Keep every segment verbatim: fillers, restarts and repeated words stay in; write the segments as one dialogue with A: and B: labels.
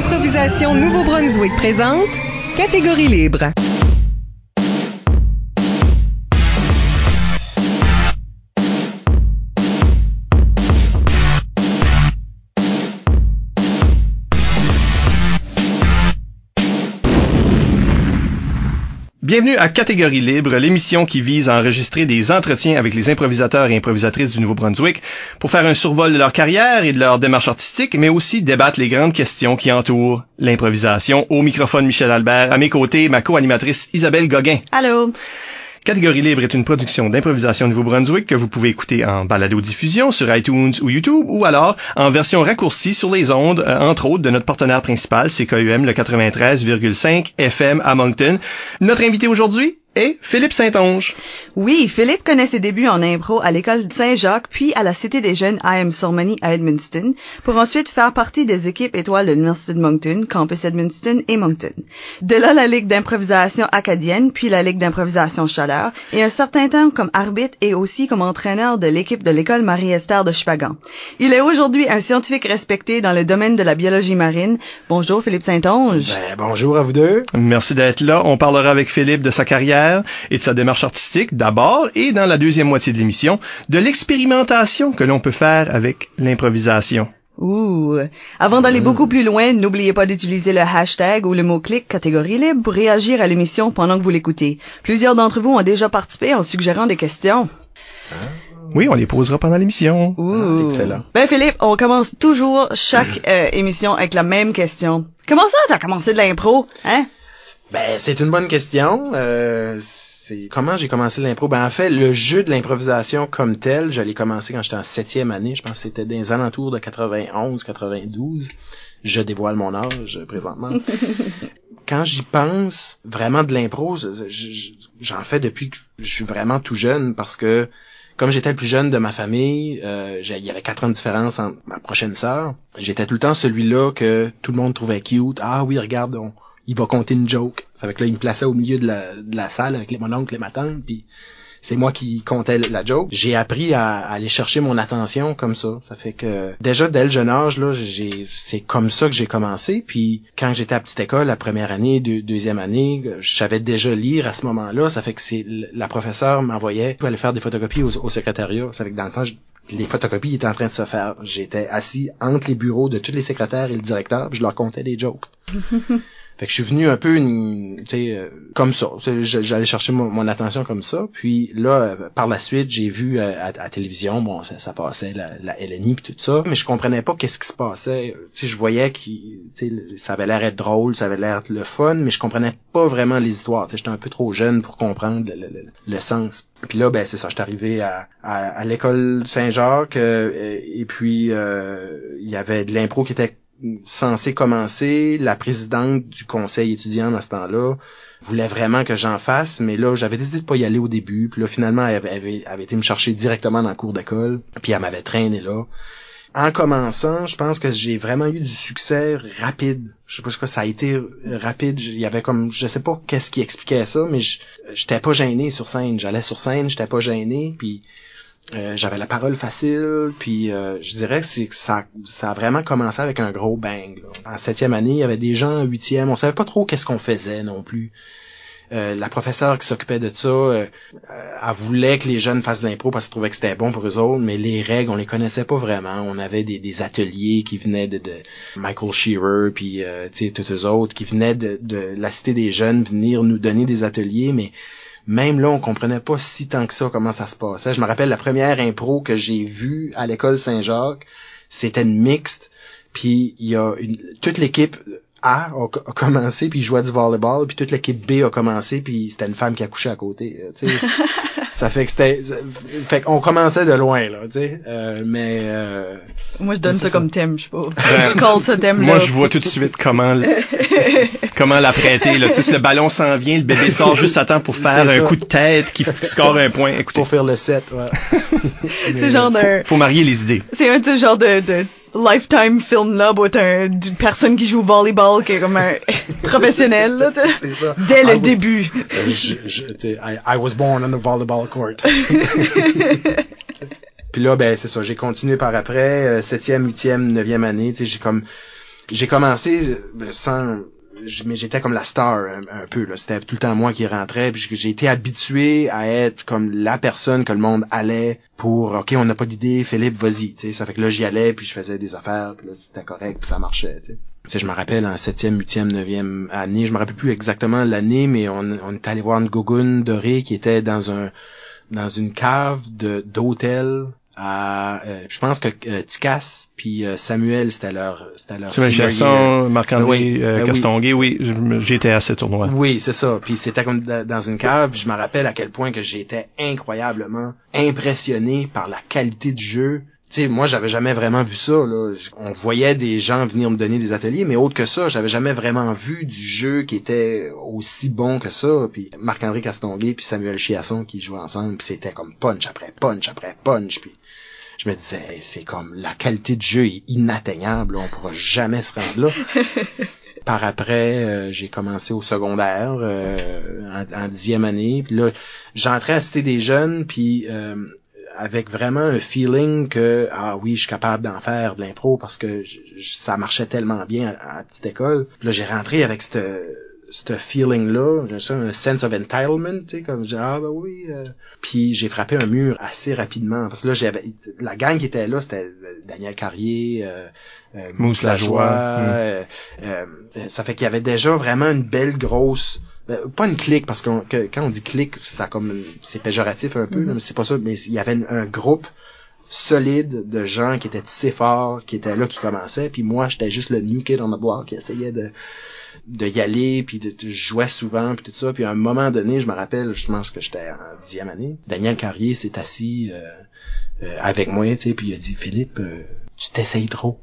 A: Improvisation Nouveau-Brunswick présente Catégorie libre.
B: Bienvenue à Catégorie libre, l'émission qui vise à enregistrer des entretiens avec les improvisateurs et improvisatrices du Nouveau-Brunswick pour faire un survol de leur carrière et de leur démarche artistique, mais aussi débattre les grandes questions qui entourent l'improvisation. Au microphone, Michel Albert. À mes côtés, ma co-animatrice Isabelle Gauguin.
C: Allô.
B: Catégorie libre est une production d'improvisation Nouveau-Brunswick que vous pouvez écouter en balado-diffusion sur iTunes ou YouTube ou alors en version raccourcie sur les ondes, euh, entre autres, de notre partenaire principal, C K U M, le quatre-vingt-treize virgule cinq F M à Moncton. Notre invité aujourd'hui est Philippe Saint-Onge.
C: Oui, Philippe connaît ses débuts en impro à l'école Saint-Jacques, puis à la Cité des Jeunes I M Sormani à Edmundston, pour ensuite faire partie des équipes étoiles de l'Université de Moncton, Campus Edmundston et Moncton. De là, la Ligue d'improvisation acadienne, puis la Ligue d'improvisation Chaleur, et un certain temps comme arbitre et aussi comme entraîneur de l'équipe de l'école Marie-Esther de Chupagan. Il est aujourd'hui un scientifique respecté dans le domaine de la biologie marine. Bonjour Philippe Saint-Onge.
D: Ben, bonjour à vous deux.
B: Merci d'être là. On parlera avec Philippe de sa carrière et de sa démarche artistique d'abord, et dans la deuxième moitié de l'émission, de l'expérimentation que l'on peut faire avec l'improvisation.
C: Ouh. Avant d'aller mmh. beaucoup plus loin, n'oubliez pas d'utiliser le hashtag ou le mot-clic Catégorie libre pour réagir à l'émission pendant que vous l'écoutez. Plusieurs d'entre vous ont déjà participé en suggérant des questions.
B: Ah. Oui, on les posera pendant l'émission.
C: Ouh.
D: Ah, excellent.
C: Ben Philippe, on commence toujours chaque euh, émission avec la même question. Comment ça, t'as commencé de l'impro, hein?
D: Ben, c'est une bonne question. Euh, c'est comment j'ai commencé l'impro? Ben, en fait, le jeu de l'improvisation comme tel, j'allais commencer quand j'étais en septième année. Je pense que c'était dans les alentours de quatre-vingt-onze, quatre-vingt-douze. Je dévoile mon âge, présentement. Quand j'y pense, vraiment de l'impro, j'en fais depuis que je suis vraiment tout jeune parce que comme j'étais le plus jeune de ma famille, euh, il y avait quatre ans de différence entre ma prochaine sœur. J'étais tout le temps celui-là que tout le monde trouvait cute. Ah oui, regarde, on... il va compter une joke. Ça fait que là, il me plaçait au milieu de la, de la salle avec les, mon oncle et ma tante, puis c'est moi qui comptais la joke. J'ai appris à, à aller chercher mon attention comme ça. Ça fait que déjà dès le jeune âge, là, j'ai, c'est comme ça que j'ai commencé. Puis quand j'étais à petite école, la première année, deux, deuxième année, je savais déjà lire à ce moment-là. Ça fait que c'est la professeure m'envoyait pour aller faire des photocopies au, au secrétariat. Ça fait que dans le temps, je, les photocopies étaient en train de se faire. J'étais assis entre les bureaux de tous les secrétaires et le directeur, puis je leur comptais des jokes. Fait que je suis venu un peu, tu sais, euh, comme ça. J'allais chercher mon, mon attention comme ça. Puis là, euh, par la suite, j'ai vu euh, à, à la télévision, bon, ça, ça passait la, la L N I puis tout ça, mais je comprenais pas qu'est-ce qui se passait. Tu sais, je voyais que, tu sais, ça avait l'air être drôle, ça avait l'air être le fun, mais je comprenais pas vraiment les histoires. Tu sais, j'étais un peu trop jeune pour comprendre le, le, le, le sens. Puis là, ben c'est ça, j'étais arrivé à, à, à l'école Saint-Jacques euh, et, et puis euh, il y avait de l'impro qui était censé commencer. La présidente du conseil étudiant à ce temps-là voulait vraiment que j'en fasse, mais là, j'avais décidé de pas y aller au début, puis là, finalement, elle avait, avait, avait été me chercher directement dans le cours d'école, puis elle m'avait traîné là. En commençant, je pense que j'ai vraiment eu du succès rapide. Je sais pas ce que ça a été rapide. Il y avait comme, je sais pas qu'est-ce qui expliquait ça, mais je, j'étais pas gêné sur scène. J'allais sur scène, j'étais pas gêné, puis Euh, j'avais la parole facile, puis euh, je dirais que c'est que ça ça a vraiment commencé avec un gros bang. Là. En septième année, il y avait des gens en huitième, on savait pas trop qu'est-ce qu'on faisait non plus. Euh, la professeure qui s'occupait de ça, euh, elle voulait que les jeunes fassent de l'impro parce qu'elle trouvait que c'était bon pour eux autres, mais les règles, on les connaissait pas vraiment. On avait des, des ateliers qui venaient de, de Michael Shearer, puis euh, tu sais, tous eux autres, qui venaient de, de la Cité des Jeunes venir nous donner des ateliers, mais même là, on comprenait pas si tant que ça comment ça se passait. Je me rappelle la première impro que j'ai vue à l'école Saint-Jacques, c'était une mixte, puis il y a une, toute l'équipe A a, a commencé, puis il jouait du volleyball, puis toute l'équipe B a commencé, puis c'était une femme qui a couché à côté. Tu sais, ça fait que c'était, fait qu'on commençait de loin là, tu sais. Euh, mais euh,
C: moi je donne ça, ça comme thème, je sais pas.
B: Euh,
C: je colle ce thème là.
B: Moi je vois tout de suite comment comment l'apprêter là. Tu sais, si le ballon s'en vient, le bébé sort juste à temps pour faire c'est un ça. Coup de tête qui score un point. Écoutez.
D: Pour faire le set, ouais.
C: C'est genre de.
B: Faut, faut marier les idées.
C: C'est un genre de, de Lifetime film là, où t'as un, une personne qui joue au volleyball qui est comme un professionnel là,
D: c'est ça.
C: Dès le
D: I
C: début.
D: Was, je, je, I, I was born on the volleyball court. Puis là, ben c'est ça, j'ai continué par après, euh, septième, huitième, neuvième année, tu sais, j'ai comme j'ai commencé sans... mais j'étais comme la star un, un peu là, c'était tout le temps moi qui rentrais, puis j'ai été habitué à être comme la personne que le monde allait pour OK, on n'a pas d'idée, Philippe, vas-y, tu sais, ça fait que là j'y allais, puis je faisais des affaires, puis là c'était correct, puis ça marchait, tu sais. Tu sais, je me rappelle en septième, huitième, neuvième année, je me rappelle plus exactement l'année, mais on on est allé voir une gogoune dorée qui était dans un dans une cave de d'hôtel. À, euh, je pense que euh, Ticasse puis euh, Samuel c'était leur c'était leur
B: Samuel Chasson, Marc-André
D: oui,
B: euh,
D: ben
B: Castonguay, oui, oui j'étais à ce tournoi.
D: Oui, c'est ça. Puis c'était comme dans une cave. Je me rappelle à quel point que j'étais incroyablement impressionné par la qualité du jeu. Tu sais, moi, j'avais jamais vraiment vu ça, là. On voyait des gens venir me donner des ateliers, mais autre que ça, j'avais jamais vraiment vu du jeu qui était aussi bon que ça. Puis Marc-André Castonguay puis Samuel Chiasson qui jouaient ensemble, puis c'était comme punch après punch après punch. Puis je me disais, hey, c'est comme la qualité du jeu est inatteignable, là, on pourra jamais se rendre là. Par après, euh, j'ai commencé au secondaire, euh, en, en dixième année. Puis là, j'entrais à Cité des Jeunes, puis euh, avec vraiment un feeling que ah oui, je suis capable d'en faire de l'impro parce que je, je, ça marchait tellement bien à, à la petite école. Puis là, j'ai rentré avec cette ce feeling-là, j'ai ça, un sense of entitlement, tu sais, comme j'ai ah ben oui. Euh. Puis j'ai frappé un mur assez rapidement parce que là j'avais la gang qui était là, c'était Daniel Carrier, euh, euh, Mousse Lajoie, euh, euh, ça fait qu'il y avait déjà vraiment une belle grosse, euh, pas une clique parce que, que quand on dit clique, ça comme c'est péjoratif un peu, mm-hmm. là, mais c'est pas ça, mais il y avait un, un groupe solide de gens qui étaient tissés forts, qui étaient là, qui commençaient, puis moi j'étais juste le new kid on the block qui essayait de de y aller, puis de, de jouer souvent, puis tout ça. Puis à un moment donné, je me rappelle, je pense que j'étais en dixième année, Daniel Carrier s'est assis euh, euh, avec moi, tu sais, puis il a dit, Philippe, euh, tu t'essayes trop.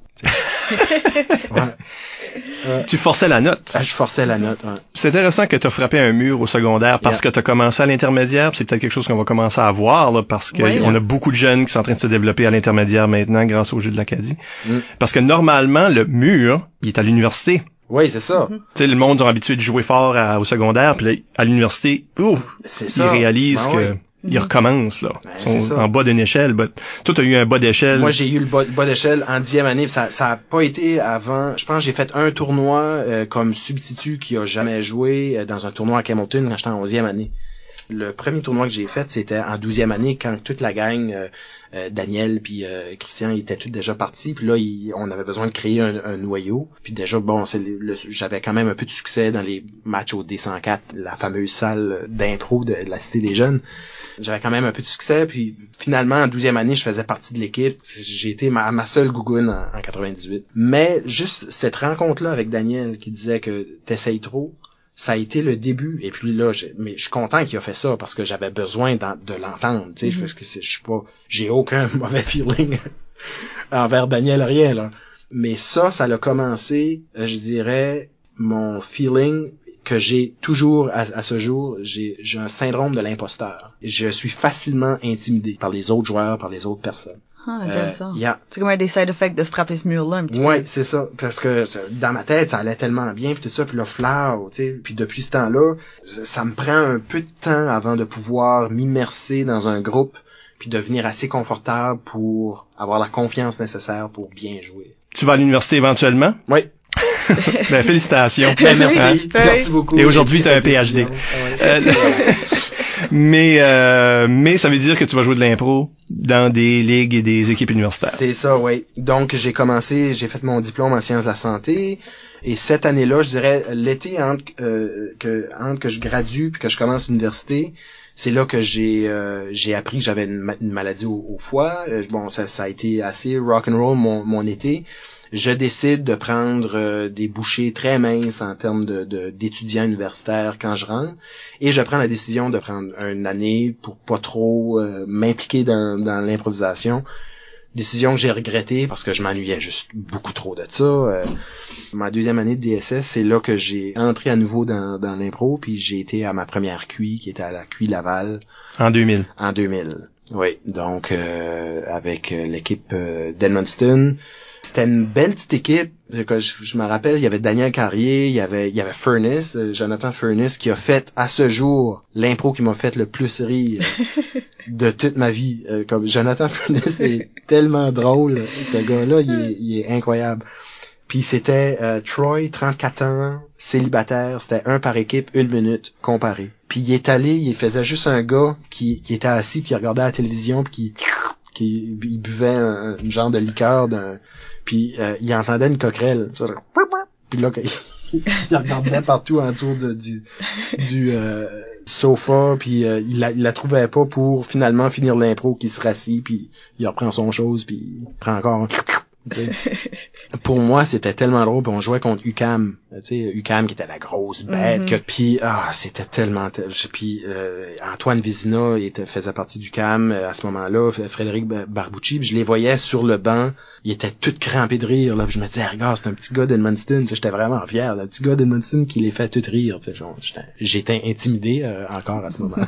D: Ouais. Euh,
B: tu forçais la note.
D: Ah, je forçais la note, ouais.
B: C'est intéressant que tu as frappé un mur au secondaire parce yeah. que tu as commencé à l'intermédiaire. C'est peut-être quelque chose qu'on va commencer à voir là, parce qu'on ouais, a beaucoup de jeunes qui sont en train de se développer à l'intermédiaire maintenant grâce au jeu de l'Acadie. Mm. Parce que normalement, le mur, il est à l'université.
D: Oui, c'est ça.
B: Mm-hmm. Tu sais, le monde ont habitué de jouer fort à, au secondaire, puis là, à l'université, ouf,
D: c'est
B: ils
D: ça.
B: réalisent
D: ben
B: que
D: oui.
B: ils recommencent là.
D: Ben,
B: Ils sont en bas d'une échelle. But, toi, t'as eu un bas d'échelle.
D: Moi, j'ai eu le bas, bas d'échelle en dixième année. Ça, ça a pas été avant. Je pense que j'ai fait un tournoi euh, comme substitut qui a jamais joué euh, dans un tournoi à Hamilton quand j'étais en onzième année. Le premier tournoi que j'ai fait, c'était en douzième année quand toute la gang, euh, euh, Daniel puis euh, Christian, ils étaient tous déjà partis. Puis là, ils, on avait besoin de créer un, un noyau. Puis déjà, bon, c'est le, le, j'avais quand même un peu de succès dans les matchs au D cent quatre, la fameuse salle d'impro de, de la Cité des Jeunes. J'avais quand même un peu de succès, puis finalement, en douzième année, je faisais partie de l'équipe. J'ai été ma, ma seule gougoune en, en quatre-vingt-dix-huit. Mais juste cette rencontre-là avec Daniel qui disait que t'essayes trop, ça a été le début. Et puis là, je, mais je suis content qu'il a fait ça parce que j'avais besoin de l'entendre. Tu sais, mm-hmm. parce que je suis pas, j'ai aucun mauvais feeling envers Daniel, rien là. Mais ça, ça l'a commencé, je dirais, mon feeling que j'ai toujours à, à ce jour, j'ai, j'ai un syndrome de l'imposteur. Je suis facilement intimidé par les autres joueurs, par les autres personnes.
C: Ah, intéressant.
D: Euh, yeah.
C: C'est comme un des side effects de se frapper ce mur-là un petit
D: ouais,
C: peu.
D: Ouais, c'est ça. Parce que dans ma tête, ça allait tellement bien, puis tout ça, puis le flow, tu sais. Puis depuis ce temps-là, ça me prend un peu de temps avant de pouvoir m'immerser dans un groupe, puis devenir assez confortable pour avoir la confiance nécessaire pour bien jouer.
B: Tu vas à l'université éventuellement?
D: Oui.
B: Ben, félicitations.
D: Ben, merci. Hein? Merci beaucoup.
B: Et aujourd'hui, tu as un P H D. Euh, mais, euh, mais ça veut dire que tu vas jouer de l'impro dans des ligues et des équipes universitaires.
D: C'est ça, oui. Donc, j'ai commencé, j'ai fait mon diplôme en sciences de la santé. Et cette année-là, je dirais, l'été entre, euh, que, entre que je gradue puis que je commence l'université, c'est là que j'ai euh, j'ai appris que j'avais une, ma- une maladie au, au foie. Euh, bon, ça, ça a été assez rock and roll mon, mon été. Je décide de prendre euh, des bouchées très minces en termes de, de d'étudiants universitaires quand je rentre, et je prends la décision de prendre une année pour pas trop euh, m'impliquer dans, dans l'improvisation. Décision que j'ai regrettée parce que je m'ennuyais juste beaucoup trop de ça. Euh, ma deuxième année de D S S, c'est là que j'ai entré à nouveau dans, dans l'impro, puis j'ai été à ma première Q I, qui était à la Q I Laval.
B: En deux mille.
D: En deux mille, oui. Donc, euh, avec l'équipe euh, d'Edmundston. C'était une belle petite équipe. Je, je, je me rappelle, il y avait Daniel Carrier, il y avait, il y avait Furnace, euh, Jonathan Furnace, qui a fait, à ce jour, l'impro qui m'a fait le plus rire de toute ma vie. Euh, comme Jonathan Furnace est tellement drôle. Ce gars-là, il est, il est incroyable. Puis c'était euh, Troy, trente-quatre ans, célibataire, c'était un par équipe, une minute, comparé. Puis il est allé, il faisait juste un gars qui, qui était assis, puis qui regardait la télévision, puis qui, qui il buvait un, un genre de liqueur, d'un, puis euh, il entendait une coquerelle. Puis là, il, il regardait partout en dessous de, du, du euh, sofa, puis euh, il, la, il la trouvait pas pour finalement finir l'impro, qu'il se rassit, puis il reprend son chose, puis il prend encore un... T'sais. Pour moi, c'était tellement drôle, puis on jouait contre U Q A M, tu sais, U Q A M qui était la grosse bête, mm-hmm. que puis ah, c'était tellement puis euh, Antoine Vézina il était faisait partie du U Q A M à ce moment-là, Frédéric Barbucci, je les voyais sur le banc, ils étaient tous crampés de rire là, puis je me disais regarde, c'est un petit gars d'Edmundston, j'étais vraiment fier, un petit gars d'Edmundston qui les fait tous rire, tu sais, j'étais, j'étais intimidé euh, encore à ce moment-là.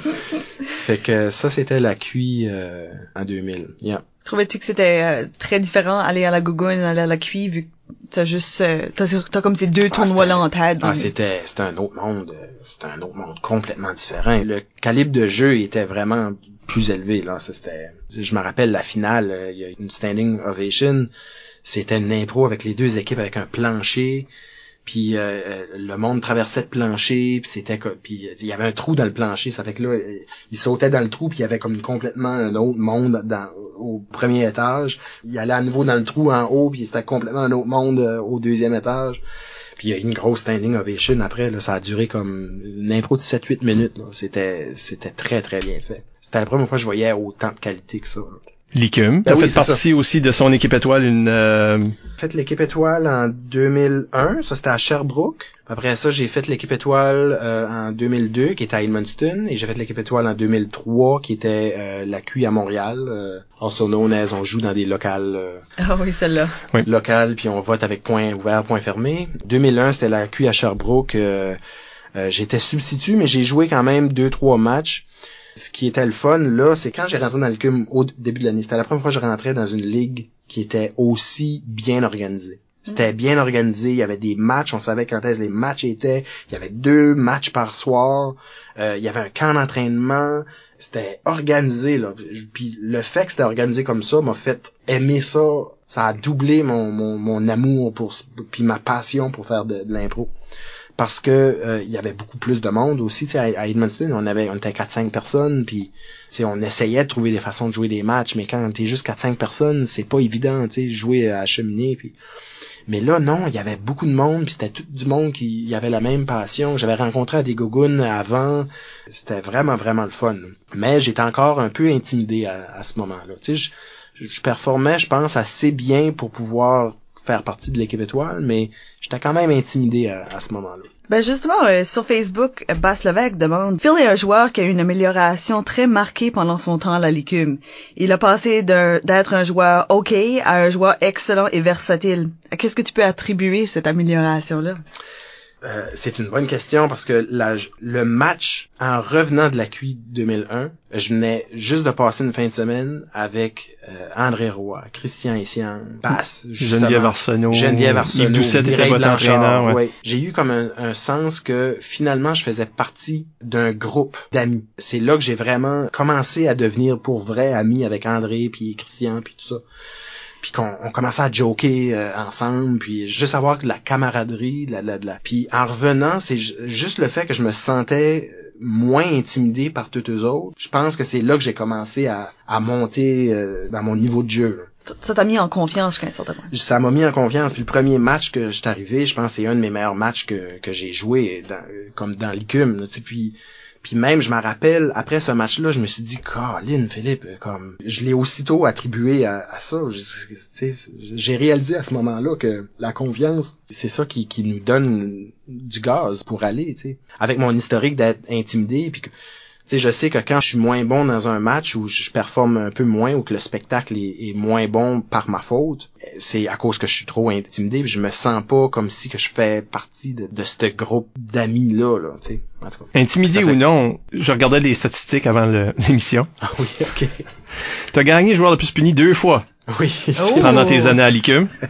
D: Fait que ça c'était la Q I euh, en deux mille. Yeah.
C: Trouvais-tu que c'était euh, très différent aller à la Gougoune, aller à la Q I, vu que t'as juste euh, t'as, t'as comme ces deux tournois-là ah, en tête?
D: Ah, c'était c'était un autre monde, c'était un autre monde complètement différent. Le calibre de jeu était vraiment plus élevé là. Ça c'était, je me rappelle la finale, il y a une standing ovation, c'était une impro avec les deux équipes avec un plancher. Puis euh, le monde traversait le plancher, puis c'était puis il y avait un trou dans le plancher, ça fait que là il sautait dans le trou, puis il y avait comme complètement un autre monde dans au premier étage. Il allait à nouveau dans le trou en haut, puis c'était complètement un autre monde euh, au deuxième étage. Puis il y a eu une grosse standing ovation après là, ça a duré comme une impro de sept huit minutes là. C'était c'était très très bien fait. C'était la première fois que je voyais autant de qualité que ça. Là.
B: L'I C U M. T'as ben oui, fait partie ça. Aussi de son équipe étoile, une... Euh...
D: J'ai fait l'équipe étoile en deux mille un, ça c'était à Sherbrooke. Après ça, j'ai fait l'équipe étoile euh, en deux mille deux, qui était à Edmundston, et j'ai fait l'équipe étoile en deux mille trois, qui était euh, la Q I à Montréal. Euh, also known as, on joue dans des locales... Euh,
C: ah oui, celle-là.
D: Oui. Locales, puis on vote avec point ouvert, point fermé. deux mille un, c'était la Q I à Sherbrooke. Euh, euh, j'étais substitut, mais j'ai joué quand même deux, trois matchs. Ce qui était le fun, là, c'est quand j'ai rentré dans le C U M au début de l'année. C'était la première fois que je rentrais dans une ligue qui était aussi bien organisée. C'était bien organisé, il y avait des matchs, on savait quand est-ce les matchs étaient, il y avait deux matchs par soir, euh, il y avait un camp d'entraînement, c'était organisé, là. Puis le fait que c'était organisé comme ça m'a fait aimer ça, ça a doublé mon, mon, mon amour pour, puis ma passion pour faire de, de l'impro. Parce que euh, il y avait beaucoup plus de monde aussi, tu sais, à, à Edmundston, on avait on était quatre cinq personnes, puis tu sais, on essayait de trouver des façons de jouer des matchs, mais quand t'es juste quatre cinq personnes, c'est pas évident, tu sais, jouer à la cheminée, puis mais là non, il y avait beaucoup de monde, puis c'était tout du monde qui y avait la même passion. J'avais rencontré à des Gougoune avant, c'était vraiment vraiment le fun. Mais j'étais encore un peu intimidé à, à ce moment-là, tu sais, je, je performais, je pense, assez bien pour pouvoir faire partie de l'équipe étoile, mais j'étais quand même intimidé à, à ce moment-là.
C: Ben justement, euh, sur Facebook, Bass Levesque demande « Phil est un joueur qui a eu une amélioration très marquée pendant son temps à la L I C U M. Il a passé d'un, d'être un joueur OK à un joueur excellent et versatile. Qu'est-ce que tu peux attribuer cette amélioration-là? »
D: Euh, c'est une bonne question parce que la, le match, en revenant de la Q I deux mille un, je venais juste de passer une fin de semaine avec euh, André Roy, Christian Essiang, Bass,
B: Geneviève Arsenault,
D: Geneviève Arsenault,
B: Yves Doucette était votre entraîneur. Ouais.
D: Ouais. J'ai eu comme un, un sens que finalement je faisais partie d'un groupe d'amis. C'est là que j'ai vraiment commencé à devenir pour vrai ami avec André puis Christian puis tout ça. Puis qu'on on commençait à joker euh, ensemble, puis juste avoir la camaraderie, la, la, la. Puis en revenant, c'est ju- juste le fait que je me sentais moins intimidé par tous eux autres. Je pense que c'est là que j'ai commencé à, à monter euh, dans mon niveau de jeu. Là.
C: Ça t'a mis en confiance jusqu'à un certain point.
D: Ça m'a mis en confiance. Puis le premier match que j'étais arrivé, je pense que c'est un de mes meilleurs matchs que que j'ai joué dans, comme dans l'I C U M. Tu sais, puis Puis même, je me rappelle, après ce match-là, je me suis dit, Colin, Philippe, comme, je l'ai aussitôt attribué à, à ça. Je, tu sais, j'ai réalisé à ce moment-là que la confiance, c'est ça qui, qui nous donne du gaz pour aller, tu sais. Avec mon historique d'être intimidé, puis que, tu sais, je sais que quand je suis moins bon dans un match où je performe un peu moins ou que le spectacle est, est moins bon par ma faute, c'est à cause que je suis trop intimidé, puis je me sens pas comme si que je fais partie de, de ce groupe d'amis-là, là, tu sais. En tout cas,
B: intimidé fait... ou non, je regardais les statistiques avant le, l'émission.
D: Ah oui, ok.
B: T'as gagné joueur le plus puni deux fois.
D: Oui,
B: c'est pendant tes années à l'I C U M.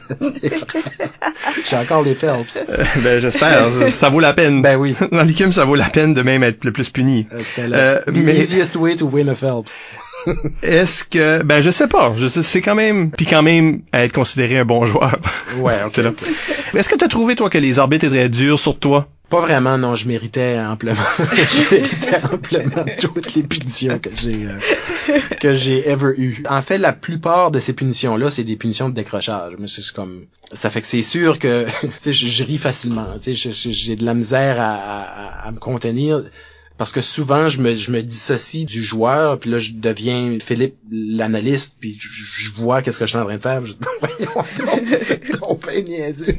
D: J'ai encore les Phelps.
B: Euh, ben j'espère, ça, ça vaut la peine.
D: Ben oui.
B: Dans l'I C U M, ça vaut la peine de même être le plus puni.
D: Euh, C'était le euh, mais... easiest way to win a Phelps.
B: Est-ce que... Ben, je sais pas. Je sais, c'est quand même... Puis quand même, être considéré un bon joueur.
D: Ouais, ok. okay.
B: Est-ce que t'as trouvé, toi, que les arbitres étaient durs sur toi?
D: Pas vraiment, non. Je méritais amplement. je méritais amplement toutes les punitions que j'ai euh, que j'ai ever eues. En fait, la plupart de ces punitions-là, c'est des punitions de décrochage. Mais c'est comme... Ça fait que c'est sûr que... tu sais, je, je ris facilement. Tu sais, j'ai de la misère à, à, à me contenir. Parce que souvent, je me, je me dissocie du joueur, puis là, je deviens Philippe, l'analyste, puis je, je vois qu'est-ce que je suis en train de faire. Je dis, voyons donc, c'est ton pain niaiseux.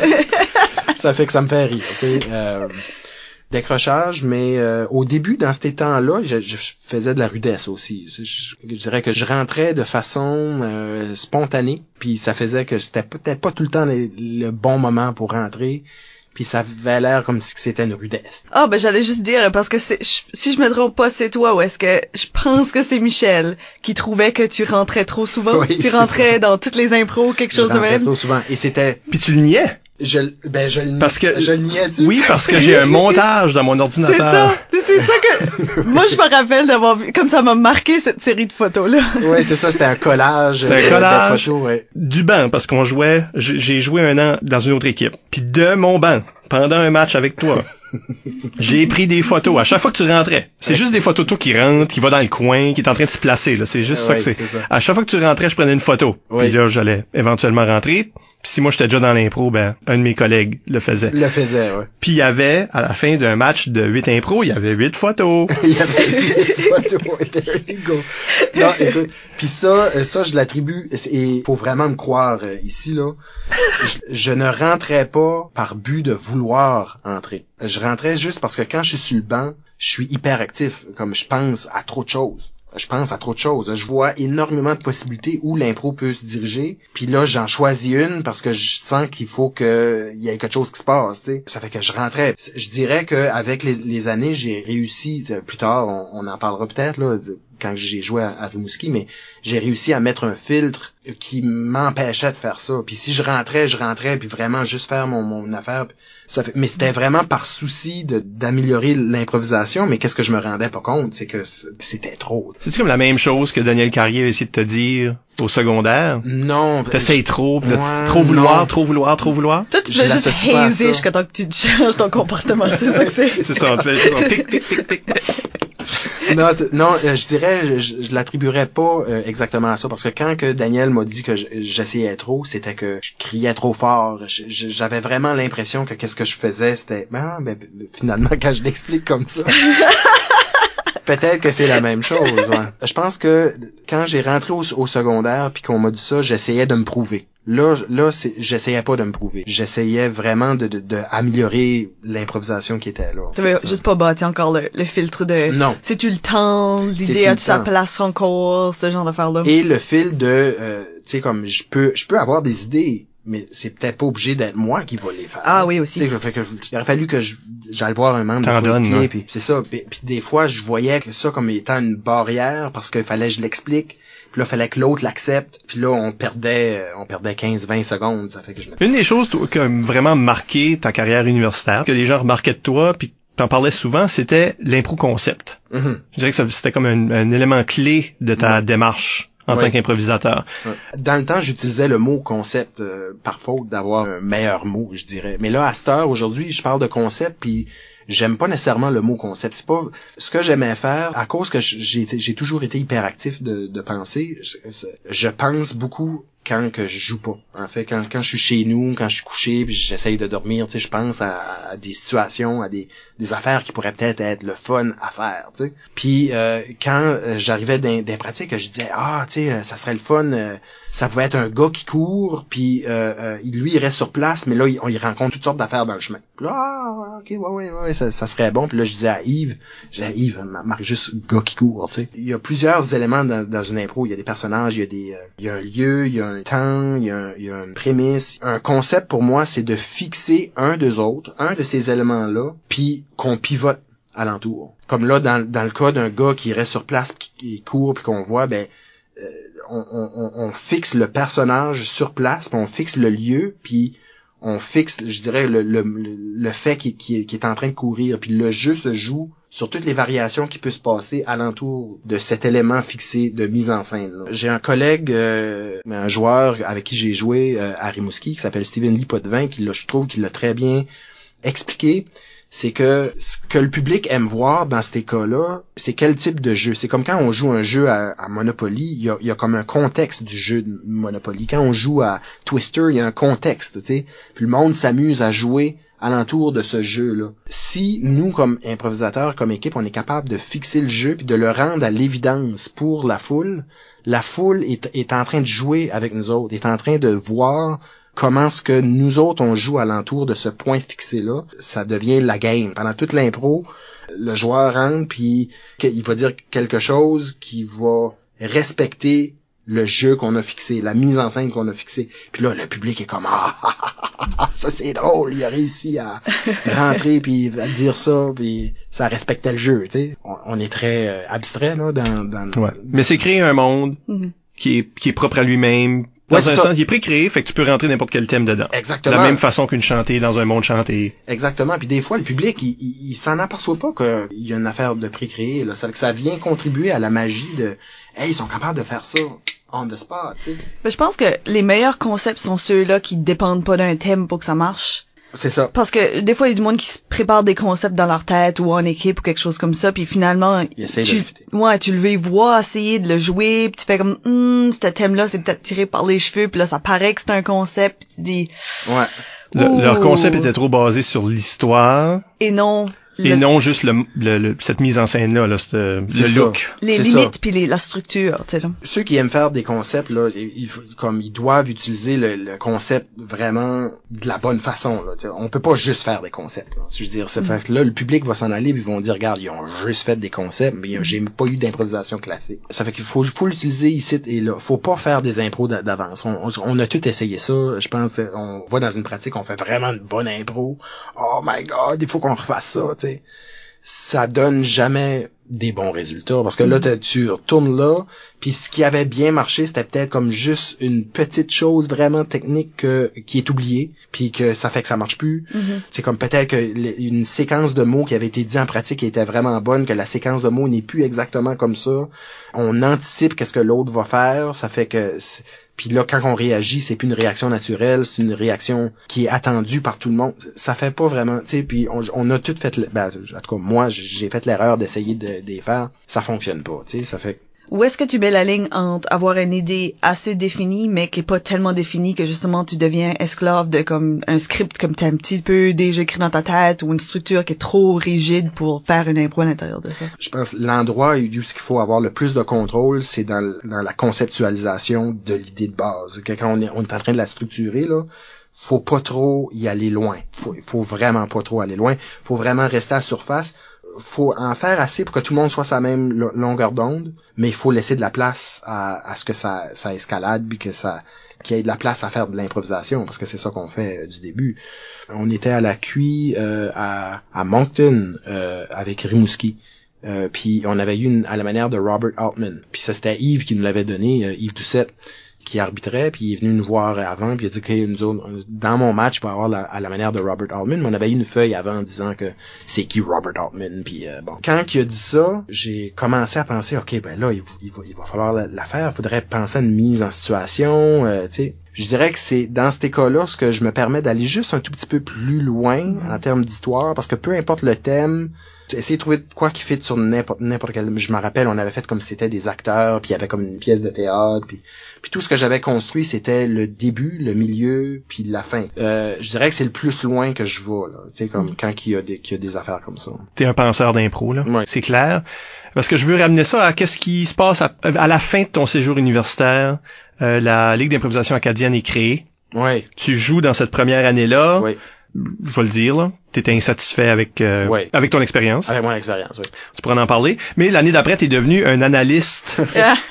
D: Ça fait que ça me fait rire, tu sais. Euh, décrochage, mais euh, au début, dans ces temps-là, je, je faisais de la rudesse aussi. Je, je, je dirais que je rentrais de façon euh, spontanée, puis ça faisait que c'était peut-être pas tout le temps le, le bon moment pour rentrer. Puis ça avait l'air comme si c'était une rudesse.
C: Ah, oh, ben j'allais juste dire, parce que c'est, je, si je me trompe pas, c'est toi, ou est-ce que je pense que c'est Michel qui trouvait que tu rentrais trop souvent? Oui, tu rentrais ça. Dans toutes les impros, quelque chose
D: je
C: de même?
D: Je rentrais trop souvent, et c'était...
B: Puis tu le niais?
D: Je, ben, je le
B: parce que,
D: je le niais, tu
B: Oui, parce que j'ai un montage dans mon ordinateur.
C: C'est ça, c'est ça que, moi, je me rappelle d'avoir vu, comme ça m'a marqué cette série de photos-là.
D: Ouais, c'est ça, c'était un collage.
B: C'était un collage.
D: De photos, ouais.
B: Du banc, parce qu'on jouait, j'ai joué un an dans une autre équipe. Puis de mon banc, pendant un match avec toi, j'ai pris des photos à chaque fois que tu rentrais. C'est juste des photos de toi qui rentre, qui va dans le coin, qui est en train de se placer, là. C'est juste ouais, ça que c'est. ça. À chaque fois que tu rentrais, je prenais une photo. Ouais. Puis là, j'allais éventuellement rentrer. Puis si moi j'étais déjà dans l'impro, ben un de mes collègues le faisait.
D: Le faisait, ouais.
B: Puis il y avait, à la fin d'un match de huit impro, il y avait huit photos.
D: Il y avait huit photos, there you go. Non, écoute, puis ça, ça je l'attribue, et faut vraiment me croire euh, ici, là, je, je ne rentrais pas par but de vouloir entrer. Je rentrais juste parce que quand je suis sur le banc, je suis hyper actif, comme je pense à trop de choses. Je pense à trop de choses. Je vois énormément de possibilités où l'impro peut se diriger. Puis là, j'en choisis une parce que je sens qu'il faut qu'il y ait quelque chose qui se passe. Tu sais. Ça fait que je rentrais. Je dirais qu'avec les, les années, j'ai réussi, plus tard, on, on en parlera peut-être, là, quand j'ai joué à, à Rimouski, mais j'ai réussi à mettre un filtre qui m'empêchait de faire ça. Puis si je rentrais, je rentrais, puis vraiment juste faire mon, mon affaire. Ça fait, mais c'était vraiment par souci de d'améliorer l'improvisation, mais qu'est-ce que je me rendais pas compte, c'est que c'était trop.
B: C'est-tu comme la même chose que Daniel Carrier a essayé de te dire au secondaire?
D: Non.
B: T'essayes trop, pis là, ouais, trop vouloir, non. trop vouloir, trop vouloir.
C: Toi, tu fais juste hazer jusqu'à temps que tu changes ton comportement, c'est ça que c'est.
B: C'est ça, on te fait juste pic, pic, pic, pic.
D: non, non, euh, je dirais, je, je l'attribuerais pas euh, exactement à ça, parce que quand que Daniel m'a dit que j'essayais trop, c'était que je criais trop fort. J'avais vraiment l'impression que qu'est-ce que je faisais, c'était, ben, ben, finalement, quand je l'explique comme ça, peut-être que c'est la même chose. Ouais. Je pense que quand j'ai rentré au, au secondaire puis qu'on m'a dit ça, j'essayais de me prouver. Là, là, c'est, j'essayais pas de me prouver. J'essayais vraiment de, de, de améliorer l'improvisation qui était là.
C: T'avais juste pas bâti encore le, le filtre de...
D: Non.
C: C'est-tu le temps, l'idée a-tu sa place encore, ce genre d'affaires-là?
D: Et le fil de, euh, tu sais, comme, je peux, je peux avoir des idées, mais c'est peut-être pas obligé d'être moi qui va les faire.
C: Ah oui, aussi.
D: Tu sais, fait que, il aurait fallu que je, j'aille voir un membre
B: T'en
D: de
B: donnes,
D: pied, puis c'est ça. Puis, puis des fois, je voyais que ça comme étant une barrière parce qu'il fallait que je l'explique. Puis là, il fallait que l'autre l'accepte. Puis là, on perdait, on perdait quinze vingt secondes. Ça fait que je me...
B: Une des choses qui a vraiment marqué ta carrière universitaire, que les gens remarquaient de toi, puis t'en parlais souvent, c'était l'impro concept.
D: Mm-hmm.
B: Je dirais que ça, c'était comme un, un élément clé de ta mm-hmm. démarche en oui. tant qu'improvisateur.
D: Dans le temps, j'utilisais le mot concept euh, par faute d'avoir un meilleur mot, je dirais. Mais là, à cette heure, aujourd'hui, je parle de concept, puis j'aime pas nécessairement le mot concept. C'est pas ce que j'aimais faire, à cause que j'ai j'ai toujours été hyperactif de, de penser. Je, je pense beaucoup quand que je joue pas. En fait, quand quand je suis chez nous, quand je suis couché, puis j'essaye de dormir, tu sais, je pense à, à des situations, à des des affaires qui pourraient peut-être être le fun à faire, tu sais. Puis euh, quand euh, j'arrivais dans des pratiques, je disais ah, tu sais, ça serait le fun. Euh, ça pouvait être un gars qui court, puis euh, euh, lui il reste sur place, mais là il, on y rencontre toutes sortes d'affaires dans le chemin. Puis là, ah, ok, ouais, ouais, ouais, ça, ça serait bon. Puis là je disais à Yves, j'ai à Yves, marque juste gars qui court, tu sais. Il y a plusieurs éléments dans, dans une impro. Il y a des personnages, il y a des, euh, il y a un lieu, il y a un temps, il y a, un, il y a une prémisse. Un concept pour moi, c'est de fixer un des autres, un de ces éléments-là, puis qu'on pivote alentour. Comme là, dans, dans le cas d'un gars qui reste sur place, qui, qui court, puis qu'on voit, ben euh, on, on, on fixe le personnage sur place, puis on fixe le lieu, puis on fixe, je dirais, le, le, le fait qu'il, qu'il, qu'il est en train de courir, puis le jeu se joue sur toutes les variations qui peuvent se passer alentour de cet élément fixé de mise en scène. Là. J'ai un collègue, euh, un joueur avec qui j'ai joué euh, à Rimouski, qui s'appelle Steven Lee Potvin, qui l'a, je trouve qu'il l'a très bien expliqué. C'est que ce que le public aime voir dans ces cas-là, c'est quel type de jeu. C'est comme quand on joue un jeu à, à Monopoly, il y a, il y a comme un contexte du jeu de Monopoly. Quand on joue à Twister, il y a un contexte, tu sais. Puis le monde s'amuse à jouer alentour de ce jeu-là. Si nous, comme improvisateurs, comme équipe, on est capable de fixer le jeu puis de le rendre à l'évidence pour la foule, la foule est, est en train de jouer avec nous autres, est en train de voir comment ce que nous autres, on joue alentour de ce point fixé-là, ça devient la game. Pendant toute l'impro, le joueur rentre, puis il va dire quelque chose qui va respecter le jeu qu'on a fixé, la mise en scène qu'on a fixée. Puis là, le public est comme « Ah, ah, ah, ah, ça c'est drôle, il a réussi à rentrer, puis à dire ça, puis ça respectait le jeu. » Tu sais, on, on est très euh, abstrait là dans... dans
B: ouais. Mais c'est créer un monde mm-hmm. qui est qui est propre à lui-même. Dans ouais, un ça. sens, il est pré-créé, fait que tu peux rentrer n'importe quel thème dedans.
D: Exactement.
B: De la même façon qu'une chantée dans un monde chanté.
D: Exactement. Puis des fois, le public, il, il, il s'en aperçoit pas qu'il y a une affaire de pré-créé. Là. Ça, ça vient contribuer à la magie de « Hey, ils sont capables de faire ça on the spot », tu sais.
C: Mais je pense que les meilleurs concepts sont ceux-là qui dépendent pas d'un thème pour que ça marche.
D: C'est ça.
C: Parce que des fois, il y a du monde qui se prépare des concepts dans leur tête ou en équipe ou quelque chose comme ça, puis finalement, tu, ouais, tu le vois essayer de le jouer, puis tu fais comme, hum, ce thème-là, c'est peut-être tiré par les cheveux, puis là, ça paraît que c'est un concept, puis tu dis...
D: Ouais.
B: Le, leur concept était trop basé sur l'histoire.
C: Et non...
B: Et le... non juste le, le, le cette mise en scène là, là c'est, le
D: ça.
B: Look.
C: Les
D: c'est
C: limites puis les la structure, tu sais là.
D: Ceux qui aiment faire des concepts là, ils, comme ils doivent utiliser le, le concept vraiment de la bonne façon là. T'sais. On peut pas juste faire des concepts. Là. Je veux dire, c'est mm. fait que là le public va s'en aller, puis ils vont dire regarde, ils ont juste fait des concepts, mais mm. j'ai pas eu d'improvisation classique. Ça fait qu'il faut faut l'utiliser ici et là. Faut pas faire des impros d'avance. On, on, on a tout essayé ça. Je pense on va dans une pratique, on fait vraiment une bonne impro. Oh my god, il faut qu'on refasse ça, tu sais. Ça donne jamais des bons résultats parce que là tu retournes là puis ce qui avait bien marché c'était peut-être comme juste une petite chose vraiment technique euh, qui est oubliée puis que ça fait que ça marche plus. Mm-hmm. C'est comme peut-être que une séquence de mots qui avait été dit en pratique était vraiment bonne, que la séquence de mots n'est plus exactement comme ça. On anticipe qu'est-ce que l'autre va faire, ça fait que puis là, quand on réagit, c'est plus une réaction naturelle, c'est une réaction qui est attendue par tout le monde. Ça fait pas vraiment, tu sais, puis on, on a tout fait, ben, en tout cas, moi, j'ai fait l'erreur d'essayer de, de les faire. Ça fonctionne pas, tu sais, ça fait...
C: Où est-ce que tu mets la ligne entre avoir une idée assez définie, mais qui est pas tellement définie que justement tu deviens esclave de comme un script comme t'as un petit peu déjà écrit dans ta tête ou une structure qui est trop rigide pour faire une impro à l'intérieur de ça?
D: Je pense l'endroit où il faut avoir le plus de contrôle, c'est dans, dans la conceptualisation de l'idée de base. Que quand on est, on est en train de la structurer, là, faut pas trop y aller loin. Faut, faut vraiment pas trop aller loin. Faut vraiment rester à la surface. Faut en faire assez pour que tout le monde soit sa même longueur d'onde, mais il faut laisser de la place à, à ce que ça, ça escalade, puis que ça, qu'il y ait de la place à faire de l'improvisation, parce que c'est ça qu'on fait euh, du début. On était à la Q I euh, à, à Moncton euh, avec Rimouski. Euh, puis on avait eu une à la manière de Robert Altman. Puis ça c'était Yves qui nous l'avait donné, euh, Yves Doucette, qui arbitrait, puis il est venu nous voir avant, puis il a dit que nous autres, dans mon match, je vais avoir la, à la manière de Robert Altman, mais on avait eu une feuille avant en disant que c'est qui Robert Altman, puis euh, bon. Quand il a dit ça, j'ai commencé à penser, ok, ben là, il, il, va, il va falloir la, la faire, il faudrait penser à une mise en situation, euh, tu sais. Je dirais que c'est dans ces cas-là ce que je me permets d'aller juste un tout petit peu plus loin mm-hmm. en termes d'histoire, parce que peu importe le thème, essayer de trouver quoi qui fit sur n'importe n'importe quel. Je me rappelle, on avait fait comme si c'était des acteurs, puis il y avait comme une pièce de théâtre, puis puis tout ce que j'avais construit, c'était le début, le milieu, puis la fin. Euh, je dirais que c'est le plus loin que je vais là, tu sais, comme quand il y a des qu'il y a des affaires comme ça.
B: T'es un penseur d'impro là,
D: ouais.
B: C'est clair. Parce que je veux ramener ça à qu'est-ce qui se passe à, à la fin de ton séjour universitaire. Euh, la Ligue d'improvisation acadienne est créée.
D: Ouais.
B: Tu joues dans cette première année-là.
D: Oui.
B: Je vais le dire, là. T'étais insatisfait avec euh,
D: oui.
B: avec ton expérience.
D: Avec mon expérience, oui.
B: Tu pourras en parler. Mais l'année d'après, t'es devenu un analyste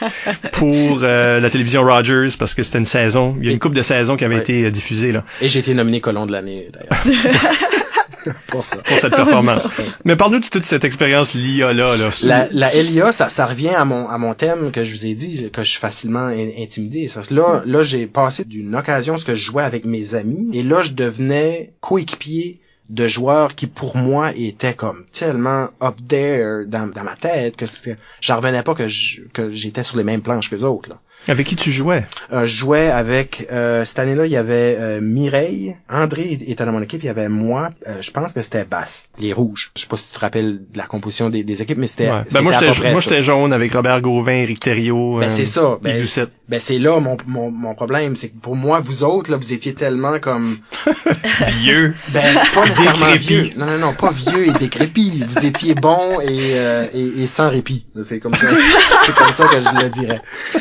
B: pour euh, la télévision Rogers parce que c'était une saison. Il y a une couple de saisons qui avait oui. été euh, diffusée, là.
D: Et j'ai été nominé colon de l'année, d'ailleurs. Pour ça.
B: Pour cette performance. Mais parle-nous de toute cette expérience L I A-là. Là.
D: La, la L I A, ça, ça revient à mon, à mon thème que je vous ai dit, que je suis facilement in, intimidé. Ça, là, là, j'ai passé d'une occasion ce que je jouais avec mes amis, et là, je devenais coéquipier de joueurs qui, pour moi, étaient comme tellement up there dans, dans ma tête que c'était, j'en revenais pas que je, que j'étais sur les mêmes planches que les autres, là.
B: Avec qui tu jouais?
D: Euh, je jouais avec, euh, cette année-là, il y avait euh, Mireille, André était dans mon équipe, il y avait moi, euh, je pense que c'était Basse, les Rouges. Je sais pas si tu te rappelles de la composition des, des équipes, mais c'était,
B: Ouais.
D: c'était
B: Ben moi,
D: à peu
B: j'étais,
D: près
B: moi,
D: ça.
B: j'étais jaune avec Robert Gauvin, Éric Thériault.
D: Ben,
B: euh,
D: c'est ça. Ben,
B: Yves Doucette.
D: ben, c'est là mon, mon, mon problème. C'est que pour moi, vous autres, là, vous étiez tellement comme...
B: Vieux.
D: Ben, pas nécessairement
B: Décrépit.
D: vieux. Non, non, non, pas vieux et décrépit. Vous étiez bon et, euh, et, et sans répit. C'est comme ça. C'est comme ça que je le dirais.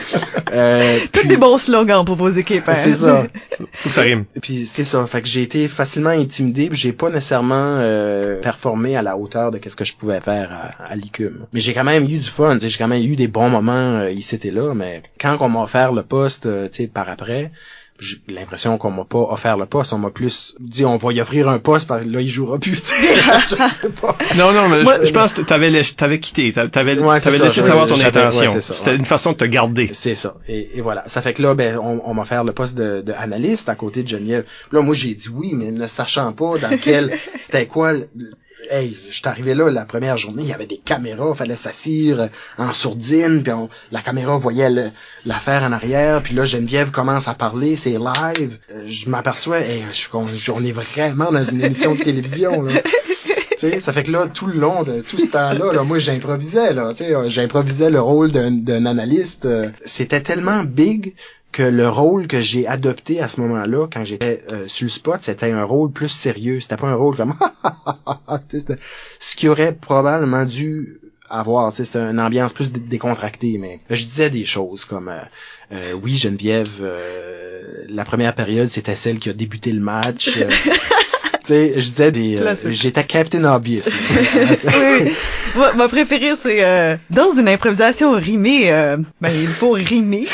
D: Euh,
C: Tous
D: puis-
C: des bons slogans pour vos équipes. Hein?
D: C'est ça.
B: Faut que ça rime.
D: Puis c'est ça. Fait que j'ai été facilement intimidé, puis j'ai pas nécessairement euh, performé à la hauteur de qu'est-ce que je pouvais faire à, à l'I C U M. Mais j'ai quand même eu du fun. tu sais, J'ai quand même eu des bons moments euh, ici et là. Mais quand on m'a offert le poste, euh, tu sais, par après. J'ai l'impression qu'on m'a pas offert le poste, on m'a plus dit on va y offrir un poste, parce que là il jouera plus, tu sais. Je sais pas.
B: Non, non, mais
C: Moi,
B: je, je pense que t'avais, laiss- t'avais quitté, t'a- t'avais,
D: Ouais, c'est
B: t'avais
D: ça,
B: laissé
D: j'avais-
B: savoir ton
D: j'avais-
B: intention.
D: ouais, c'est ça,
B: C'était
D: ouais.
B: une façon de te garder.
D: C'est ça. Et, et voilà. Ça fait que là, ben, on, on m'a fait le poste de, de analyste à côté de Geneviève. Puis là, moi, j'ai dit oui, mais ne sachant pas dans quel, c'était quoi, le- hey, je suis arrivé là la première journée, il y avait des caméras, fallait s'assire en sourdine, puis on, la caméra voyait le- l'affaire en arrière, puis là, Geneviève commence à parler, c'est live. Euh, je m'aperçois, hey, je suis con- on est vraiment dans une émission de télévision, là. Tu sais, ça fait que là, tout le long de tout ce temps-là, là, moi, j'improvisais, là, tu sais, euh, j'improvisais le rôle d'un, d'un analyste. euh, C'était tellement big que le rôle que j'ai adopté à ce moment-là, quand j'étais euh, sur le spot, c'était un rôle plus sérieux. C'était pas un rôle comme tu sais, c'était ce qui aurait probablement dû avoir, tu sais, c'est une ambiance plus dé- décontractée, mais je disais des choses comme euh, euh, oui, Geneviève, euh, la première période, c'était celle qui a débuté le match. euh, tu sais, je disais des... Euh, j'étais Captain Obvious.
C: Oui. Ma, ma préférée, c'est euh, dans une improvisation rimée, euh, ben il faut rimer.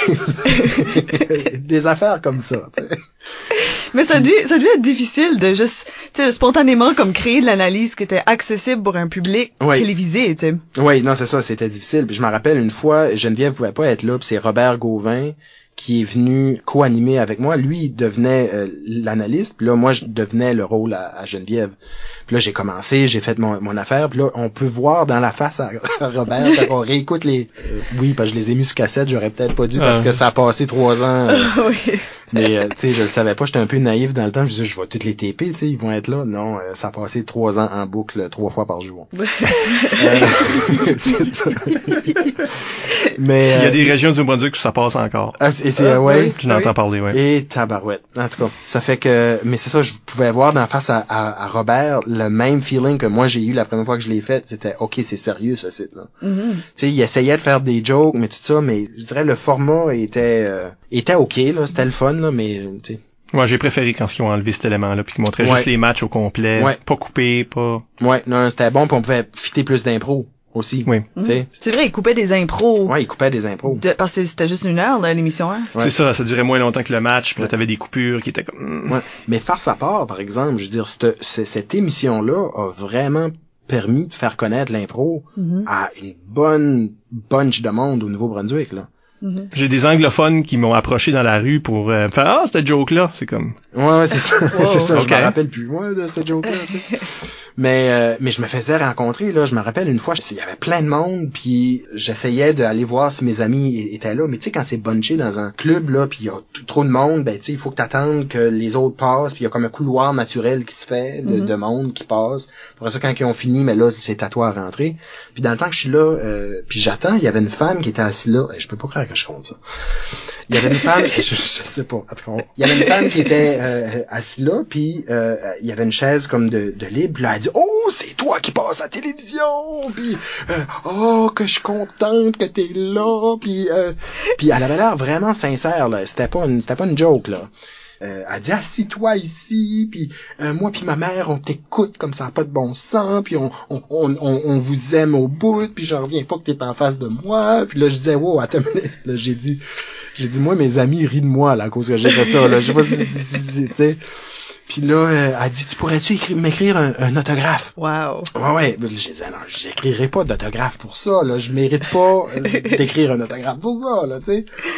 D: Des affaires comme ça, tu sais.
C: Mais ça a dû, ça a dû être difficile de juste, tu sais, spontanément comme créer de l'analyse qui était accessible pour un public
D: Oui.
C: télévisé, tu sais.
D: Oui, non, c'est ça, c'était difficile. Puis je me rappelle une fois, Geneviève pouvait pas être là, puis c'est Robert Gauvin qui est venu co-animer avec moi. Lui, il devenait euh, l'analyste, puis là, moi, je devenais le rôle à, à Geneviève. Puis là, j'ai commencé, j'ai fait mon, mon affaire, puis là, on peut voir dans la face à Robert, quand on réécoute les... Euh, oui, parce que je les ai mis sur cassette, j'aurais peut-être pas dû, parce
B: Ah.
D: que ça a passé trois ans... euh,
C: Oui.
D: Mais, euh, tu sais, je le savais pas, j'étais un peu naïf dans le temps, je disais, je vais toutes les taper, tu sais, ils vont être là. Non, euh, ça a passé trois ans en boucle, trois fois par jour. Euh, c'est ça. Mais,
B: Il y a
D: euh,
B: des régions du Nouveau-Brunswick où ça passe encore.
D: ah, c'est, c'est, euh, ouais.
B: Je n'entends parler, ouais.
D: Et tabarouette. En tout cas, ça fait que, mais c'est ça, je pouvais voir d'en face à, à, à Robert le même feeling que moi j'ai eu la première fois que je l'ai fait. C'était, ok, c'est sérieux ce site-là.
C: Mhm.
D: Tu sais, il essayait de faire des jokes, mais tout ça, mais je dirais le format était, euh, était ok là, c'était le fun là, mais tu sais.
B: Moi, j'ai préféré quand ils ont enlevé cet élément-là, puis qu'ils montraient
D: Ouais.
B: juste les matchs au complet,
D: Ouais.
B: pas coupé, pas...
D: Ouais, non, c'était bon, puis on pouvait fitter plus d'impro aussi.
B: Oui.
D: Tu sais.
C: C'est vrai, il coupait des impros.
D: Ouais, il coupait des impros.
C: De, parce que c'était juste une heure, là, l'émission, hein.
D: Ouais.
B: C'est ça, ça durait moins longtemps que le match, puis là,
D: Ouais.
B: t'avais des coupures qui étaient comme...
D: Ouais. Mais farce à part, par exemple, je veux dire, cette, cette, cette émission-là a vraiment permis de faire connaître l'impro
C: Mhm.
D: à une bonne bunch de monde au Nouveau-Brunswick, là.
C: Mhm.
B: J'ai des anglophones qui m'ont approché dans la rue pour euh, me faire « Ah, cette joke-là! » C'est comme...
D: Ouais, ouais, c'est ça. c'est ça,
B: Ok.
D: je me rappelle plus, moi, de cette joke-là, tu sais. Mais, euh, mais je me faisais rencontrer, là, je me rappelle une fois, il y avait plein de monde, puis j'essayais d'aller voir si mes amis é- étaient là, mais tu sais, quand c'est bunché dans un club, là, puis il y a t- trop de monde, ben, tu sais, il faut que t'attendes que les autres passent, puis il y a comme un couloir naturel qui se fait, de,
C: Mhm.
D: de monde qui passe. Après ça, quand ils ont fini, mais là, c'est à toi à rentrer. Puis dans le temps que je suis là, euh, puis j'attends, il y avait une femme qui était assise là, je peux pas croire que je compte ça. Il y avait une femme, je, je sais pas, en tout cas, il y avait une femme qui était euh, assise là, puis euh, il y avait une chaise comme de, de libre, puis là, elle dit « Oh, c'est toi qui passes à la télévision! » Puis euh, « Oh, que je suis contente que t'es là! » Puis euh, puis elle avait l'air vraiment sincère, là. C'était pas une, c'était pas une joke, là. Euh, elle dit assis-toi ici, puis euh, moi puis ma mère on t'écoute comme ça, pas de bon sens, puis on on, on on on vous aime au bout, puis j'en reviens pas que t'es en face de moi. Puis là je disais wow, attends une minute, là j'ai dit j'ai dit moi mes amis rient de moi là à cause que j'ai fait ça là, je sais pas si si- si- si- tu sais. Puis là euh, elle dit tu pourrais-tu écrire m'écrire un, un autographe?
C: Wow.
D: Ouais ouais, j'ai dit non, j'écrirai pas d'autographe pour ça là, je mérite pas euh, d'écrire un autographe pour ça là, tu sais.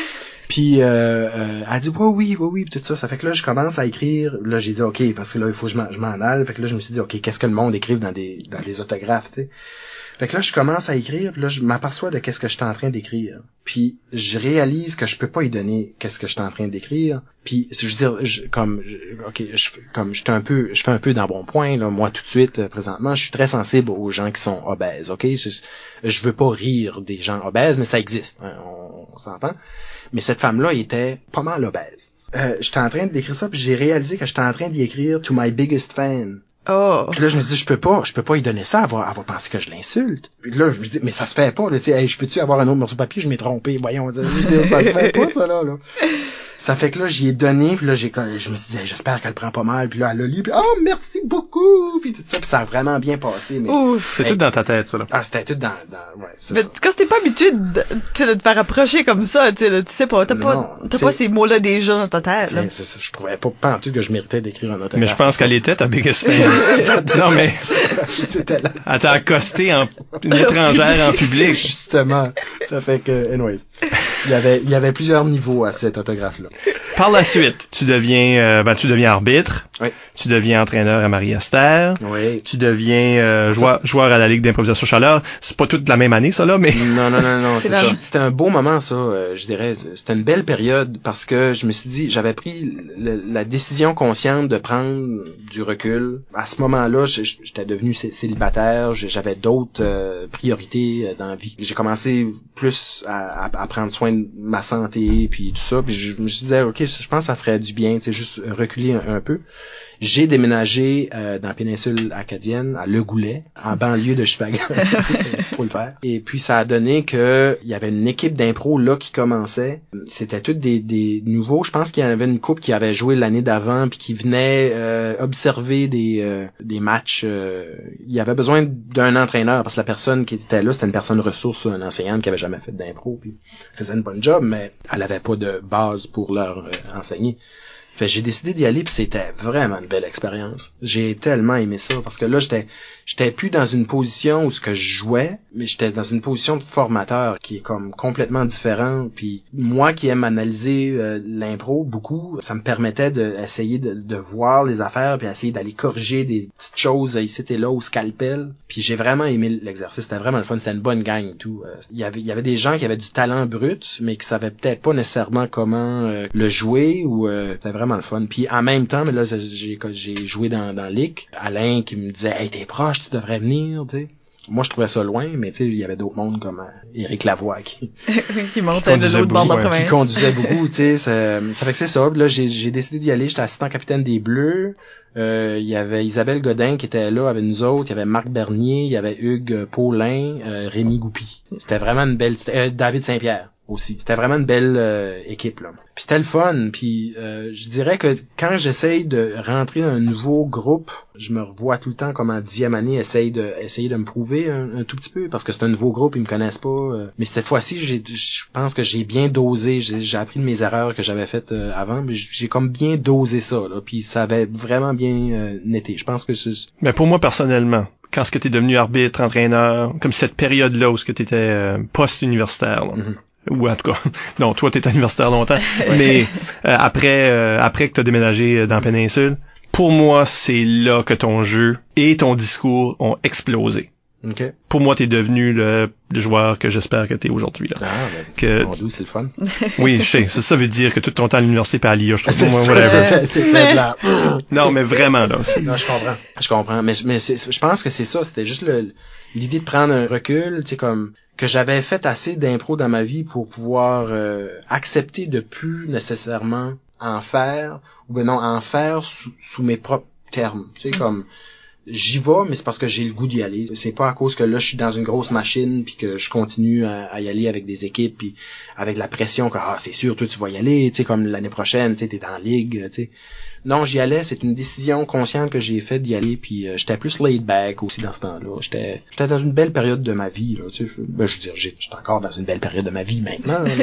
D: Puis euh, euh, elle dit ouais, oui, oui, oui, puis tout ça. Ça fait que là, je commence à écrire. Là, j'ai dit OK, parce que là, il faut que je m'en, je m'en aille. Fait que là, je me suis dit OK, qu'est-ce que le monde écrive dans des dans des autographes, tu sais. Fait que là, je commence à écrire, puis là, je m'aperçois de qu'est-ce que je suis en train d'écrire. Puis je réalise que je peux pas y donner qu'est-ce que je suis en train d'écrire. Puis je veux dire, je, comme OK, je comme j'étais un peu, je fais un peu dans bon point là, moi tout de suite euh, présentement, je suis très sensible aux gens qui sont obèses. OK, je, je veux pas rire des gens obèses, mais ça existe, hein, on, on s'entend. Mais cette femme-là était pas mal obèse. Euh, j'étais en train d'écrire ça, puis j'ai réalisé que j'étais en train d'y écrire To My Biggest Fan.
C: Oh.
D: Puis là, je me suis dit, je peux pas, je peux pas y donner ça, elle va, elle va penser que je l'insulte. Puis là, je me dis, mais ça se fait pas, là, tu sais, hey, je peux-tu avoir un autre morceau de papier, je m'ai trompé, voyons, je veux dire, ça se fait pas, ça, là, là. Ça fait que là, j'y ai donné, puis là, j'ai, je me suis dit, hey, j'espère qu'elle prend pas mal, puis là, elle a lu, puis oh, merci beaucoup, puis tout ça, puis ça a vraiment bien passé, mais...
B: C'était hey, tout dans ta tête, ça, là.
D: Ah, c'était tout dans, dans, ouais, c'est
C: mais
D: ça.
C: Quand t'es pas habitué de, de te faire approcher comme ça, tu sais, tu sais pas, t'as pas, non, t'as pas ces mots-là déjà dans ta tête, là.
D: C'est ça, je trouvais pas, pas en tout que je méritais d'écrire un autographe.
B: Mais je pense qu'elle était ta biggest fan. Non, mais... C'était là. Elle t'a accosté en, une étrangère en public.
D: Justement. Ça fait que, anyways. Il y avait, il y avait plusieurs niveaux à cet autographe-là.
B: Par la suite, tu deviens, euh, ben, tu deviens arbitre.
D: Oui.
B: Tu deviens entraîneur à Marie-Esther.
D: Oui.
B: Tu deviens euh, joueur, joueur à la Ligue d'improvisation Chaleur. C'est pas toute la même année, ça, là, mais...
D: Non, non, non, non, c'est, c'est ça. C'était un beau moment, ça, euh, je dirais. C'était une belle période parce que je me suis dit, j'avais pris le, la décision consciente de prendre du recul. À ce moment-là, j'étais devenu célibataire, j'avais d'autres euh, priorités dans la vie. J'ai commencé plus à, à, à prendre soin de ma santé, puis tout ça, puis je me suis dit, ok, je pense que ça ferait du bien, tu sais, juste reculer un, un peu. J'ai déménagé euh, dans la péninsule acadienne, à Le Goulet, en banlieue de Chicago. Faut le faire. Et puis ça a donné que il y avait une équipe d'impro là qui commençait. C'était tous des, des nouveaux. Je pense qu'il y en avait une couple qui avait joué l'année d'avant puis qui venait euh, observer des euh, des matchs. Euh, il y avait besoin d'un entraîneur parce que la personne qui était là, c'était une personne ressource, une enseignante qui avait jamais fait d'impro puis faisait une bonne job, mais elle avait pas de base pour leur euh, enseigner. Fait j'ai décidé d'y aller puis c'était vraiment une belle expérience. J'ai tellement aimé ça parce que là j'étais j'étais plus dans une position où ce que je jouais, mais j'étais dans une position de formateur qui est comme complètement différent. Puis moi qui aime analyser euh, l'impro beaucoup, ça me permettait d'essayer de, de, de voir les affaires puis essayer d'aller corriger des petites choses ici et là au scalpel. Puis j'ai vraiment aimé l'exercice, c'était vraiment le fun, c'était une bonne gang et tout. Il y avait il y avait des gens qui avaient du talent brut, mais qui savaient peut-être pas nécessairement comment euh, le jouer ou euh, c'était vraiment le fun. Puis en même temps, mais là j'ai j'ai joué dans dans L I C, Alain qui me disait "Hey, t'es proche, tu devrais venir", tu sais. Moi, je trouvais ça loin, mais tu sais, il y avait d'autres mondes comme euh, Éric Lavoie qui
C: qui montait de l'autre bord de la province.
D: Qui conduisait beaucoup, tu sais. Ça, ça fait que c'est ça. Là, j'ai j'ai décidé d'y aller. J'étais assistant capitaine des Bleus. Euh, il y avait Isabelle Godin qui était là avec nous autres. Il y avait Marc Bernier, il y avait Hugues Paulin, euh, Rémi Goupy. C'était vraiment une belle... Euh, David Saint-Pierre aussi. C'était vraiment une belle euh, équipe, là. Puis c'était le fun. Puis euh, je dirais que quand j'essaye de rentrer dans un nouveau groupe, je me revois tout le temps comme en dixième année essaye de essayer de me prouver un, un tout petit peu parce que c'est un nouveau groupe, ils me connaissent pas. Euh. Mais cette fois-ci, j'ai je pense que j'ai bien dosé. J'ai, j'ai appris de mes erreurs que j'avais faites euh, avant, mais j'ai comme bien dosé ça, là. Puis ça avait vraiment bien euh, netté. Je pense que c'est...
B: Mais pour moi, personnellement, quand ce que t'es devenu arbitre, entraîneur, comme cette période-là où ce que t'étais euh, post-universitaire, là, mm-hmm. Ou en tout cas, non, toi t'étais universitaire longtemps, mais euh, après euh, après que t'as déménagé dans la péninsule, pour moi c'est là que ton jeu et ton discours ont explosé.
D: Okay.
B: Pour moi, t'es devenu le, le joueur que j'espère que t'es aujourd'hui là.
D: Ah, ben,
B: que
D: mon Dieu, c'est le fun.
B: Oui, je sais. Ça, ça veut dire que tout ton temps à l'université pas à l'I A, je trouve.
D: C'est,
B: moi,
D: c'est, c'est très blanc.
B: Non, mais vraiment là. C'est...
D: Non, je comprends. Je comprends. Mais mais c'est, je pense que c'est ça. C'était juste le, l'idée de prendre un recul, tu sais, comme que j'avais fait assez d'impro dans ma vie pour pouvoir euh, accepter de plus nécessairement en faire ou ben non en faire sous, sous mes propres termes. Tu sais, comme j'y vais, mais c'est parce que j'ai le goût d'y aller. C'est pas à cause que là, je suis dans une grosse machine puis que je continue à, à y aller avec des équipes puis avec la pression que, ah, c'est sûr, toi, tu vas y aller, tu sais, comme l'année prochaine, tu sais, t'es en ligue, tu sais. Non, j'y allais, c'est une décision consciente que j'ai faite d'y aller puis euh, j'étais plus laid back aussi dans ce temps-là. J'étais, j'étais dans une belle période de ma vie, là, tu sais. Je, ben, je veux dire, j'ai, j'étais encore dans une belle période de ma vie maintenant, là,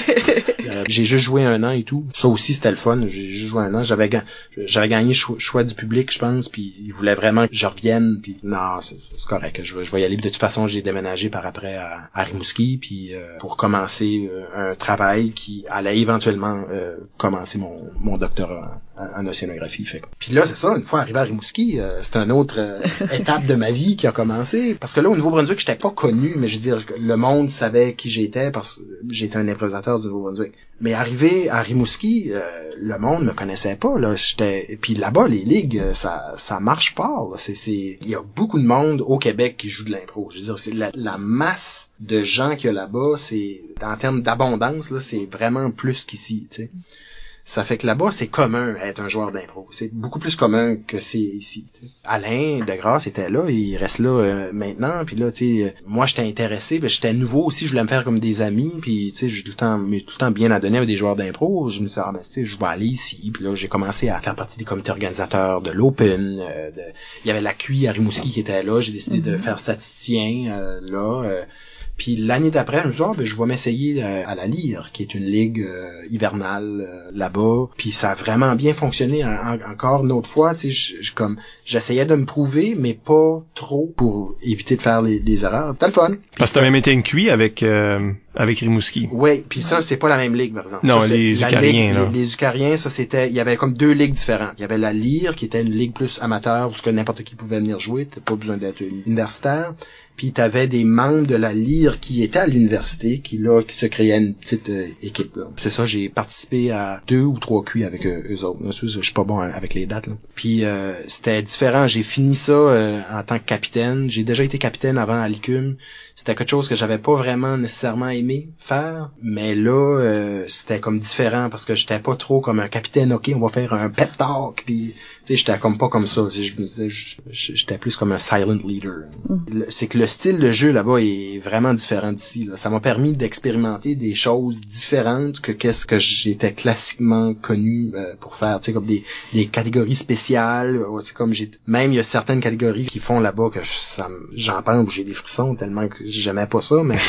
D: euh, j'ai juste joué un an et tout. Ça aussi, c'était le fun. J'ai juste joué un an. J'avais, ga- j'avais gagné cho- choix du public, je pense, puis ils voulaient vraiment je revienne, puis non, c'est, c'est correct, je vais, je vais y aller. Puis de toute façon, j'ai déménagé par après à, à Rimouski, puis euh, pour commencer euh, un travail qui allait éventuellement euh, commencer mon, mon doctorat en, en océanographie. Fait. Puis là, c'est ça, une fois arrivé à Rimouski, euh, c'est une autre euh, étape de ma vie qui a commencé, parce que là, au Nouveau-Brunswick, j'étais pas connu, mais je veux dire, le monde savait qui j'étais, parce que j'étais un improvisateur du Nouveau-Brunswick. Mais arrivé à Rimouski, euh, le monde me connaissait pas, là. J'étais, puis là-bas, les ligues, ça, ça marche pas, là. C'est, c'est, il y a beaucoup de monde au Québec qui joue de l'impro. Je veux dire, c'est la, la masse de gens qu'il y a là-bas, c'est, en termes d'abondance, là, c'est vraiment plus qu'ici, tu sais. Ça fait que là-bas, c'est commun être un joueur d'impro. C'est beaucoup plus commun que c'est ici. T'sais. Alain Degrasse était là, il reste là euh, maintenant. Puis là, tu sais, moi, j'étais intéressé, puis j'étais nouveau aussi, je voulais me faire comme des amis. Puis tu sais, j'ai tout le temps, mais tout le temps bien à donner avec des joueurs d'impro. Je me suis dit, ah ben, tu sais, je vais aller ici. Puis là, j'ai commencé à faire partie des comités organisateurs de l'Open. Euh, de... Il y avait la Q I à Rimouski qui était là. J'ai décidé mm-hmm. de faire statisticien euh, là. Euh, Puis l'année d'après, je me suis dit, oh, ben, je vais m'essayer euh, à la Lyre, qui est une ligue euh, hivernale euh, là-bas. Puis ça a vraiment bien fonctionné. En, en, encore une autre fois, tu sais, je, comme j'essayais de me prouver, mais pas trop pour éviter de faire les, les erreurs. C'était le fun. Puis
B: parce que t'as même été une Q I avec euh, avec Rimouski.
D: Oui, puis ça, c'est pas la même ligue, par exemple.
B: Non,
D: ça,
B: les Eucariens, là.
D: Les, les Eucariens, ça, c'était... Il y avait comme deux ligues différentes. Il y avait la Lyre, qui était une ligue plus amateur, où ce que n'importe qui pouvait venir jouer. T'as pas besoin d'être universitaire. Puis t'avais des membres de la Lyre qui étaient à l'université, qui là, qui se créaient une petite euh, équipe. Là. C'est ça, j'ai participé à deux ou trois Q I avec euh, eux autres. Je, je suis pas bon avec les dates. Là. Puis euh, c'était différent. J'ai fini ça euh, en tant que capitaine. J'ai déjà été capitaine avant à l'I C U M. C'était quelque chose que j'avais pas vraiment nécessairement aimé faire, mais là euh, c'était comme différent parce que j'étais pas trop comme un capitaine. Ok, on va faire un pep talk, puis tu sais, j'étais comme pas comme ça. Je me disais, j'étais plus comme un silent leader. Mm. C'est que le style de jeu là-bas est vraiment différent d'ici. Là. Ça m'a permis d'expérimenter des choses différentes que qu'est-ce que j'étais classiquement connu euh, pour faire. Tu sais, comme des des catégories spéciales. C'est comme j'ai même il y a certaines catégories qui font là-bas que ça j'en pense où j'ai des frissons tellement que j'aimais pas ça, mais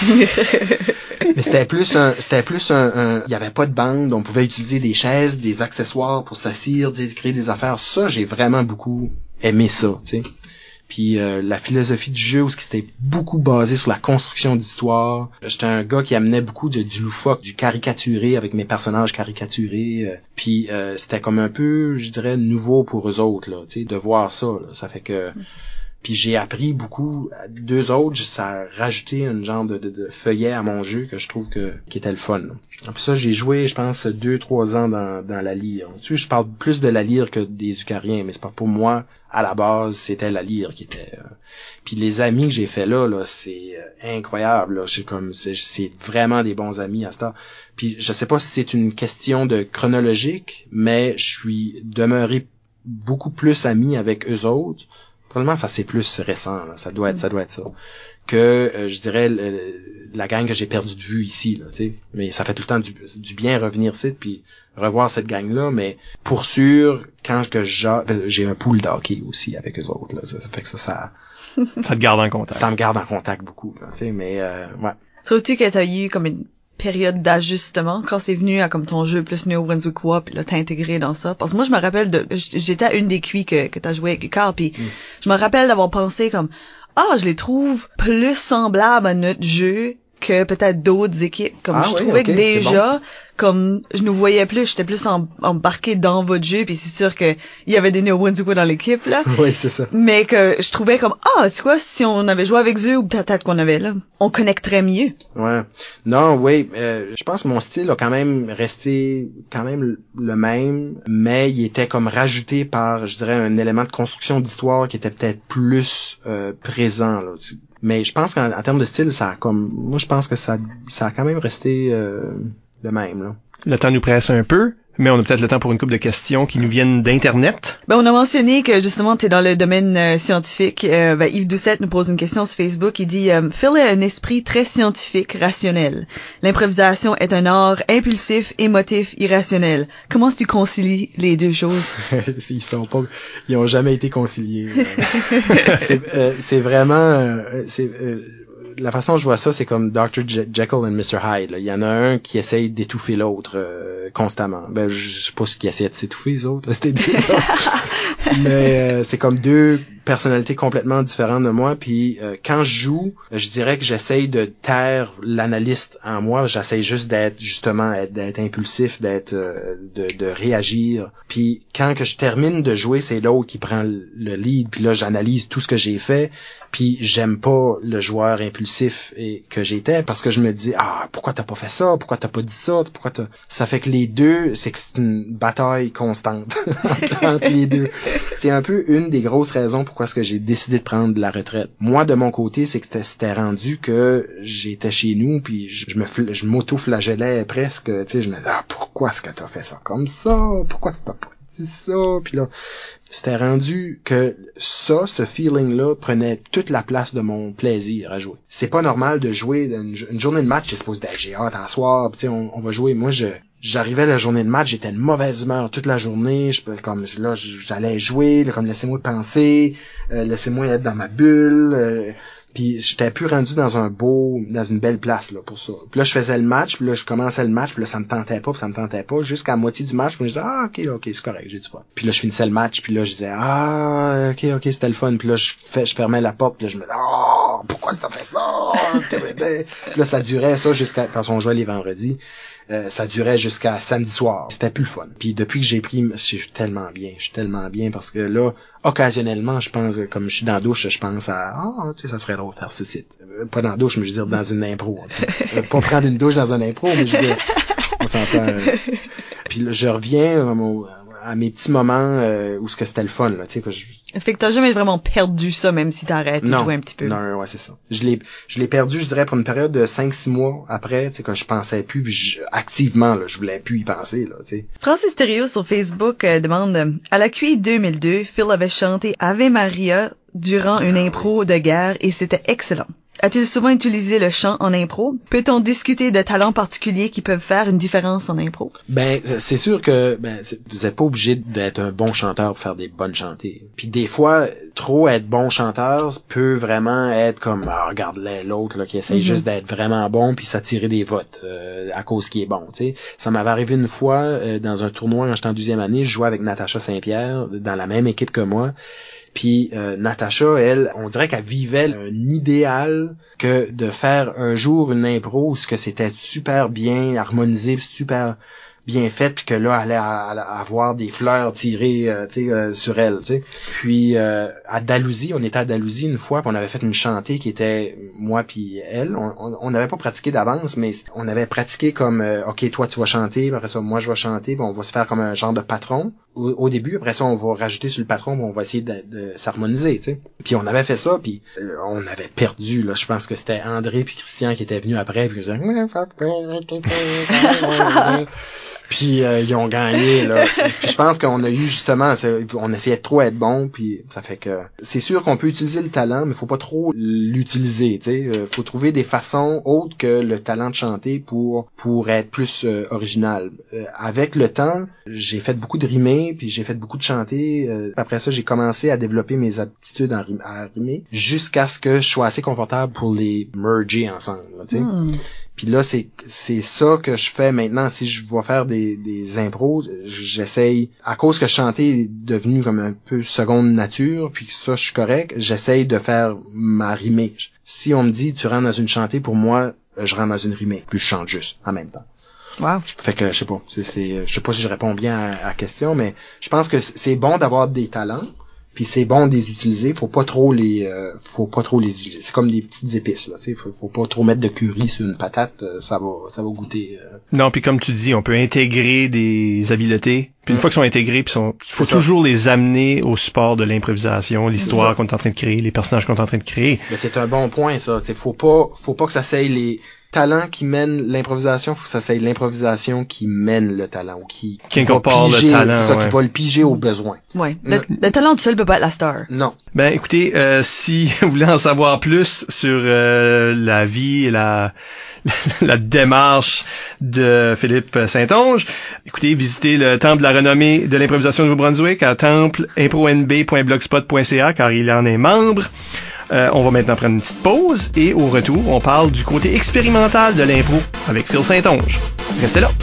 D: mais c'était plus un c'était plus un, un il y avait pas de bande, on pouvait utiliser des chaises, des accessoires pour s'assire, créer des affaires. Ça, j'ai vraiment beaucoup aimé ça, tu sais. Puis euh, la philosophie du jeu, où c'était beaucoup basé sur la construction d'histoire. J'étais un gars qui amenait beaucoup de, du loufoque, du caricaturé avec mes personnages caricaturés. Euh, puis euh, c'était comme un peu, je dirais, nouveau pour eux autres, là, tu sais, de voir ça. Là. Ça fait que puis j'ai appris beaucoup. Deux autres, ça a rajouté un genre de, de, de feuillet à mon jeu que je trouve que qui était le fun. Là. Puis ça, j'ai joué, je pense, deux, trois ans dans, dans la Lyre. Tu sais, je parle plus de la Lyre que des Eucariens, mais c'est pas pour moi, à la base, c'était la Lyre qui était... Euh... Puis les amis que j'ai fait là, là, c'est euh, incroyable. Là. C'est comme, c'est, c'est vraiment des bons amis à ce temps. Puis je sais pas si c'est une question de chronologique, mais je suis demeuré beaucoup plus ami avec eux autres. Probablement, enfin, c'est plus récent, là. Ça doit être, ça doit être ça. Que, euh, je dirais, le, la gang que j'ai perdu de vue ici, là, tu sais. Mais ça fait tout le temps du, du bien revenir ici, puis revoir cette gang-là, mais pour sûr, quand que j'ai, j'ai un pool d'hockey aussi avec eux autres, là. Ça, ça fait que ça, ça...
B: ça te garde en contact.
D: Ça me garde en contact beaucoup, là, tu sais, mais, euh, ouais.
C: Trouves-tu que t'as eu comme une période d'ajustement quand c'est venu à comme ton jeu plus néo-brunswickois puis là t'as intégré dans ça parce que moi je me rappelle de j'étais à une des Q I que que t'as joué avec Ucar puis mm. je me rappelle d'avoir pensé comme ah je les trouve plus semblables à notre jeu que peut-être d'autres équipes comme
D: ah,
C: je
D: oui,
C: trouvais
D: okay,
C: que déjà
D: bon.
C: Comme je nous voyais plus, j'étais plus en, embarqué dans votre jeu, puis c'est sûr que il y avait des Néo-Brunswickois dans l'équipe là.
D: Oui, c'est ça.
C: Mais que je trouvais comme ah, c'est quoi si on avait joué avec eux ou peut-être qu'on avait là, on connecterait mieux.
D: Ouais. Non, oui, euh, je pense que mon style a quand même resté quand même le même, mais il était comme rajouté par, je dirais, un élément de construction d'histoire qui était peut-être plus euh, présent là. Mais je pense qu'en en termes de style, ça a comme moi je pense que ça ça a quand même resté euh, le même là.
B: Le temps nous presse un peu, mais on a peut-être le temps pour une couple de questions qui nous viennent d'internet.
C: Ben on a mentionné que justement tu es dans le domaine euh, scientifique. Euh, ben, Yves Doucette nous pose une question sur Facebook. Il dit euh, Phil a un esprit très scientifique, rationnel. L'improvisation est un art impulsif, émotif, irrationnel. Comment est-ce que tu concilies les deux choses?
D: Ils sont pas, ils ont jamais été conciliés. c'est, euh, c'est vraiment, euh, c'est euh, la façon dont je vois ça, c'est comme docteur Je- Jekyll and mister Hyde. Là. Il y en a un qui essaye d'étouffer l'autre euh, constamment. Ben, je sais pas ce qui essaie de s'étouffer, les autres. C'était deux. Mais euh, c'est comme deux personnalité complètement différente de moi, puis euh, quand je joue, je dirais que j'essaye de taire l'analyste en moi, j'essaye juste d'être justement être, d'être impulsif, d'être euh, de, de réagir. Puis quand que je termine de jouer, c'est l'autre qui prend le lead, puis là j'analyse tout ce que j'ai fait, puis j'aime pas le joueur impulsif et que j'étais parce que je me dis ah pourquoi t'as pas fait ça, pourquoi t'as pas dit ça, pourquoi t'as... ça fait que les deux c'est que c'est une bataille constante entre les deux. C'est un peu une des grosses raisons pourquoi est-ce que j'ai décidé de prendre la retraite. Moi de mon côté c'est que c'était, c'était rendu que j'étais chez nous puis je, je me je m'auto-flagellais presque, tu sais, je me disais ah pourquoi est-ce que t'as fait ça comme ça, pourquoi t'as pas dit ça, puis là c'était rendu que ça, ce feeling-là, prenait toute la place de mon plaisir à jouer. C'est pas normal de jouer une, une journée de match, c'est supposé d'être j'ai hâte à soir, tu sais, on, on va jouer. Moi, je j'arrivais à la journée de match, j'étais de mauvaise humeur toute la journée, je comme là, j'allais jouer, là, comme laissez-moi penser, euh, laissez-moi être dans ma bulle. Euh, Puis j'étais plus rendu dans un beau, dans une belle place là pour ça. Puis là je faisais le match, puis là je commençais le match, puis là ça me tentait pas, puis ça me tentait pas, jusqu'à la moitié du match, puis je disais ah ok ok c'est correct, j'ai du fun. Puis là je finissais le match, puis là je disais ah ok ok c'était le fun, puis là je fais, je fermais la porte, puis là je me disais ah oh, pourquoi t'as fait ça, puis là ça durait ça jusqu'à quand on jouait les vendredis. Euh, ça durait jusqu'à samedi soir. C'était plus le fun. Puis depuis que j'ai pris, je suis tellement bien, je suis tellement bien parce que là, occasionnellement, je pense, comme je suis dans la douche, je pense à, ah, oh, tu sais, ça serait drôle de faire ceci. Euh, pas dans la douche, mais je veux dire dans une impro. Euh, pas prendre une douche dans un impro, mais je veux dire, on s'entend. Euh... Puis là, je reviens à, mon, à mes petits moments euh, où ce que c'était le fun, là, tu sais, que je...
C: Fait que t'as jamais vraiment perdu ça, même si t'as arrêté de jouer un petit peu.
D: Non, ouais, c'est ça. Je l'ai, je l'ai perdu, je dirais, pour une période de cinq six mois après, tu sais, quand je pensais plus, puis je, activement, là, je voulais plus y penser, là, tu sais.
C: Francis Thériault sur Facebook euh, demande, euh, à la Q I deux mille deux, Phil avait chanté Ave Maria durant une impro de guerre et c'était excellent. A-t-il souvent utilisé le chant en impro? Peut-on discuter de talents particuliers qui peuvent faire une différence en impro?
D: Ben, c'est sûr que ben, vous n'êtes pas obligé d'être un bon chanteur pour faire des bonnes chantées. Puis des fois, trop être bon chanteur peut vraiment être comme, ah, regarde l'autre là, qui essaie mm-hmm. juste d'être vraiment bon puis s'attirer des votes euh, à cause qu'il est bon. T'sais. Ça m'avait arrivé une fois euh, dans un tournoi quand j'étais en douzième année, je jouais avec Natacha Saint-Pierre dans la même équipe que moi. Puis euh, Natacha, elle, on dirait qu'elle vivait un idéal que de faire un jour une impro où ce que c'était super bien harmonisé, super bien faite, puis que là, elle allait avoir des fleurs tirées euh, tu sais, euh, sur elle. Tu sais. Puis euh, à Dalhousie, on était à Dalhousie une fois, puis on avait fait une chantée qui était moi puis elle. On n'avait pas pratiqué d'avance, mais on avait pratiqué comme euh, ok, toi tu vas chanter, puis après ça moi je vais chanter, puis on va se faire comme un genre de patron au, au début. Après ça on va rajouter sur le patron, puis on va essayer de, de s'harmoniser. Tu sais. Puis on avait fait ça, puis euh, on avait perdu. Là, je pense que c'était André puis Christian qui étaient venus après, puis ils disaient puis euh, ils ont gagné là. Puis je pense qu'on a eu justement, on essayait de trop être bon, puis ça fait que c'est sûr qu'on peut utiliser le talent, mais faut pas trop l'utiliser, tu sais. Euh, faut trouver des façons autres que le talent de chanter pour pour être plus euh, original. Euh, avec le temps, j'ai fait beaucoup de rimer, puis j'ai fait beaucoup de chanter. Euh, après ça, j'ai commencé à développer mes aptitudes à, rim- à rimer, jusqu'à ce que je sois assez confortable pour les merger ensemble, tu sais. Mm. Puis là, c'est c'est ça que je fais maintenant. Si je vais faire des, des impros, j'essaye, à cause que chanter est devenu comme un peu seconde nature, puis que ça, je suis correct, j'essaye de faire ma rimée. Si on me dit, tu rentres dans une chantée, pour moi, je rentre dans une rimée, puis je chante juste en même temps.
C: Wow.
D: Fait que, je sais pas, c'est, c'est, je sais pas si je réponds bien à, à la question, mais je pense que c'est bon d'avoir des talents, puis c'est bon de les utiliser, faut pas trop les euh, faut pas trop les utiliser. C'est comme des petites épices là, tu sais, faut, faut pas trop mettre de curry sur une patate, euh, ça va ça va goûter. Euh...
B: Non, puis comme tu dis, on peut intégrer des habiletés. Puis une mmh. fois qu'ils sont intégrés, puis sont faut c'est toujours ça. Les amener au support de l'improvisation, l'histoire qu'on est en train de créer, les personnages qu'on est en train de créer.
D: Mais c'est un bon point ça, tu sais, faut pas faut pas que ça s'aille les talent qui mène l'improvisation, faut que ça soit l'improvisation qui mène le talent ou qui
B: qui, qui incorpore piger, le talent,
D: c'est ça,
B: ouais.
D: qui va le piger au besoin.
C: Ouais. Le, mm. le talent tout seul peut pas être la star.
D: Non.
B: Ben écoutez, euh, si vous voulez en savoir plus sur euh, la vie et la la démarche de Philippe Saint-Onge, écoutez, visitez le Temple de la renommée de l'improvisation de Nouveau-Brunswick à temple impro n b point blogspot point c a car il en est membre. Euh, on va maintenant prendre une petite pause et au retour, on parle du côté expérimental de l'impro avec Phil Saint-Onge. Restez là.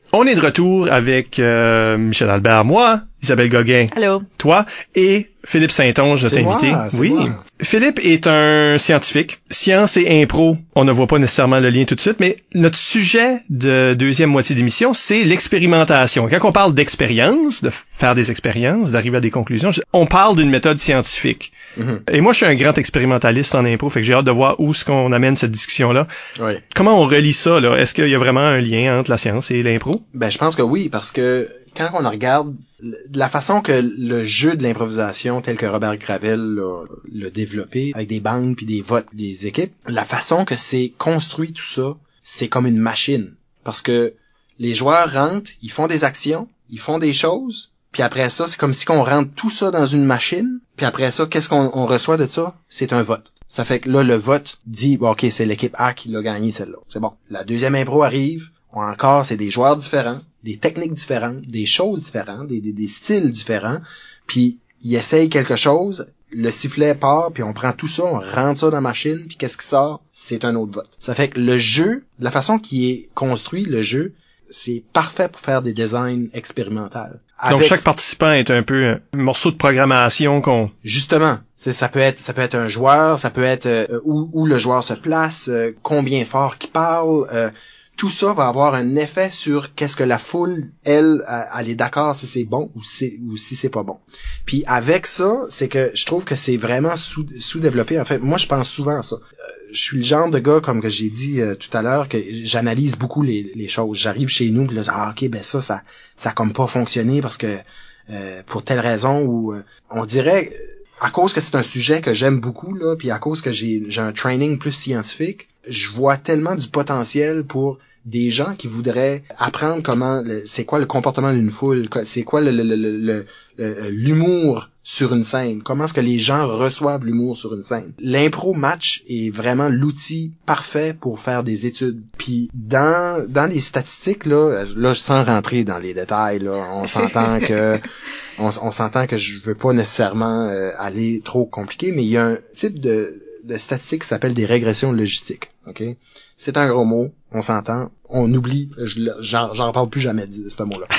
B: On est de retour avec euh, Michel Albert, moi, Isabelle Gauguin,
C: Allô.
B: toi et Philippe Saint-Onge, notre
D: C'est moi,
B: invité.
D: c'est
B: Oui.
D: moi.
B: Philippe est un scientifique. Science et impro, on ne voit pas nécessairement le lien tout de suite, mais notre sujet de deuxième moitié d'émission, c'est l'expérimentation. Quand on parle d'expérience, de faire des expériences, d'arriver à des conclusions, on parle d'une méthode scientifique. Mm-hmm. Et moi, je suis un grand expérimentaliste en impro, fait que j'ai hâte de voir où est-ce qu'on amène cette discussion-là.
D: Oui.
B: Comment on relie ça, là? Est-ce qu'il y a vraiment un lien entre la science et l'impro?
D: Ben, je pense que oui, parce que quand on regarde la façon que le jeu de l'improvisation, tel que Robert Gravel l'a, l'a développé, avec des bandes puis des votes des équipes, la façon que c'est construit tout ça, c'est comme une machine. Parce que les joueurs rentrent, ils font des actions, ils font des choses, puis après ça, c'est comme si on rentre tout ça dans une machine, puis après ça, qu'est-ce qu'on on reçoit de ça? C'est un vote. Ça fait que là, le vote dit, bon, OK, c'est l'équipe A qui l'a gagné celle-là. C'est bon. La deuxième impro arrive, encore, c'est des joueurs différents, des techniques différentes, des choses différentes, des, des, des styles différents, puis ils essayent quelque chose, le sifflet part, puis on prend tout ça, on rentre ça dans la machine, puis qu'est-ce qui sort? C'est un autre vote. Ça fait que le jeu, la façon qui est construit, le jeu, c'est parfait pour faire des designs expérimentaux. Avec...
B: Donc chaque participant est un peu un morceau de programmation qu'on...
D: Justement, c'est, ça peut être ça peut être un joueur, ça peut être euh, où, où le joueur se place, euh, combien fort qu'il parle, euh, tout ça va avoir un effet sur qu'est-ce que la foule, elle, elle est d'accord si c'est bon ou si, ou si c'est pas bon. Puis avec ça, c'est que je trouve que c'est vraiment sous, sous-développé. En fait, moi, je pense souvent à ça. Euh, je suis le genre de gars, comme que j'ai dit euh, tout à l'heure, que j'analyse beaucoup les, les choses. J'arrive chez nous, puis là, ah, ok, ben ça, ça, ça a comme pas fonctionné parce que euh, pour telle raison ou euh, on dirait... À cause que c'est un sujet que j'aime beaucoup, là, puis à cause que j'ai, j'ai un training plus scientifique, je vois tellement du potentiel pour des gens qui voudraient apprendre comment, le, c'est quoi le comportement d'une foule, c'est quoi le, le, le, le, le, l'humour sur une scène, comment est-ce que les gens reçoivent l'humour sur une scène. L'impro match est vraiment l'outil parfait pour faire des études. Puis dans dans les statistiques, là, là sans rentrer dans les détails, là, on s'entend que On, on s'entend que je veux pas nécessairement euh, aller trop compliqué, mais il y a un type de, de statistique qui s'appelle des régressions logistiques. Ok, c'est un gros mot, on s'entend, on oublie, je, j'en, j'en parle plus jamais de ce mot-là.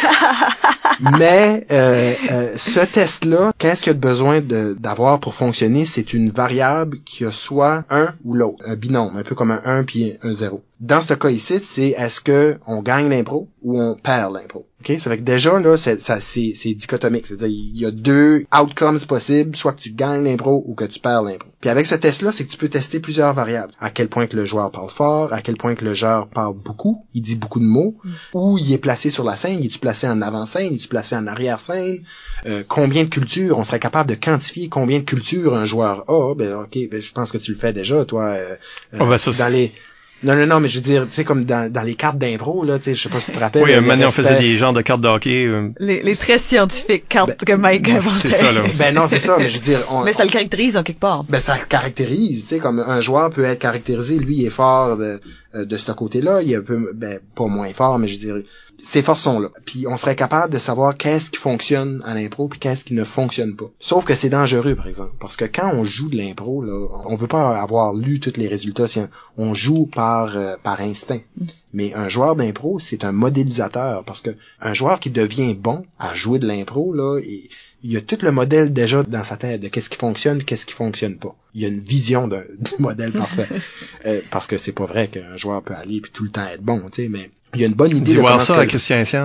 D: Mais euh, euh, ce test-là, qu'est-ce qu'il y a de besoin de, d'avoir pour fonctionner? C'est une variable qui a soit un ou l'autre, un binôme, un peu comme un un puis un zéro. Dans ce cas ici, c'est est-ce que on gagne l'impro ou on perd l'impro? OK? Ça fait que déjà, là, c'est, ça, c'est, c'est dichotomique. C'est-à-dire, il y a deux outcomes possibles, soit que tu gagnes l'impro ou que tu perds l'impro. Puis avec ce test-là, c'est que tu peux tester plusieurs variables. À quel point que le joueur parle fort, à quel point que le joueur parle beaucoup, il dit beaucoup de mots, mm. Où il est placé sur la scène, il est-tu placé en avant-scène, il est-tu placé en arrière-scène, euh, combien de cultures, on serait capable de quantifier combien de cultures un joueur a. Ben, OK, ben, je pense que tu le fais déjà, toi, euh,
B: oh, ben, ça,
D: dans les... Non, non, non, mais je veux dire, tu sais, comme dans, dans les cartes d'impro, là, tu sais, je sais pas si tu te rappelles.
B: Oui, maintenant, on faisait des genres de cartes de hockey. Euh...
C: Les, les très scientifiques cartes ben, que Mike inventait.
B: C'est ça, là.
D: Ben non, c'est ça, mais je veux dire... On,
C: mais ça le caractérise en quelque part.
D: Ben ça le caractérise, tu sais, comme un joueur peut être caractérisé, lui, il est fort de, de ce côté-là, il est un peu, ben, pas moins fort, mais je veux dire... Ces forces sont là. Puis on serait capable de savoir qu'est-ce qui fonctionne à l'impro puis qu'est-ce qui ne fonctionne pas. Sauf que c'est dangereux, par exemple. Parce que quand on joue de l'impro, là, on veut pas avoir lu tous les résultats. On joue par euh, par instinct. Mm. Mais un joueur d'impro, c'est un modélisateur. Parce que un joueur qui devient bon à jouer de l'impro, là, il, il y a tout le modèle déjà dans sa tête de qu'est-ce qui fonctionne, qu'est-ce qui fonctionne pas. Il y a une vision d'un, du modèle parfait. euh, parce que c'est pas vrai qu'un joueur peut aller puis tout le temps être bon, tu sais, mais il y a une bonne idée
B: Dis
D: de
B: voir
D: comment
B: ça
D: que...
B: à Christian Etienne.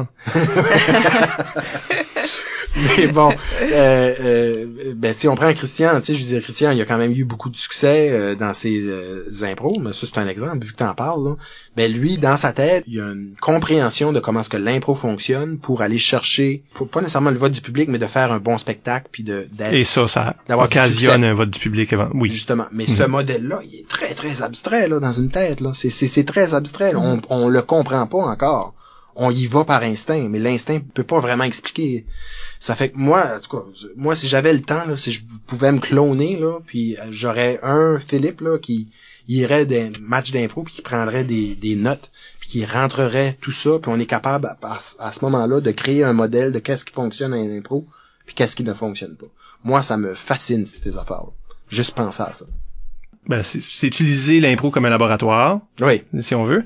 D: Mais bon, euh, euh, ben si on prend Christian, tu sais, je veux dire, Christian, il a quand même eu beaucoup de succès euh, dans ses euh, impros, mais ça c'est un exemple, vu que t'en parles, là. Ben lui, dans sa tête, il y a une compréhension de comment est-ce que l'impro fonctionne pour aller chercher, pour, pas nécessairement le vote du public, mais de faire un bon spectacle, puis de d'être,
B: et ça, ça occasionne un vote du public avant. Oui.
D: Justement. Mais mm-hmm. ce modèle-là, il est très, très abstrait, là, dans une tête, là. C'est, c'est, c'est très abstrait, là. Mm-hmm. On, on le comprend pas encore. On y va par instinct, mais l'instinct peut pas vraiment expliquer. Ça fait que moi, en tout cas, je, moi, si j'avais le temps, là, si je pouvais me cloner, là, puis j'aurais un Philippe, là, qui irait d'un match d'impro, puis qui prendrait des, des notes, puis qui rentrerait tout ça, puis on est capable, à, à, à ce moment-là, de créer un modèle de qu'est-ce qui fonctionne en impro, puis qu'est-ce qui ne fonctionne pas. Moi, ça me fascine, ces affaires-là. Juste penser à ça.
B: Ben, c'est, c'est utiliser l'impro comme un laboratoire.
D: Oui.
B: Si on veut.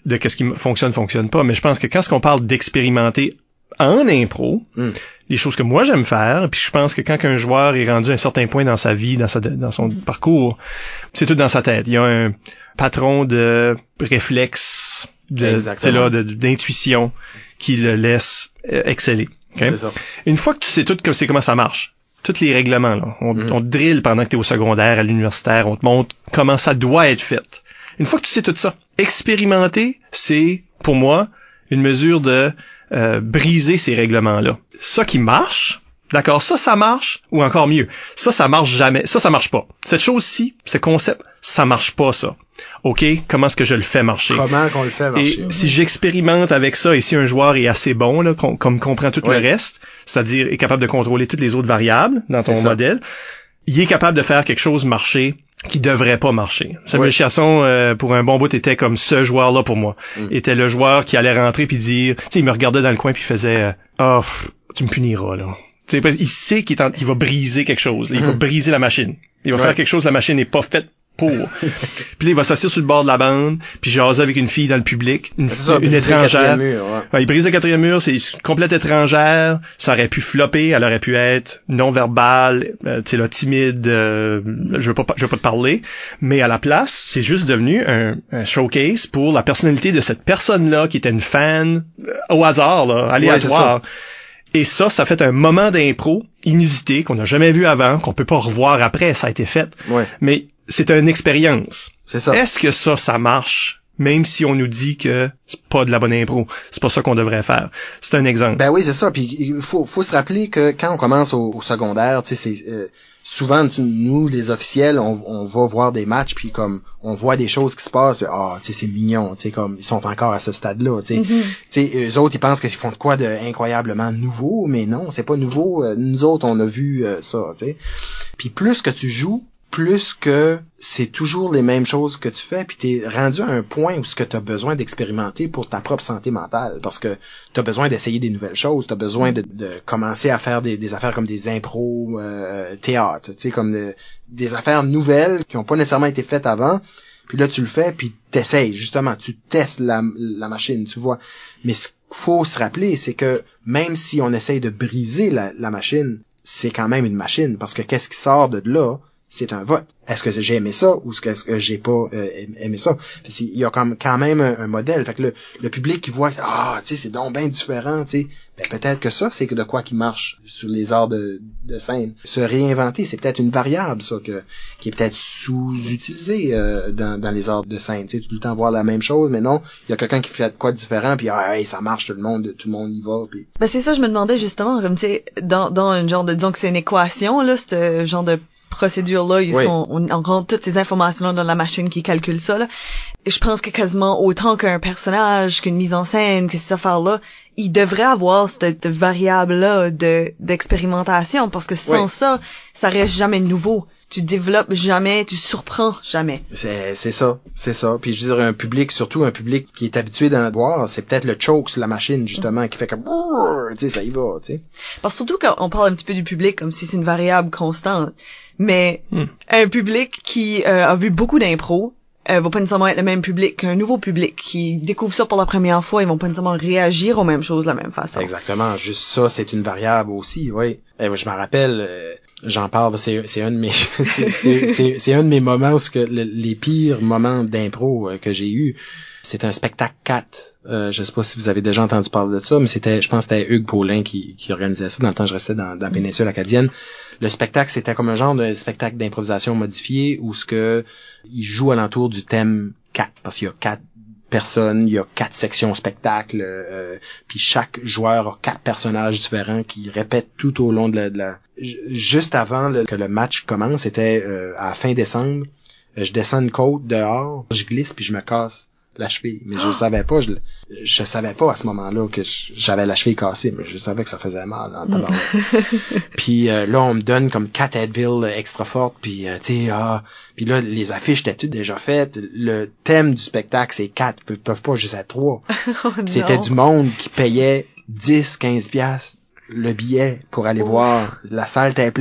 B: de qu'est-ce qui fonctionne, fonctionne pas. Mais je pense que quand on parle d'expérimenter en impro, mm. les choses que moi j'aime faire, puis je pense que quand un joueur est rendu à un certain point dans sa vie, dans sa dans son parcours, c'est tout dans sa tête. Il y a un patron de réflexe, de, c'est là, de, d'intuition qui le laisse euh, exceller. Okay?
D: C'est ça.
B: Une fois que tu sais tout que c'est comment ça marche, tous les règlements, là, on, mm. on te drille pendant que tu es au secondaire, à l'universitaire, on te montre comment ça doit être fait. Une fois que tu sais tout ça, expérimenter, c'est, pour moi, une mesure de euh, briser ces règlements-là. Ça qui marche, d'accord, ça, ça marche, ou encore mieux, ça, ça marche jamais, ça, ça marche pas. Cette chose-ci, ce concept, ça marche pas, ça. OK, comment est-ce que je le fais marcher?
D: Comment qu'on le fait marcher?
B: Et si j'expérimente avec ça, et si un joueur est assez bon, là, com- comme comprend tout oui. le reste, c'est-à-dire est capable de contrôler toutes les autres variables dans ton modèle, il est capable de faire quelque chose marcher qui devrait pas marcher. Samuel oui. Chiasson, euh, pour un bon bout, était comme ce joueur-là pour moi. Mm. Était le joueur qui allait rentrer puis dire, tu sais, il me regardait dans le coin puis il faisait, ah, oh, tu me puniras, là. Tu sais, il sait qu'il, est en, qu'il va briser quelque chose. Là, il mm. va briser la machine. Il va ouais. faire quelque chose, la machine n'est pas faite pour. Puis là, il va s'asseoir sur le bord de la bande, puis jaser avec une fille dans le public, une,
D: ça,
B: une étrangère.
D: Mur, ouais.
B: Ouais, il brise le quatrième mur, c'est une complète étrangère, ça aurait pu flopper, elle aurait pu être non-verbale, euh, tu sais là, timide, euh, je veux pas je veux pas te parler, mais à la place, c'est juste devenu un, un showcase pour la personnalité de cette personne-là qui était une fan euh, au hasard, là, aléatoire. Ouais, et ça, ça fait un moment d'impro inusité qu'on n'a jamais vu avant, qu'on peut pas revoir après, ça a été fait.
D: Ouais.
B: Mais c'est une expérience.
D: C'est ça.
B: Est-ce que ça, ça marche, même si on nous dit que c'est pas de la bonne impro? C'est pas ça qu'on devrait faire. C'est un exemple.
D: Ben oui, c'est ça. Puis il faut, faut se rappeler que quand on commence au, au secondaire, tu sais, c'est euh, souvent tu, nous les officiels, on, on va voir des matchs, puis comme on voit des choses qui se passent, puis ah, tu sais, c'est mignon, tu sais, comme ils sont encore à ce stade-là, tu sais. Mm-hmm. Tu sais, eux autres, ils pensent qu'ils font de quoi de incroyablement nouveau, mais non, c'est pas nouveau. Nous autres, on a vu euh, ça, tu sais. Puis plus que tu joues, plus que c'est toujours les mêmes choses que tu fais, puis t'es rendu à un point où ce que t'as besoin d'expérimenter pour ta propre santé mentale, parce que t'as besoin d'essayer des nouvelles choses, t'as besoin de, de commencer à faire des, des affaires comme des impros, euh, théâtre, tu sais, comme de, des affaires nouvelles qui ont pas nécessairement été faites avant, puis là tu le fais, puis t'essayes, justement, tu testes la, la machine, tu vois. Mais ce qu'il faut se rappeler, c'est que même si on essaye de briser la, la machine, c'est quand même une machine, parce que qu'est-ce qui sort de là? C'est un vote. Est-ce que j'ai aimé ça ou est-ce que j'ai pas euh, aimé ça? Il y a comme quand même un, un modèle. Fait que le, le public qui voit ah, tu sais, c'est donc bien différent, tu sais. Ben peut-être que ça, c'est de quoi qui marche sur les arts de, de scène. Se réinventer, c'est peut-être une variable, ça, que qui est peut-être sous-utilisée euh, dans, dans les arts de scène. Tu sais, tout le temps voir la même chose, mais non, il y a quelqu'un qui fait de quoi de différent, puis ah, hey, ça marche, tout le monde, tout le monde y va. Puis...
C: Ben c'est ça, je me demandais justement, comme tu sais, dans dans un genre de, disons que c'est une équation là, ce genre de procédure-là, oui. on, on rentre toutes ces informations-là dans la machine qui calcule ça, là. Et je pense que quasiment autant qu'un personnage, qu'une mise en scène, que ces affaires-là, il devrait avoir cette variable-là de, d'expérimentation, parce que sans oui. ça, ça reste jamais nouveau. Tu développes jamais, tu surprends jamais.
D: C'est, c'est ça, c'est ça. Puis je veux dire, un public, surtout un public qui est habitué d'en voir, c'est peut-être le choke sur la machine, justement, mm. qui fait que, tu sais, ça y va, tu sais.
C: Parce que surtout quand on parle un petit peu du public comme si c'est une variable constante. Mais mm. un public qui euh, a vu beaucoup d'impro euh, va pas nécessairement être le même public qu'un nouveau public qui découvre ça pour la première fois. Ils vont pas nécessairement réagir aux mêmes choses de la même façon.
D: Exactement. Juste ça, c'est une variable aussi, oui. Et je me rappelle, euh, j'en parle, c'est, c'est un de mes c'est, c'est, c'est, c'est un de mes moments où ce que le, les pires moments d'impro euh, que j'ai eu, c'est un spectacle quatre. Euh, je sais pas si vous avez déjà entendu parler de ça, mais c'était, je pense que c'était Hugues Paulin qui, qui organisait ça dans le temps que je restais dans, dans la péninsule acadienne. Le spectacle, c'était comme un genre de spectacle d'improvisation modifié où ce que il joue alentour du thème quatre, parce qu'il y a quatre personnes, il y a quatre sections spectacle, euh, puis chaque joueur a quatre personnages différents qui répètent tout au long de la... De la... Juste avant le, que le match commence, c'était euh, à fin décembre, je descends une côte dehors, je glisse puis je me casse la cheville, mais je oh. savais pas, je, je savais pas à ce moment-là que je, j'avais la cheville cassée, mais je savais que ça faisait mal en tabarnak. Puis euh, là on me donne comme quatre Advil extra fortes, puis euh, tu sais ah, puis là les affiches étaient toutes déjà faites, le thème du spectacle c'est quatre, ils peuvent pas juste être trois. oh, C'était du monde qui payait dix quinze piastres le billet pour aller Ouf. voir, la salle était pleine.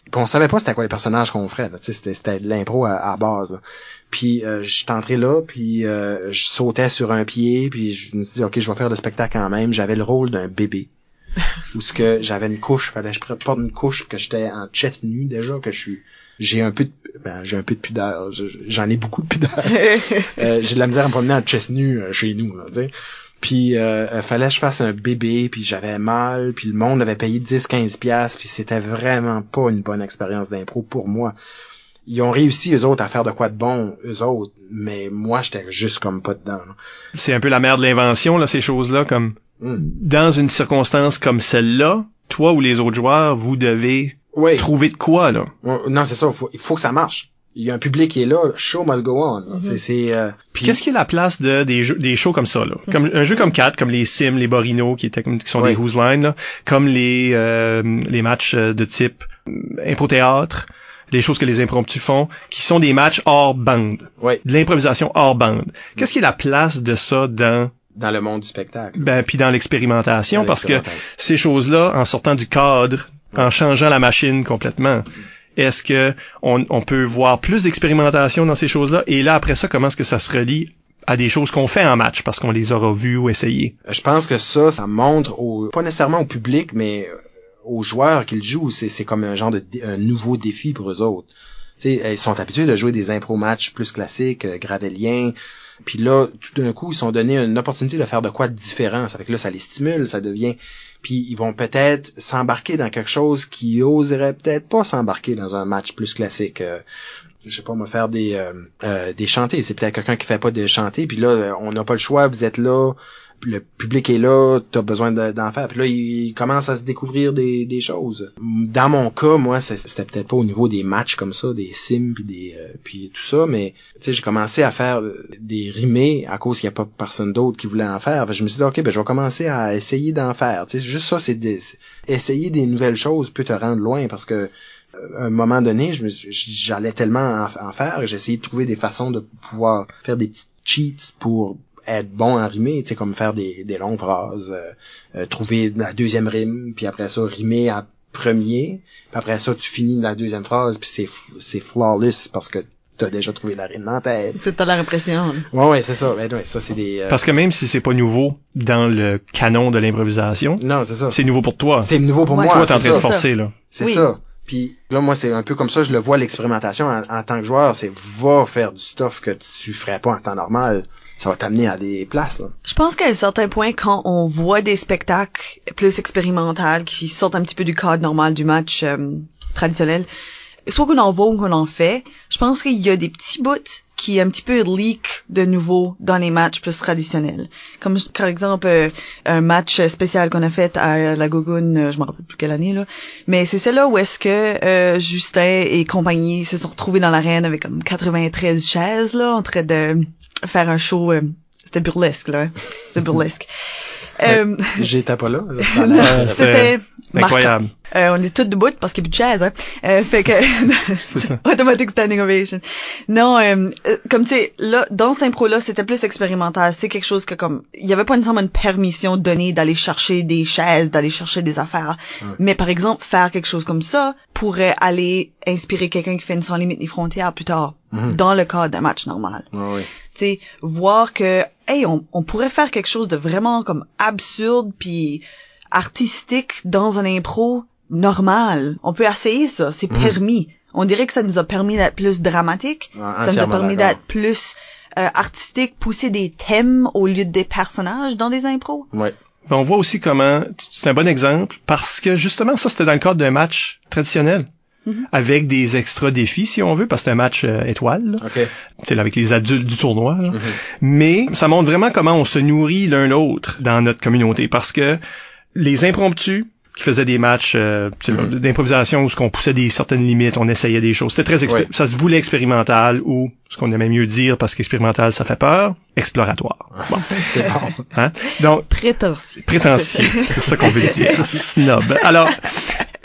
D: Puis on savait pas c'était quoi les personnages qu'on ferait, là. Tu sais, c'était, c'était de l'impro à, à base, là. Puis euh, je suis entré là, puis euh, je sautais sur un pied, puis je me suis dit, OK, je vais faire le spectacle quand même. J'avais le rôle d'un bébé. Où ce que j'avais une couche, fallait que je porte une couche, que j'étais en chest nu déjà, que je suis, j'ai un peu de, ben, j'ai un peu de pudeur, je, j'en ai beaucoup de pudeur. euh, j'ai de la misère à me promener en chest nu euh, chez nous, là, tu sais. Puis euh, fallait que je fasse un bébé, puis j'avais mal, puis le monde avait payé dix quinze piastres, puis c'était vraiment pas une bonne expérience d'impro pour moi. Ils ont réussi, eux autres, à faire de quoi de bon, eux autres, mais moi, j'étais juste comme pas dedans, là.
B: C'est un peu la mère de l'invention, là, ces choses-là, comme mm. dans une circonstance comme celle-là, toi ou les autres joueurs, vous devez oui. trouver de quoi, là.
D: Non, c'est ça, il faut, il faut que ça marche. Il y a un public qui est là, show must go on. Mm-hmm. C'est, c'est, euh,
B: puis qu'est-ce qui est la place de des jeux, des shows comme ça, là? Comme un jeu comme quatre, comme les Sims, les Borino, qui étaient qui sont oui. des Whose Line, là, comme les euh, les matchs de type impro-théâtre, les choses que les impromptus font, qui sont des matchs hors bande.
D: Oui.
B: De l'improvisation hors bande. Qu'est-ce qui est la place de ça dans
D: dans le monde du spectacle?
B: Ben puis dans l'expérimentation, dans parce l'expérimentation. Que ces choses-là, en sortant du cadre, oui. en changeant la machine complètement, est-ce que on, on peut voir plus d'expérimentation dans ces choses-là? Et là, après ça, comment est-ce que ça se relie à des choses qu'on fait en match parce qu'on les aura vues ou essayées?
D: Je pense que ça, ça montre au, pas nécessairement au public, mais aux joueurs qui le jouent, c'est, c'est comme un genre de un nouveau défi pour eux autres. Tu sais, ils sont habitués de jouer des impro-matchs plus classiques, euh, gravéliens. Puis là, tout d'un coup, ils sont donnés une opportunité de faire de quoi de différent. Ça fait que là, ça les stimule, ça devient... Puis ils vont peut-être s'embarquer dans quelque chose qui oserait peut-être pas s'embarquer dans un match plus classique. Euh, je sais pas, me faire des euh, euh, des chantés. C'est peut-être quelqu'un qui fait pas de chanter. Puis là, on n'a pas le choix, vous êtes là... le public est là, t'as besoin de, d'en faire. Puis là, il commence à se découvrir des, des choses. Dans mon cas, moi, c'était peut-être pas au niveau des matchs comme ça, des sims puis des euh, puis tout ça, mais tu sais, j'ai commencé à faire des rimés à cause qu'il y a pas personne d'autre qui voulait en faire. Fait, je me suis dit, ok, ben je vais commencer à essayer d'en faire. Tu sais, juste ça, c'est des, essayer des nouvelles choses peut te rendre loin parce que à un moment donné, je me, j'allais tellement en, en faire, j'ai essayé de trouver des façons de pouvoir faire des petites cheats pour être bon en rimer, tu sais, comme faire des, des longues phrases, euh, euh, trouver la deuxième rime, puis après ça, rimer en premier, puis après ça, tu finis la deuxième phrase, puis c'est, c'est flawless parce que t'as déjà trouvé la rime dans ta tête.
C: C'est pas la répression.
D: Ouais, ouais, c'est ça. Ben, ouais, ça, c'est des, euh...
B: Parce que même si c'est pas nouveau dans le canon de l'improvisation.
D: Non, c'est ça.
B: C'est nouveau pour toi.
D: C'est nouveau pour
B: ouais,
D: moi.
B: Toi, t'es en train de forcer, là.
D: C'est oui. ça. Puis là, moi, c'est un peu comme ça, je le vois, l'expérimentation en, en tant que joueur, c'est va faire du stuff que tu ferais pas en temps normal. Ça va t'amener à des places, là.
C: Je pense qu'à un certain point, quand on voit des spectacles plus expérimentaux qui sortent un petit peu du cadre normal du match euh, traditionnel, soit qu'on en voit ou qu'on en fait, je pense qu'il y a des petits bouts qui un petit peu leak de nouveau dans les matchs plus traditionnels. Comme par exemple euh, un match spécial qu'on a fait à la Gougoune, euh, je me rappelle plus quelle année là, mais c'est celle-là où est-ce que euh, Justin et compagnie se sont retrouvés dans l'arène avec comme quatre-vingt-treize chaises là, en train de faire un show, euh, c'était burlesque là, c'était burlesque.
D: Euh, J'étais pas là. Ça
C: non, c'était
B: incroyable.
C: Euh, on est tous debout parce qu'il y a plus de chaises, hein. Euh, fait que
B: c'est ça.
C: Automatic standing ovation. Non, euh, comme tu sais, là, dans cette impro là, c'était plus expérimental. C'est quelque chose que comme il y avait pas nécessairement une permission donnée d'aller chercher des chaises, d'aller chercher des affaires. Ouais. Mais par exemple, faire quelque chose comme ça pourrait aller inspirer quelqu'un qui fait une sans limite des frontières plus tard, mm-hmm. dans le cadre d'un match normal.
D: Oh, oui.
C: Tu sais, voir que hey, on, on pourrait faire quelque chose de vraiment comme absurde puis artistique dans un impro normal. On peut essayer ça, c'est mmh. permis. On dirait que ça nous a permis d'être plus dramatique,
D: ah,
C: ça nous a permis d'accord. d'être plus euh, artistique, pousser des thèmes au lieu de des personnages dans des impros.
D: Ouais.
B: On voit aussi comment, c'est un bon exemple, parce que justement ça c'était dans le cadre d'un match traditionnel. Mm-hmm. Avec des extra défis, si on veut, parce que c'est un match euh, étoile,
D: okay.
B: C'est avec les adultes du tournoi. Là.
D: Mm-hmm.
B: Mais ça montre vraiment comment on se nourrit l'un l'autre dans notre communauté, parce que les impromptus qui faisaient des matchs euh, mm-hmm. d'improvisation où ce qu'on poussait des certaines limites, on essayait des choses, c'était très expé- ouais. ça se voulait expérimental ou ce qu'on aimait mieux dire parce qu'expérimental ça fait peur, exploratoire. Bon.
D: C'est bon.
B: Hein? Donc
C: prétentieux.
B: Prétentieux, c'est ça qu'on veut dire. Snob. Alors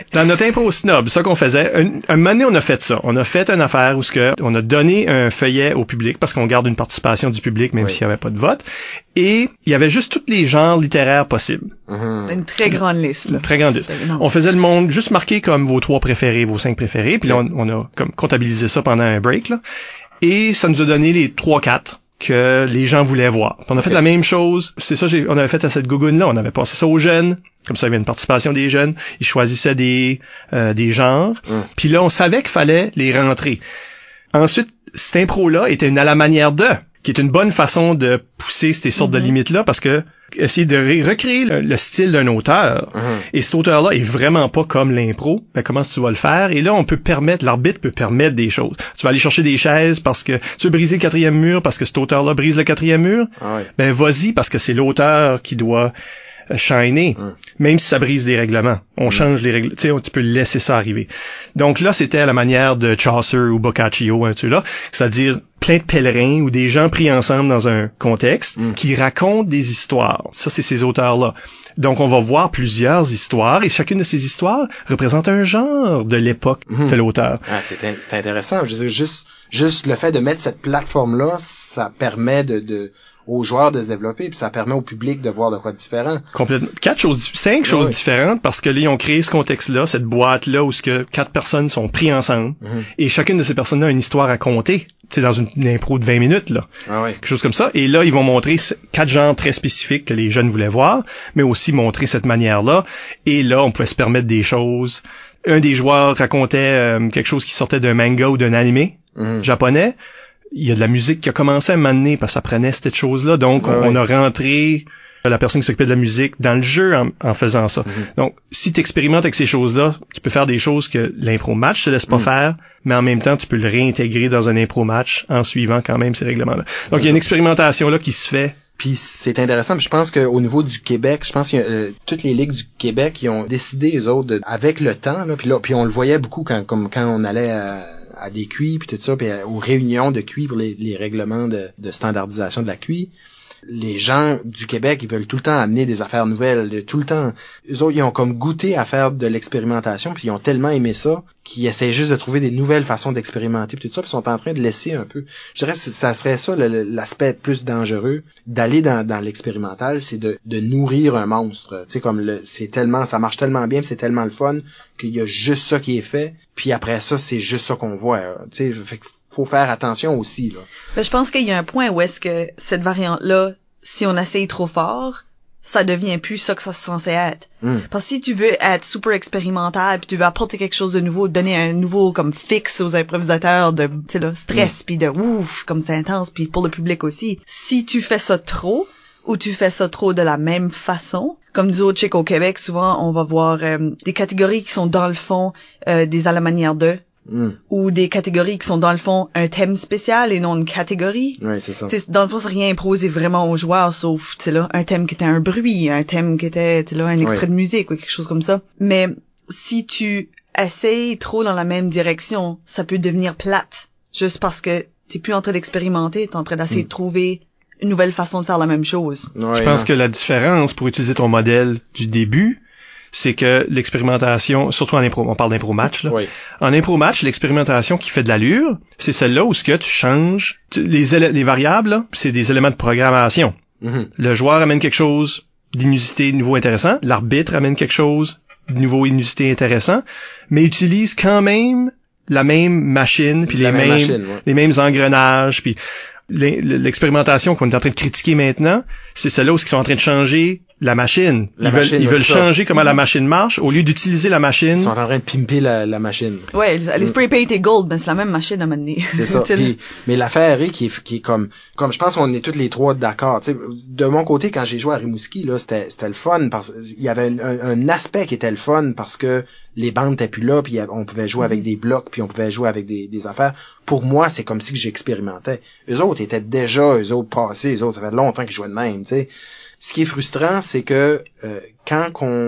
B: Dans notre impro snob, ça qu'on faisait, un, un moment donné, on a fait ça. On a fait une affaire où ce que on a donné un feuillet au public parce qu'on garde une participation du public même oui. s'il n'y avait pas de vote. Et il y avait juste tous les genres littéraires possibles.
C: Mm-hmm. Une très grande liste. Là.
B: Une très grande liste. On faisait le monde juste marquer comme vos trois préférés, vos cinq préférés. Puis là, on, on a comme comptabilisé ça pendant un break. Là. Et ça nous a donné les trois quatre que les gens voulaient voir. Puis on a okay. fait la même chose. C'est ça, j'ai, on avait fait à cette gougoune-là. On avait passé ça aux jeunes. Comme ça, il y avait une participation des jeunes. Ils choisissaient des euh, des genres. Mm. Puis là, on savait qu'il fallait les rentrer. Ensuite, cette impro-là était une à la manière de, qui est une bonne façon de pousser ces sortes mm-hmm. de limites-là, parce que essayer de ré- recréer le, le style d'un auteur, mm-hmm. et cet auteur-là est vraiment pas comme l'impro, ben comment tu vas le faire? Et là, on peut permettre, l'arbitre peut permettre des choses. Tu vas aller chercher des chaises parce que tu veux briser le quatrième mur, parce que cet auteur-là brise le quatrième mur, ah ouais. ben vas-y, parce que c'est l'auteur qui doit shiner, mm. même si ça brise des règlements. On mm. change les règles, tu sais, tu peux laisser ça arriver. Donc là, c'était à la manière de Chaucer ou Boccaccio, hein, tu sais là, c'est-à-dire plein de pèlerins ou des gens pris ensemble dans un contexte mm. qui racontent des histoires. Ça, c'est ces auteurs-là. Donc, on va voir plusieurs histoires et chacune de ces histoires représente un genre de l'époque mm. de l'auteur.
D: Ah, c'est, in- c'est intéressant. Je veux dire, juste, juste le fait de mettre cette plateforme-là, ça permet de, de aux joueurs de se développer, puis ça permet au public de voir de quoi de différent.
B: Complètement. Quatre choses, cinq oui, choses oui. différentes, parce que là, ils ont créé ce contexte-là, cette boîte-là, où ce que quatre personnes sont prises ensemble, mm-hmm. et chacune de ces personnes-là a une histoire à compter, tu sais, dans une, une impro de vingt minutes, là.
D: Ah oui.
B: Quelque chose comme ça. Et là, ils vont montrer quatre genres très spécifiques que les jeunes voulaient voir, mais aussi montrer cette manière-là. Et là, on pouvait se permettre des choses. Un des joueurs racontait euh, quelque chose qui sortait d'un manga ou d'un animé mm-hmm. japonais. Il y a de la musique qui a commencé à m'amener parce que ça prenait cette chose-là. Donc, ouais, on, on a rentré la personne qui s'occupait de la musique dans le jeu en, en faisant ça. Mm-hmm. Donc, si tu expérimentes avec ces choses-là, tu peux faire des choses que l'impro match te laisse pas mm. faire, mais en même temps, tu peux le réintégrer dans un impro match en suivant quand même ces règlements-là. Donc, il y a une expérimentation là qui se fait.
D: Puis c'est intéressant. Je pense qu'au niveau du Québec, je pense que euh, toutes les ligues du Québec, ils ont décidé, eux autres, de, avec le temps, là, puis là, puis on le voyait beaucoup quand, comme quand on allait à à des Q I puis tout ça, puis aux réunions de Q I pour les, les règlements de, de standardisation de la Q I. Les gens du Québec, ils veulent tout le temps amener des affaires nouvelles, tout le temps. Eux autres, ils ont comme goûté à faire de l'expérimentation, puis ils ont tellement aimé ça qu'ils essaient juste de trouver des nouvelles façons d'expérimenter, puis tout ça, puis ils sont en train de laisser un peu. Je dirais que ça serait ça le, l'aspect plus dangereux d'aller dans, dans l'expérimental, c'est de, de nourrir un monstre. Tu sais, comme le, c'est tellement, ça marche tellement bien, c'est tellement le fun qu'il y a juste ça qui est fait, puis après ça, c'est juste ça qu'on voit. Tu sais, fait que faut faire attention aussi, là.
C: Ben, je pense qu'il y a un point où est-ce que cette variante-là, si on essaye trop fort, ça devient plus ça que ça se censé être. Mm. Parce que si tu veux être super expérimental, puis tu veux apporter quelque chose de nouveau, donner un nouveau comme fixe aux improvisateurs de, tu sais là, stress, mm. puis de ouf, comme c'est intense, puis pour le public aussi. Si tu fais ça trop, ou tu fais ça trop de la même façon, comme nous autres, je sais qu'au Québec, souvent, on va voir euh, des catégories qui sont dans le fond euh, des à la manière de, Mm. ou des catégories qui sont dans le fond un thème spécial et non une catégorie.
D: Oui, c'est ça.
C: T'sais, dans le fond, c'est rien imposé vraiment aux joueurs, sauf, tu sais là, un thème qui était un bruit, un thème qui était, tu sais là, un extrait oui. de musique ou quelque chose comme ça. Mais si tu essayes trop dans la même direction, ça peut devenir plate, juste parce que t'es plus en train d'expérimenter, t'es en train d'essayer mm. de trouver une nouvelle façon de faire la même chose.
B: Ouais, Je pense non. que la différence pour utiliser ton modèle du début, c'est que l'expérimentation, surtout en impro, on parle d'impro match, là.
D: Oui.
B: En impro match, l'expérimentation qui fait de l'allure, c'est celle-là où ce que tu changes, tu, les, élè- les variables, là, c'est des éléments de programmation. Mm-hmm. Le joueur amène quelque chose d'inusité, de nouveau intéressant. L'arbitre amène quelque chose de nouveau inusité intéressant, mais utilise quand même la même machine, puis les mêmes, machine, ouais. les mêmes engrenages, puis l'expérimentation qu'on est en train de critiquer maintenant, c'est celle-là où ils sont en train de changer la machine.
D: La
B: ils
D: machine,
B: veulent, ils veulent changer comment
D: mm-hmm.
B: la machine marche au lieu d'utiliser la machine.
D: Ils sont en train de pimper la, la machine.
C: Ouais, les spray paint et gold, ben c'est la même machine à un moment donné.
D: C'est ça. Puis, mais l'affaire est qui est, qui est comme, comme je pense qu'on est toutes les trois d'accord. Tu sais, de mon côté, quand j'ai joué à Rimouski, là, c'était, c'était le fun parce il y avait un, un, un aspect qui était le fun parce que les bandes étaient plus là, puis on pouvait jouer mm-hmm. avec des blocs, puis on pouvait jouer avec des, des affaires. Pour moi, c'est comme si que j'expérimentais. Eux autres étaient déjà, eux autres passés, eux autres, ça fait longtemps qu'ils jouaient de même, tu sais. Ce qui est frustrant, c'est que euh, quand qu'on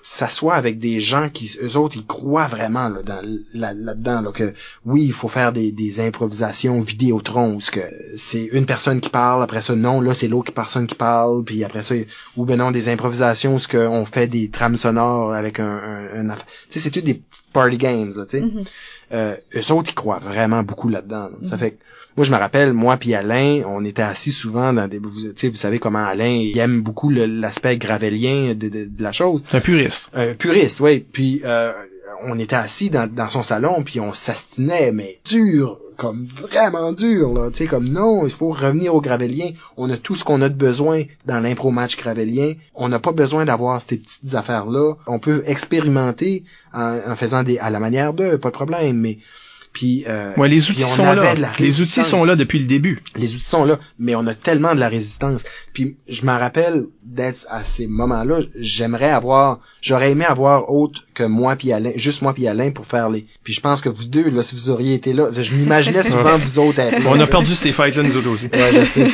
D: s'assoient avec des gens qui, eux autres, ils croient vraiment là, dans, là, là-dedans, là, que oui, il faut faire des, des improvisations Vidéotron, où que c'est une personne qui parle, après ça, non, là, c'est l'autre personne qui parle, puis après ça, ou ben non, des improvisations où que on fait des trames sonores avec un, un, un tu sais, c'est tout des petites party games, là, tu sais. Mm-hmm. Euh, eux autres, ils croient vraiment beaucoup là-dedans. Là. Mm-hmm. Ça fait que, moi, je me rappelle, moi puis Alain, on était assis souvent dans des, vous, vous savez comment Alain, il aime beaucoup le, l'aspect gravélien de, de, de la chose.
B: Un puriste.
D: Un puriste, oui. Puis, euh, on était assis dans, dans son salon, puis on s'astinait, mais dur, comme vraiment dur, là. Tu sais, comme non, il faut revenir au gravélien. On a tout ce qu'on a de besoin dans l'impro match gravélien. On n'a pas besoin d'avoir ces petites affaires-là. On peut expérimenter en, en faisant des, à la manière d'eux, pas de problème, mais Puis, euh,
B: ouais, les outils sont là. Les outils sont là depuis le début.
D: Les outils sont là, mais on a tellement de la résistance. Puis, je m'en rappelle d'être à ces moments-là, j'aimerais avoir, j'aurais aimé avoir autre que moi puis Alain, juste moi puis Alain pour faire les. Puis, je pense que vous deux, là, si vous auriez été là, je m'imaginais souvent vous autres être là.
B: On a perdu ces fights-là, nous autres aussi.
D: Ouais, je sais.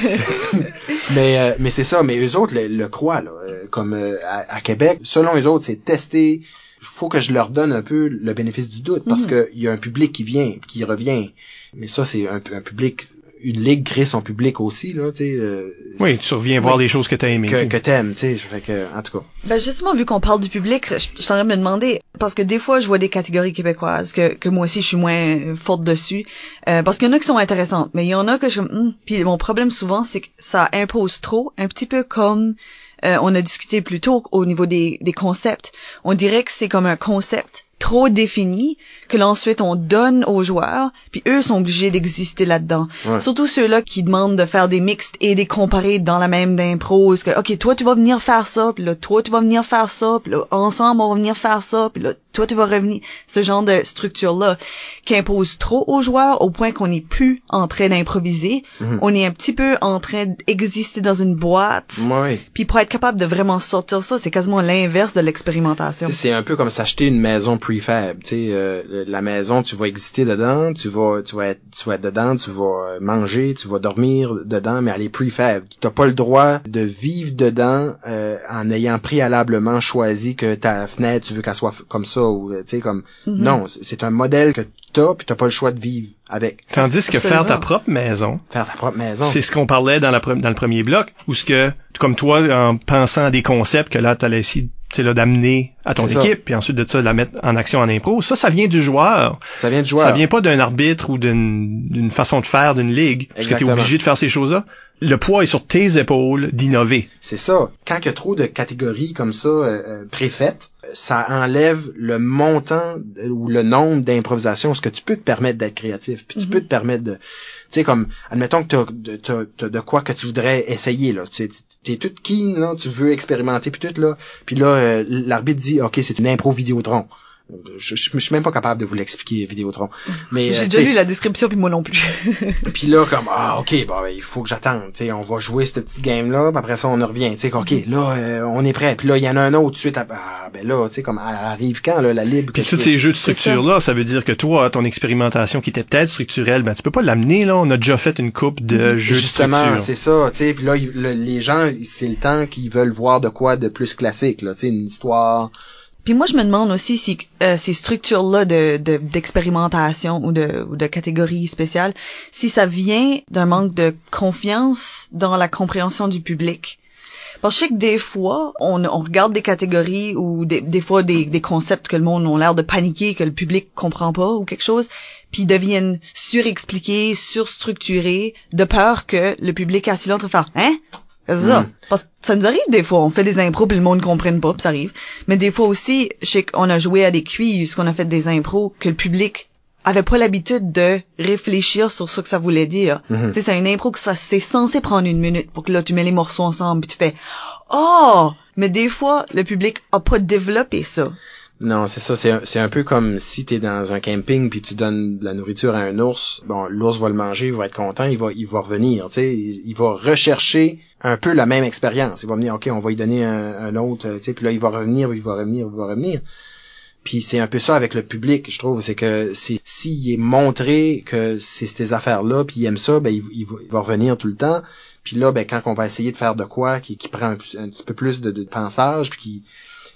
D: mais, euh, mais c'est ça. Mais eux autres le, le croient, là, euh, comme euh, à, à Québec. Selon eux autres, c'est testé. Faut que je leur donne un peu le bénéfice du doute parce mmh. que il y a un public qui vient, qui revient. Mais ça, c'est un, un public, une ligue crée son public aussi, là, tu sais. Euh,
B: oui, tu reviens oui, voir les choses que t'as aimées.
D: Que, que t'aimes, tu sais. Fait que, en tout cas.
C: Ben, justement, vu qu'on parle du public, je, je t'en train de me demander, parce que des fois, je vois des catégories québécoises que, que moi aussi, je suis moins forte dessus, euh, parce qu'il y en a qui sont intéressantes, mais il y en a que je, hum, puis mon problème souvent, c'est que ça impose trop, un petit peu comme, Euh, on a discuté plus tôt au niveau des, des concepts. On dirait que c'est comme un concept trop défini que l'ensuite on donne aux joueurs, puis eux sont obligés d'exister là-dedans. Ouais. Surtout ceux-là qui demandent de faire des mixtes et des comparés dans la même d'impro. Que, OK, toi, tu vas venir faire ça, puis là, toi, tu vas venir faire ça, puis là, ensemble, on va venir faire ça, puis là, toi, tu vas revenir. Ce genre de structure-là qui impose trop aux joueurs au point qu'on n'est plus en train d'improviser. Mm-hmm. On est un petit peu en train d'exister dans une boîte.
D: Ouais.
C: Puis pour être capable de vraiment sortir ça, c'est quasiment l'inverse de l'expérimentation.
D: C'est un peu comme s'acheter une maison prefab. Tu sais, euh, la maison, tu vas exister dedans, tu vas, tu vas être, tu vas être dedans, tu vas manger, tu vas dormir dedans, mais elle est prefab. Tu n'as pas le droit de vivre dedans euh, en ayant préalablement choisi que ta fenêtre, tu veux qu'elle soit comme ça ou tu sais comme mm-hmm. non, c'est un modèle que t'as puis t'as pas le choix de vivre avec.
B: Tandis que Absolument. faire ta propre maison,
D: faire ta propre maison,
B: c'est ce qu'on parlait dans la dans le premier bloc, où ce que comme toi en pensant à des concepts que là t'allais essayer là d'amener à ton c'est équipe ça. Puis ensuite de ça de la mettre en action en impro, ça ça vient du joueur.
D: Ça vient du joueur.
B: Ça vient pas d'un arbitre ou d'une d'une façon de faire d'une ligue, parce que t'es obligé de faire ces choses-là. Le poids est sur tes épaules d'innover.
D: C'est ça. Quand il y a trop de catégories comme ça euh, préfaites, ça enlève le montant ou le nombre d'improvisations, ce que tu peux te permettre d'être créatif, puis mm-hmm. tu peux te permettre de, tu sais comme, admettons que t'as, t'as, t'as de quoi que tu voudrais essayer là, tu sais, t'es toute keen là, tu veux expérimenter puis tout là, puis là euh, l'arbitre dit ok c'est une impro Vidéotron. Je, je, je suis même pas capable de vous l'expliquer Vidéotron. Mais
C: j'ai
D: euh,
C: déjà lu la description puis moi non plus.
D: Puis là comme ah ok bon il faut que j'attende, tu sais on va jouer cette petite game là, puis après ça on en revient, tu sais ok là euh, on est prêt, puis là il y en a un autre tout de suite à, ah ben là tu sais comme elle arrive quand là la libre.
B: Puis tous ces jeux de structure là, ça veut dire que toi ton expérimentation qui était peut-être structurelle, ben tu peux pas l'amener là, on a déjà fait une coupe de jeux
D: Justement,
B: de structure.
D: c'est ça, tu sais puis là le, les gens c'est le temps qu'ils veulent voir de quoi de plus classique là, tu sais une histoire.
C: Puis moi, je me demande aussi si euh, ces structures-là de, de d'expérimentation ou de, ou de catégories spéciales, si ça vient d'un manque de confiance dans la compréhension du public. Parce que je sais que des fois, on, on regarde des catégories ou des, des fois des, des concepts que le monde a l'air de paniquer, que le public comprend pas ou quelque chose, puis deviennent surexpliqués, surstructurés, de peur que le public assis là en train de faire « Hein? » C'est ça. Mm. Parce que ça nous arrive des fois, on fait des impros puis le monde ne comprenne pas, puis ça arrive. Mais des fois aussi, je sais qu'on a joué à des quiz, qu'on a fait des impros, que le public avait pas l'habitude de réfléchir sur ce que ça voulait dire. Mm-hmm. Tu sais, c'est une impro que ça c'est censé prendre une minute pour que là tu mets les morceaux ensemble puis tu fais « Oh! » Mais des fois, le public a pas développé ça.
D: Non, c'est ça. C'est un, c'est un peu comme si t'es dans un camping puis tu donnes de la nourriture à un ours. Bon, l'ours va le manger, il va être content, il va, il va revenir. Tu sais, il, il va rechercher un peu la même expérience. Il va venir, ok, on va lui donner un, un autre. Tu sais, puis là il va revenir, il va revenir, il va revenir. Puis c'est un peu ça avec le public, je trouve. C'est que c'est s'il est montré que c'est ces affaires-là, puis il aime ça, ben il, il, va, il va revenir tout le temps. Puis là, ben quand on va essayer de faire de quoi qui, qui prend un, un petit peu plus de, de pensage, puis qui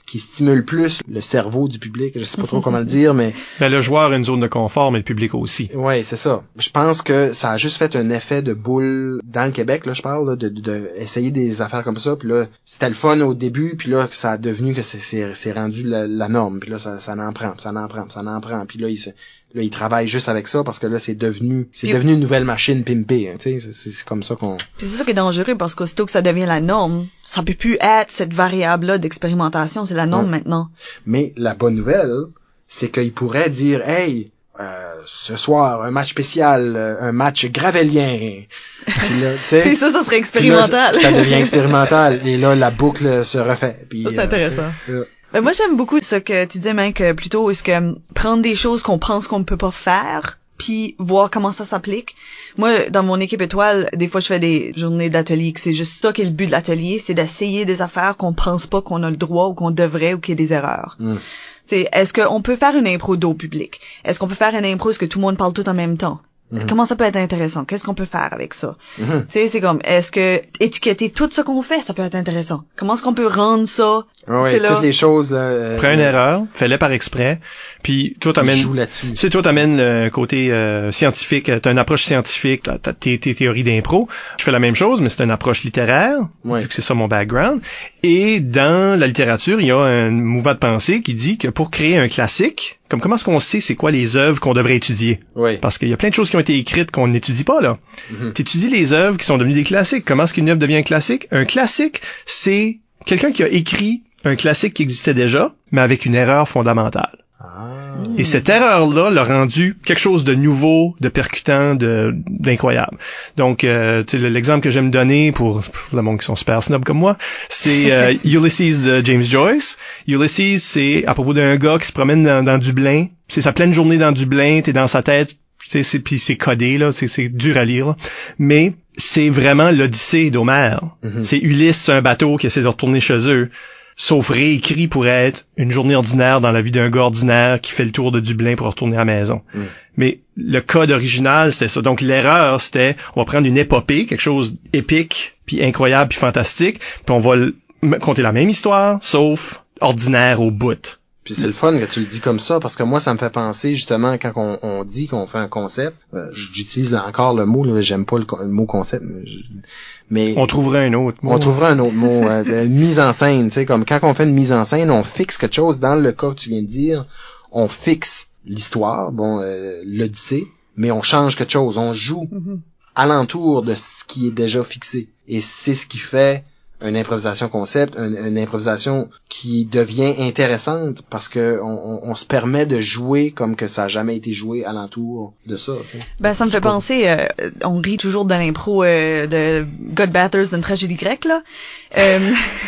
D: qui stimule plus le cerveau du public. Je sais pas trop comment le dire, mais...
B: Ben, le joueur a une zone de confort, mais le public aussi.
D: Ouais, c'est ça. Je pense que ça a juste fait un effet de boule dans le Québec, là, je parle, là, de, de, de essayer des affaires comme ça, puis là, c'était le fun au début, puis là, ça a devenu que c'est, c'est, c'est rendu la, la norme, puis là, ça, ça en prend, ça en prend, ça en prend, puis là, il se... Là, ils travaillent juste avec ça parce que là, c'est devenu, c'est puis, devenu une nouvelle machine pimpée, hein, tu sais, c'est, c'est comme ça qu'on...
C: Puis c'est ça qui est dangereux parce qu'aussitôt que ça devient la norme, ça peut plus être cette variable-là d'expérimentation, c'est la norme ouais. maintenant.
D: Mais la bonne nouvelle, c'est qu'ils pourraient dire, hey, euh, ce soir, un match spécial, euh, un match gravelien. Puis là, tu sais.
C: Puis ça, ça serait expérimental.
D: Là, ça devient expérimental. Et là, la boucle se refait. Puis,
C: ça, c'est euh, intéressant.
D: Euh,
C: Ben moi, j'aime beaucoup ce que tu disais, Mike, plutôt, est-ce que prendre des choses qu'on pense qu'on ne peut pas faire, puis voir comment ça s'applique. Moi, dans mon équipe étoile, des fois, je fais des journées d'atelier, que c'est juste ça qui est le but de l'atelier, c'est d'essayer des affaires qu'on pense pas qu'on a le droit ou qu'on devrait ou qu'il y a des erreurs. Mm. T'sais, est-ce qu'on peut faire une impro d'eau public? Est-ce qu'on peut faire une impro est-ce que tout le monde parle tout en même temps? Mm-hmm. Comment ça peut être intéressant? Qu'est-ce qu'on peut faire avec ça? Mm-hmm. Tu sais, c'est comme, est-ce que étiqueter tout ce qu'on fait, ça peut être intéressant? Comment est-ce qu'on peut rendre ça?
D: Oui, toutes les choses, là. Euh,
B: Prends une euh, erreur, fais-le par exprès, puis toi t'amènes,
D: joue là-dessus.
B: Tu sais, toi t'amènes le côté euh, scientifique, t'as une approche scientifique, t'as, t'as tes, tes théories d'impro. Je fais la même chose, mais c'est une approche littéraire, ouais. vu que c'est ça mon background. Et dans la littérature, il y a un mouvement de pensée qui dit que pour créer un classique, comme comment est-ce qu'on sait c'est quoi les œuvres qu'on devrait étudier?
D: Oui.
B: Parce qu'il y a plein de choses qui ont été écrites qu'on n'étudie pas, là. Mm-hmm. T'étudies les œuvres qui sont devenues des classiques. Comment est-ce qu'une œuvre devient un classique? Un classique, c'est quelqu'un qui a écrit un classique qui existait déjà, mais avec une erreur fondamentale.
D: Ah.
B: Et cette erreur-là l'a rendu quelque chose de nouveau, de percutant, de d'incroyable. Donc, euh, tu sais, l'exemple que j'aime donner pour, pour le monde qui sont super snobs comme moi, c'est euh, Ulysses de James Joyce. Ulysses, c'est à propos d'un gars qui se promène dans, dans Dublin. C'est sa pleine journée dans Dublin, t'es dans sa tête, tu sais, c'est, puis c'est codé, là, c'est, c'est dur à lire, là. Mais c'est vraiment l'Odyssée d'Homère. Mm-hmm. C'est Ulysse sur un bateau qui essaie de retourner chez eux. Sauf réécrit pour être une journée ordinaire dans la vie d'un gars ordinaire qui fait le tour de Dublin pour retourner à la maison. Mm. Mais le code original, c'était ça. Donc l'erreur, c'était, on va prendre une épopée, quelque chose d'épique, puis incroyable, puis fantastique, puis on va l- conter la même histoire, sauf ordinaire au bout.
D: Puis c'est le fun que tu le dis comme ça, parce que moi, ça me fait penser, justement, quand on, on dit qu'on fait un concept, euh, j'utilise là, encore le mot, là, j'aime pas le, le mot concept, mais... Je, mais
B: on trouverait un autre mot.
D: On trouverait un autre mot. euh, une mise en scène, tu sais, comme quand on fait une mise en scène, on fixe quelque chose. Dans le cas que tu viens de dire, on fixe l'histoire, bon, euh, l'Odyssée, mais on change quelque chose. On joue mm-hmm. alentour de ce qui est déjà fixé. Et c'est ce qui fait une improvisation concept, une, une improvisation qui devient intéressante parce que on, on, on se permet de jouer comme que ça a jamais été joué alentour de ça. T'sais.
C: Ben ça me fait penser, euh, on rit toujours de l'impro euh, de Godbathers d'une tragédie grecque là. Euh,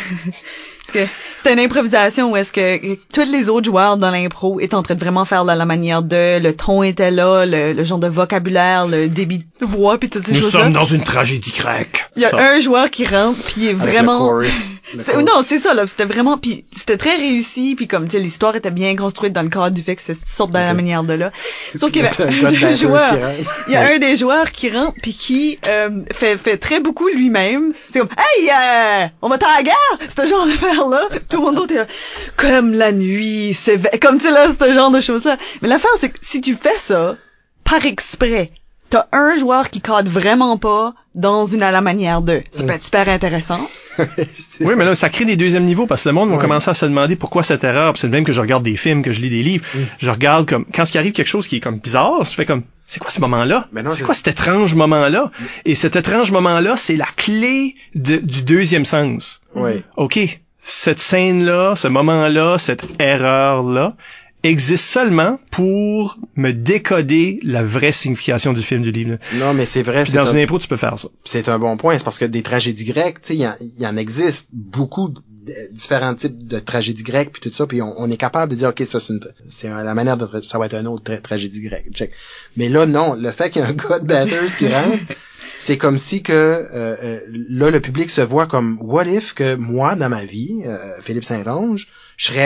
C: parce que c'était une improvisation où est-ce que tous les autres joueurs dans l'impro étaient en train de vraiment faire la, la manière de, le ton était là, le, le genre de vocabulaire, le débit de voix puis toutes ces
B: Nous
C: choses-là.
B: sommes dans une tragédie grecque.
C: Il y a
B: ça.
C: un joueur qui rentre puis il est
D: Avec
C: vraiment
D: le chorus. Le
C: c'est, non, c'est ça là, c'était vraiment puis c'était très réussi puis comme tu sais l'histoire était bien construite dans le cadre du fait que c'est cette sorte de okay. la manière de là. Sauf qu'il y avait un joueur, il y a un des joueurs qui rentre puis qui euh, fait fait très beaucoup lui-même. C'est comme hey, euh, on va à la guerre, ce genre d'affaire là. Tout le monde d'autre est là, comme la nuit, c'est comme tu sais là, ce genre de choses là. Mais l'affaire c'est que si tu fais ça par exprès, t'as un joueur qui cadre vraiment pas dans une à la manière de. Ça peut être super intéressant.
B: Oui, mais là, ça crée des deuxièmes niveaux parce que le monde va ouais. commencer à se demander pourquoi cette erreur. Puis c'est le même que je regarde des films, que je lis des livres. Mm. Je regarde comme, quand il arrive quelque chose qui est comme bizarre, je fais comme, c'est quoi ce moment-là? Non, c'est, c'est quoi cet étrange moment-là? Mm. Et cet étrange moment-là, c'est la clé de, du deuxième sens.
D: Oui.
B: OK. Cette scène-là, ce moment-là, cette erreur-là, existe seulement pour me décoder la vraie signification du film, du livre.
D: Non, mais c'est vrai.
B: Puis
D: c'est
B: dans
D: un...
B: une impro, tu peux faire ça.
D: C'est un bon point. C'est parce que des tragédies grecques, tu sais, il y, y en existe beaucoup de différents types de tragédies grecques puis tout ça, puis on, on est capable de dire ok, ça c'est une, c'est la manière de ça va être un autre tra- tragédie grecque. Check. Mais là non, le fait qu'il y a un Godbathers qui rentre, c'est comme si que euh, euh, là le public se voit comme what if que moi dans ma vie, euh, Philippe Saint-Onge, je serais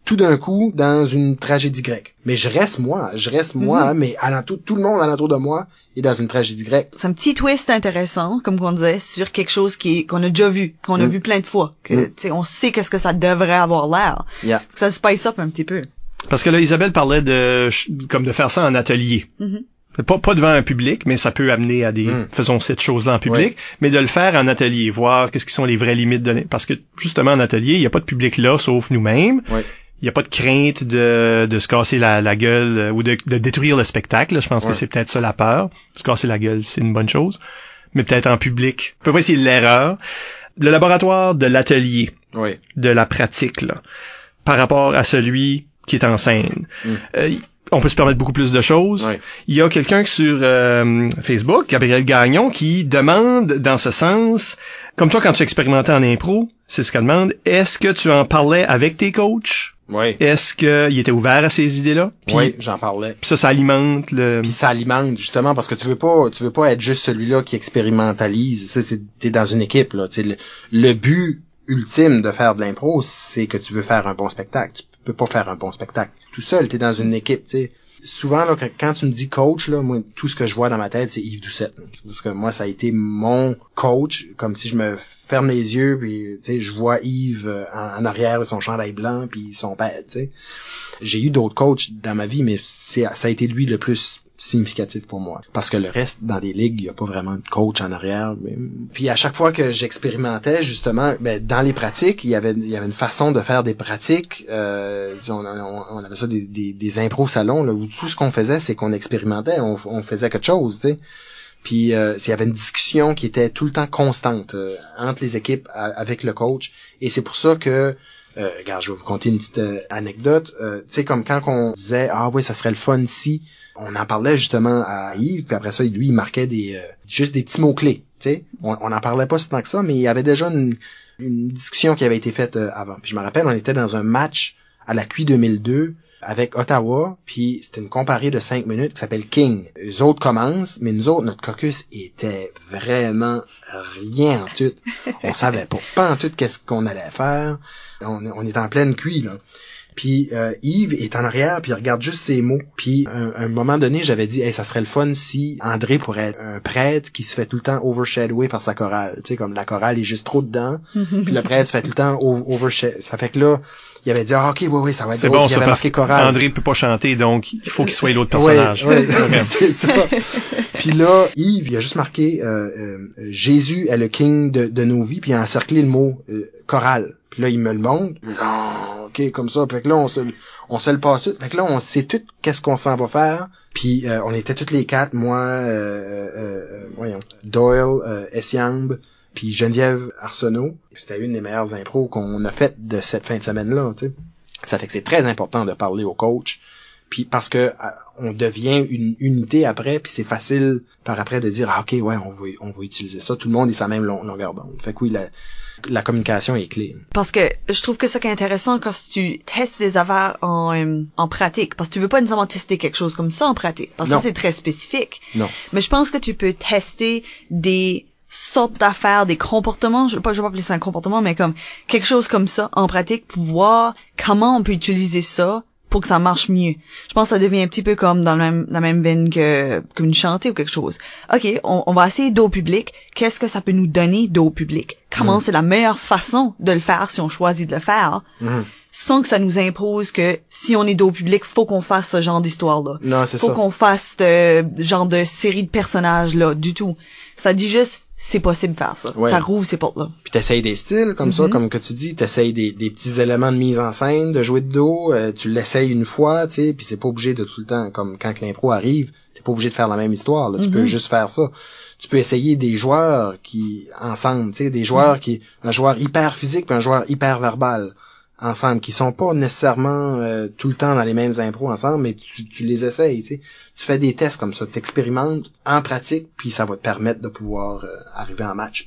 D: tout d'un coup dans une tragédie grecque. Mais je reste moi, je reste moi, mm-hmm. mais alentour, tout le monde alentour de moi est dans une tragédie grecque.
C: C'est un petit twist intéressant, comme on disait, sur quelque chose qui est, qu'on a déjà vu, qu'on a mm. vu plein de fois, que mm. tu sais, on sait qu'est-ce que ça devrait avoir l'air.
D: Yeah.
C: Que ça spice up un petit peu.
B: Parce que là, Isabelle parlait de comme de faire ça en atelier.
C: Mm-hmm.
B: Pas, pas devant un public, mais ça peut amener à des mm. faisons cette chose-là en public, oui. mais de le faire en atelier, voir qu'est-ce qui sont les vraies limites de parce que justement en atelier, il n'y a pas de public là sauf nous-mêmes.
D: Oui.
B: Il n'y a pas de crainte de, de se casser la, la gueule euh, ou de, de détruire le spectacle. Je pense ouais. que c'est peut-être ça la peur. Se casser la gueule, c'est une bonne chose. Mais peut-être en public. À peu près, c'est l'erreur. Le laboratoire de l'atelier,
D: oui.
B: de la pratique, là, par rapport à celui qui est en scène. Mm. Euh, on peut se permettre beaucoup plus de choses.
D: Oui.
B: Il y a quelqu'un sur euh, Facebook, Gabriel Gagnon, qui demande dans ce sens, comme toi quand tu expérimentais en impro, c'est ce qu'elle demande, est-ce que tu en parlais avec tes coachs?
D: Oui.
B: Est-ce qu'il était ouvert à ces idées-là? Puis,
D: oui, j'en parlais.
B: Puis ça, ça alimente le...
D: Puis ça alimente, justement, parce que tu veux pas, tu veux pas être juste celui-là qui expérimentalise. Tu sais, t'es dans une équipe, là. Tu sais, le, le but ultime de faire de l'impro, c'est que tu veux faire un bon spectacle. Tu peux pas faire un bon spectacle tout seul. T'es dans une équipe, tu sais. Souvent, là, quand tu me dis coach, là, moi, tout ce que je vois dans ma tête, c'est Yves Doucette. Parce que moi, ça a été mon coach, comme si je me ferme les yeux, puis, tu sais, je vois Yves en, en arrière de son chandail blanc, puis son père, tu sais. J'ai eu d'autres coachs dans ma vie, mais c'est, ça a été lui le plus significatif pour moi. Parce que le reste, dans des ligues, il n'y a pas vraiment de coach en arrière. Mais... Puis à chaque fois que j'expérimentais, justement, ben, dans les pratiques, il y avait, il y avait une façon de faire des pratiques. Euh, on, on, on avait ça des, des, des impro salons, là, où tout ce qu'on faisait, c'est qu'on expérimentait, on, on faisait quelque chose, tu sais. Puis euh, il y avait une discussion qui était tout le temps constante euh, entre les équipes à, avec le coach. Et c'est pour ça que Euh, regarde, je vais vous conter une petite euh, anecdote. Euh, tu sais, comme quand on disait « Ah oui, ça serait le fun si... » On en parlait justement à Yves, puis après ça, lui, il marquait des euh, juste des petits mots-clés. Tu sais, on n'en parlait pas si tant que ça, mais il y avait déjà une, une discussion qui avait été faite euh, avant. Puis je me rappelle, on était dans un match à la Q I deux mille deux avec Ottawa, puis c'était une comparée de cinq minutes qui s'appelle King. Eux autres commencent, mais nous autres, notre caucus était vraiment rien en tout. On savait pas, pas en tout qu'est-ce qu'on allait faire. On, on est en pleine Q I, là. Puis euh, Yves est en arrière, puis il regarde juste ses mots. Puis à un, un moment donné, j'avais dit, hey, ça serait le fun si André pourrait être un prêtre qui se fait tout le temps overshadowé par sa chorale. Tu sais, comme la chorale est juste trop dedans, puis le prêtre se fait tout le temps overshadowé. Ça fait que là, il avait dit, ah, ok, oui, oui, ça va être
B: c'est
D: drôle.
B: Bon,
D: il
B: ça,
D: avait marqué chorale.
B: André peut pas chanter, donc il faut qu'il soit l'autre personnage.
D: Oui, ouais, c'est ça. Puis là, Yves, il a juste marqué, euh, euh, Jésus est le king de, de nos vies, puis il a encerclé le mot euh, chorale. Puis là, il me le montre. Oh, OK, comme ça. Fait que là, on se, on se le passe tout. Fait que là, on sait tout qu'est-ce qu'on s'en va faire. Puis euh, on était toutes les quatre, moi, euh, euh, voyons, Doyle, euh, Essiambe, puis Geneviève Arsenault. C'était une des meilleures impros qu'on a faites de cette fin de semaine-là, tu sais. Ça fait que c'est très important de parler au coach. Puis parce que euh, on devient une unité après, puis c'est facile par après de dire, ah, OK, ouais, on va, on va utiliser ça. Tout le monde est sa même longueur d'onde. Fait que oui, la, la communication est clé.
C: Parce que je trouve que ça qui est intéressant quand tu testes des affaires en, euh, en pratique, parce que tu veux pas nécessairement tester quelque chose comme ça en pratique, parce que
D: non.
C: ça c'est très spécifique.
D: Non.
C: Mais je pense que tu peux tester des sortes d'affaires, des comportements, je vais pas, je vais pas appeler ça un comportement, mais comme quelque chose comme ça en pratique pour voir comment on peut utiliser ça pour que ça marche mieux. Je pense que ça devient un petit peu comme dans le même, la même veine que, comme une chantée ou quelque chose. OK, on, on va essayer d'eau public. Qu'est-ce que ça peut nous donner d'eau public? Comment mm. c'est la meilleure façon de le faire si on choisit de le faire?
D: Mm.
C: Sans que ça nous impose que si on est d'eau public, faut qu'on fasse ce genre d'histoire-là.
D: Non, c'est
C: faut
D: ça.
C: Faut qu'on fasse ce genre de série de personnages-là, du tout. Ça dit juste, c'est possible de faire ça.
D: Ouais.
C: Ça rouvre ces portes-là.
D: Puis t'essayes des styles comme mm-hmm. ça, comme que tu dis, t'essayes des, des petits éléments de mise en scène, de jouer de dos, euh, tu l'essayes une fois, tu sais, puis c'est pas obligé de tout le temps, comme quand l'impro arrive, t'es pas obligé de faire la même histoire, là, tu mm-hmm. peux juste faire ça. Tu peux essayer des joueurs qui, ensemble, tu sais, des joueurs mm-hmm. qui, un joueur hyper physique puis un joueur hyper verbal, ensemble, qui sont pas nécessairement euh, tout le temps dans les mêmes impros ensemble, mais tu, tu les essayes, tu sais. Tu fais des tests comme ça, t'expérimentes en pratique, puis ça va te permettre de pouvoir euh, arriver en match, puis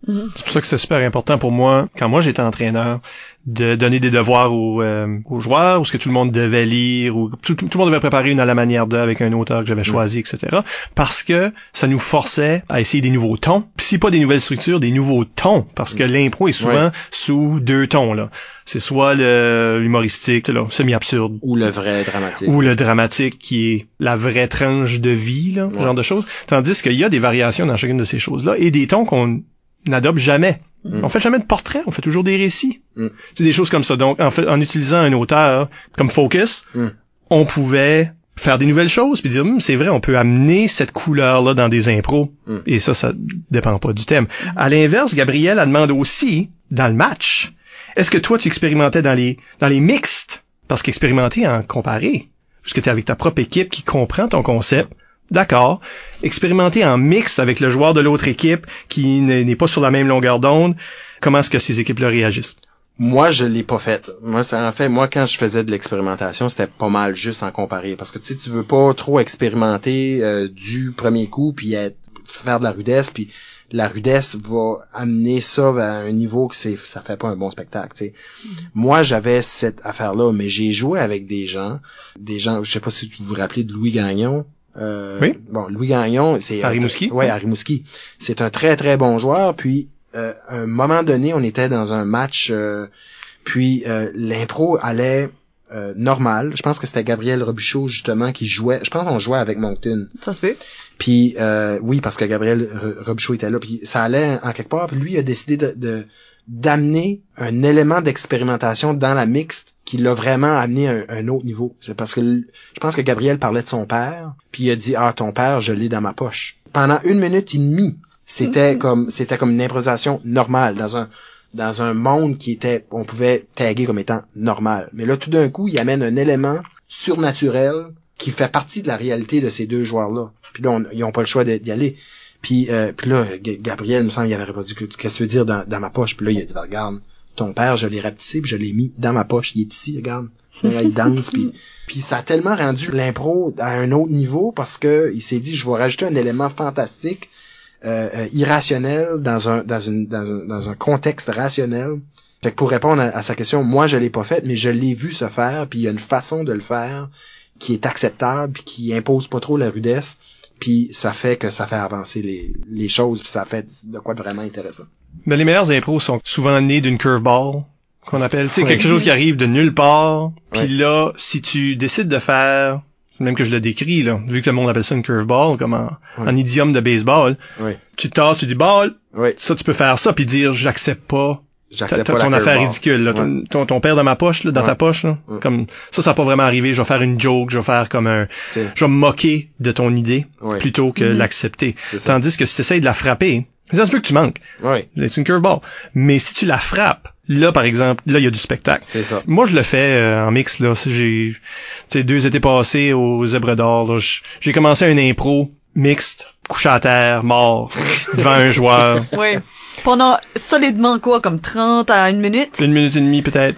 C: Mm-hmm.
B: C'est pour ça que c'était super important pour moi, quand moi j'étais entraîneur, de donner des devoirs aux, euh, aux joueurs, ou ce que tout le monde devait lire, ou tout, tout le monde devait préparer une à la manière d'eux avec un auteur que j'avais choisi, mm. et cetera. Parce que ça nous forçait à essayer des nouveaux tons. Puis si pas des nouvelles structures, des nouveaux tons. Parce que l'impro est souvent ouais. sous deux tons, là. C'est soit le l'humoristique, là, semi-absurde.
D: Ou le vrai dramatique.
B: Ou le dramatique qui est la vraie tranche de vie, là, ouais. ce genre de choses. Tandis qu'il y a des variations dans chacune de ces choses-là et des tons qu'on n'adopte jamais. Mm. On fait jamais de portrait, on fait toujours des récits. Mm. C'est des choses comme ça. Donc, en fait, en utilisant un auteur comme Focus, mm. on pouvait faire des nouvelles choses puis dire, hm, c'est vrai, on peut amener cette couleur-là dans des impros. Mm. Et ça, ça dépend pas du thème. Mm. À l'inverse, Gabrielle, elle demande aussi, dans le match, est-ce que toi, tu expérimentais dans les, dans les mixtes? Parce qu'expérimenter en comparé, puisque tu es avec ta propre équipe qui comprend ton concept, d'accord. Expérimenter en mixte avec le joueur de l'autre équipe qui n'est pas sur la même longueur d'onde, comment est-ce que ces équipes-là réagissent?
D: Moi, je l'ai pas fait. Moi, ça en fait, moi, quand je faisais de l'expérimentation, c'était pas mal juste en comparer. Parce que tu sais, tu veux pas trop expérimenter euh, du premier coup, puis être, faire de la rudesse, puis la rudesse va amener ça à un niveau que c'est, ça fait pas un bon spectacle, tu sais. Mm-hmm. Moi, j'avais cette affaire-là, mais j'ai joué avec des gens, des gens, je sais pas si vous vous rappelez de Louis Gagnon. Euh,
B: oui.
D: Bon, Louis Gagnon, c'est
B: Harry Mouski.
D: Ouais, Harry Mouski. C'est un très très bon joueur. Puis, euh, à un moment donné, on était dans un match, euh, puis euh, l'impro allait euh, normal. Je pense que c'était Gabriel Robichaud justement qui jouait. Je pense qu'on jouait avec Moncton.
C: Ça se peut.
D: Puis euh, oui, parce que Gabriel Robichaud était là. Puis ça allait en quelque part. Puis lui il a décidé de, de d'amener un élément d'expérimentation dans la mixte qui l'a vraiment amené à un, un autre niveau. C'est parce que je pense que Gabriel parlait de son père, puis il a dit « Ah, ton père, je l'ai dans ma poche ». Pendant une minute et demie, c'était mm-hmm. comme c'était comme une improvisation normale dans un dans un monde qui était, on pouvait taguer comme étant normal. Mais là, tout d'un coup, il amène un élément surnaturel qui fait partie de la réalité de ces deux joueurs-là. Puis là, on, ils ont pas le choix d'y aller. Puis, euh, puis là, Gabriel, il me semble, il avait répondu, qu'est-ce que tu veux dire dans, dans ma poche? Puis là, il a dit, ben, regarde, ton père, je l'ai rapetissé, puis je l'ai mis dans ma poche, il est ici, regarde. Là, il danse, puis, puis ça a tellement rendu l'impro à un autre niveau parce que il s'est dit, je vais rajouter un élément fantastique, euh, euh, irrationnel dans un, dans une, dans un, dans un contexte rationnel. Fait que pour répondre à, à sa question, moi, je l'ai pas fait, mais je l'ai vu se faire, puis il y a une façon de le faire qui est acceptable, puis qui impose pas trop la rudesse. Puis ça fait que ça fait avancer les, les choses, puis ça fait de quoi de vraiment intéressant.
B: Mais les meilleurs impros sont souvent nés d'une curveball, qu'on appelle, tu sais, oui. quelque chose qui arrive de nulle part. Puis oui. là, si tu décides de faire, c'est même que je le décris, là, vu que le monde appelle ça une curveball, comme en, oui. en idiome de baseball,
D: oui.
B: tu tasses, tu dis ball,
D: oui.
B: ça tu peux faire ça, puis dire j'accepte pas.
D: J'accepte
B: ta,
D: pas
B: ton
D: la
B: affaire
D: curveball.
B: ridicule, là,
D: ouais.
B: ton, ton père dans ma poche, là, dans
D: ouais.
B: ta poche, là,
D: ouais.
B: comme ça, ça n'a pas vraiment arrivé. Je vais faire une joke, je vais faire comme un,
D: T'sais.
B: je vais me moquer de ton idée
D: ouais.
B: plutôt que
C: mm-hmm.
B: l'accepter. Tandis que si tu essaies de la frapper, ça se peut que tu manques.
D: Ouais.
B: C'est une curveball. Mais si tu la frappes, là, par exemple, là, il y a du spectacle.
D: C'est ça.
B: Moi, je le fais euh, en mix, là. J'ai, tu sais, deux étés passés aux Zèbres d'Or, là, j'ai commencé un impro mixte, couché à terre, mort, devant un joueur.
C: Oui. Pendant solidement quoi, comme trente à une minute?
B: Une minute et demie, peut-être.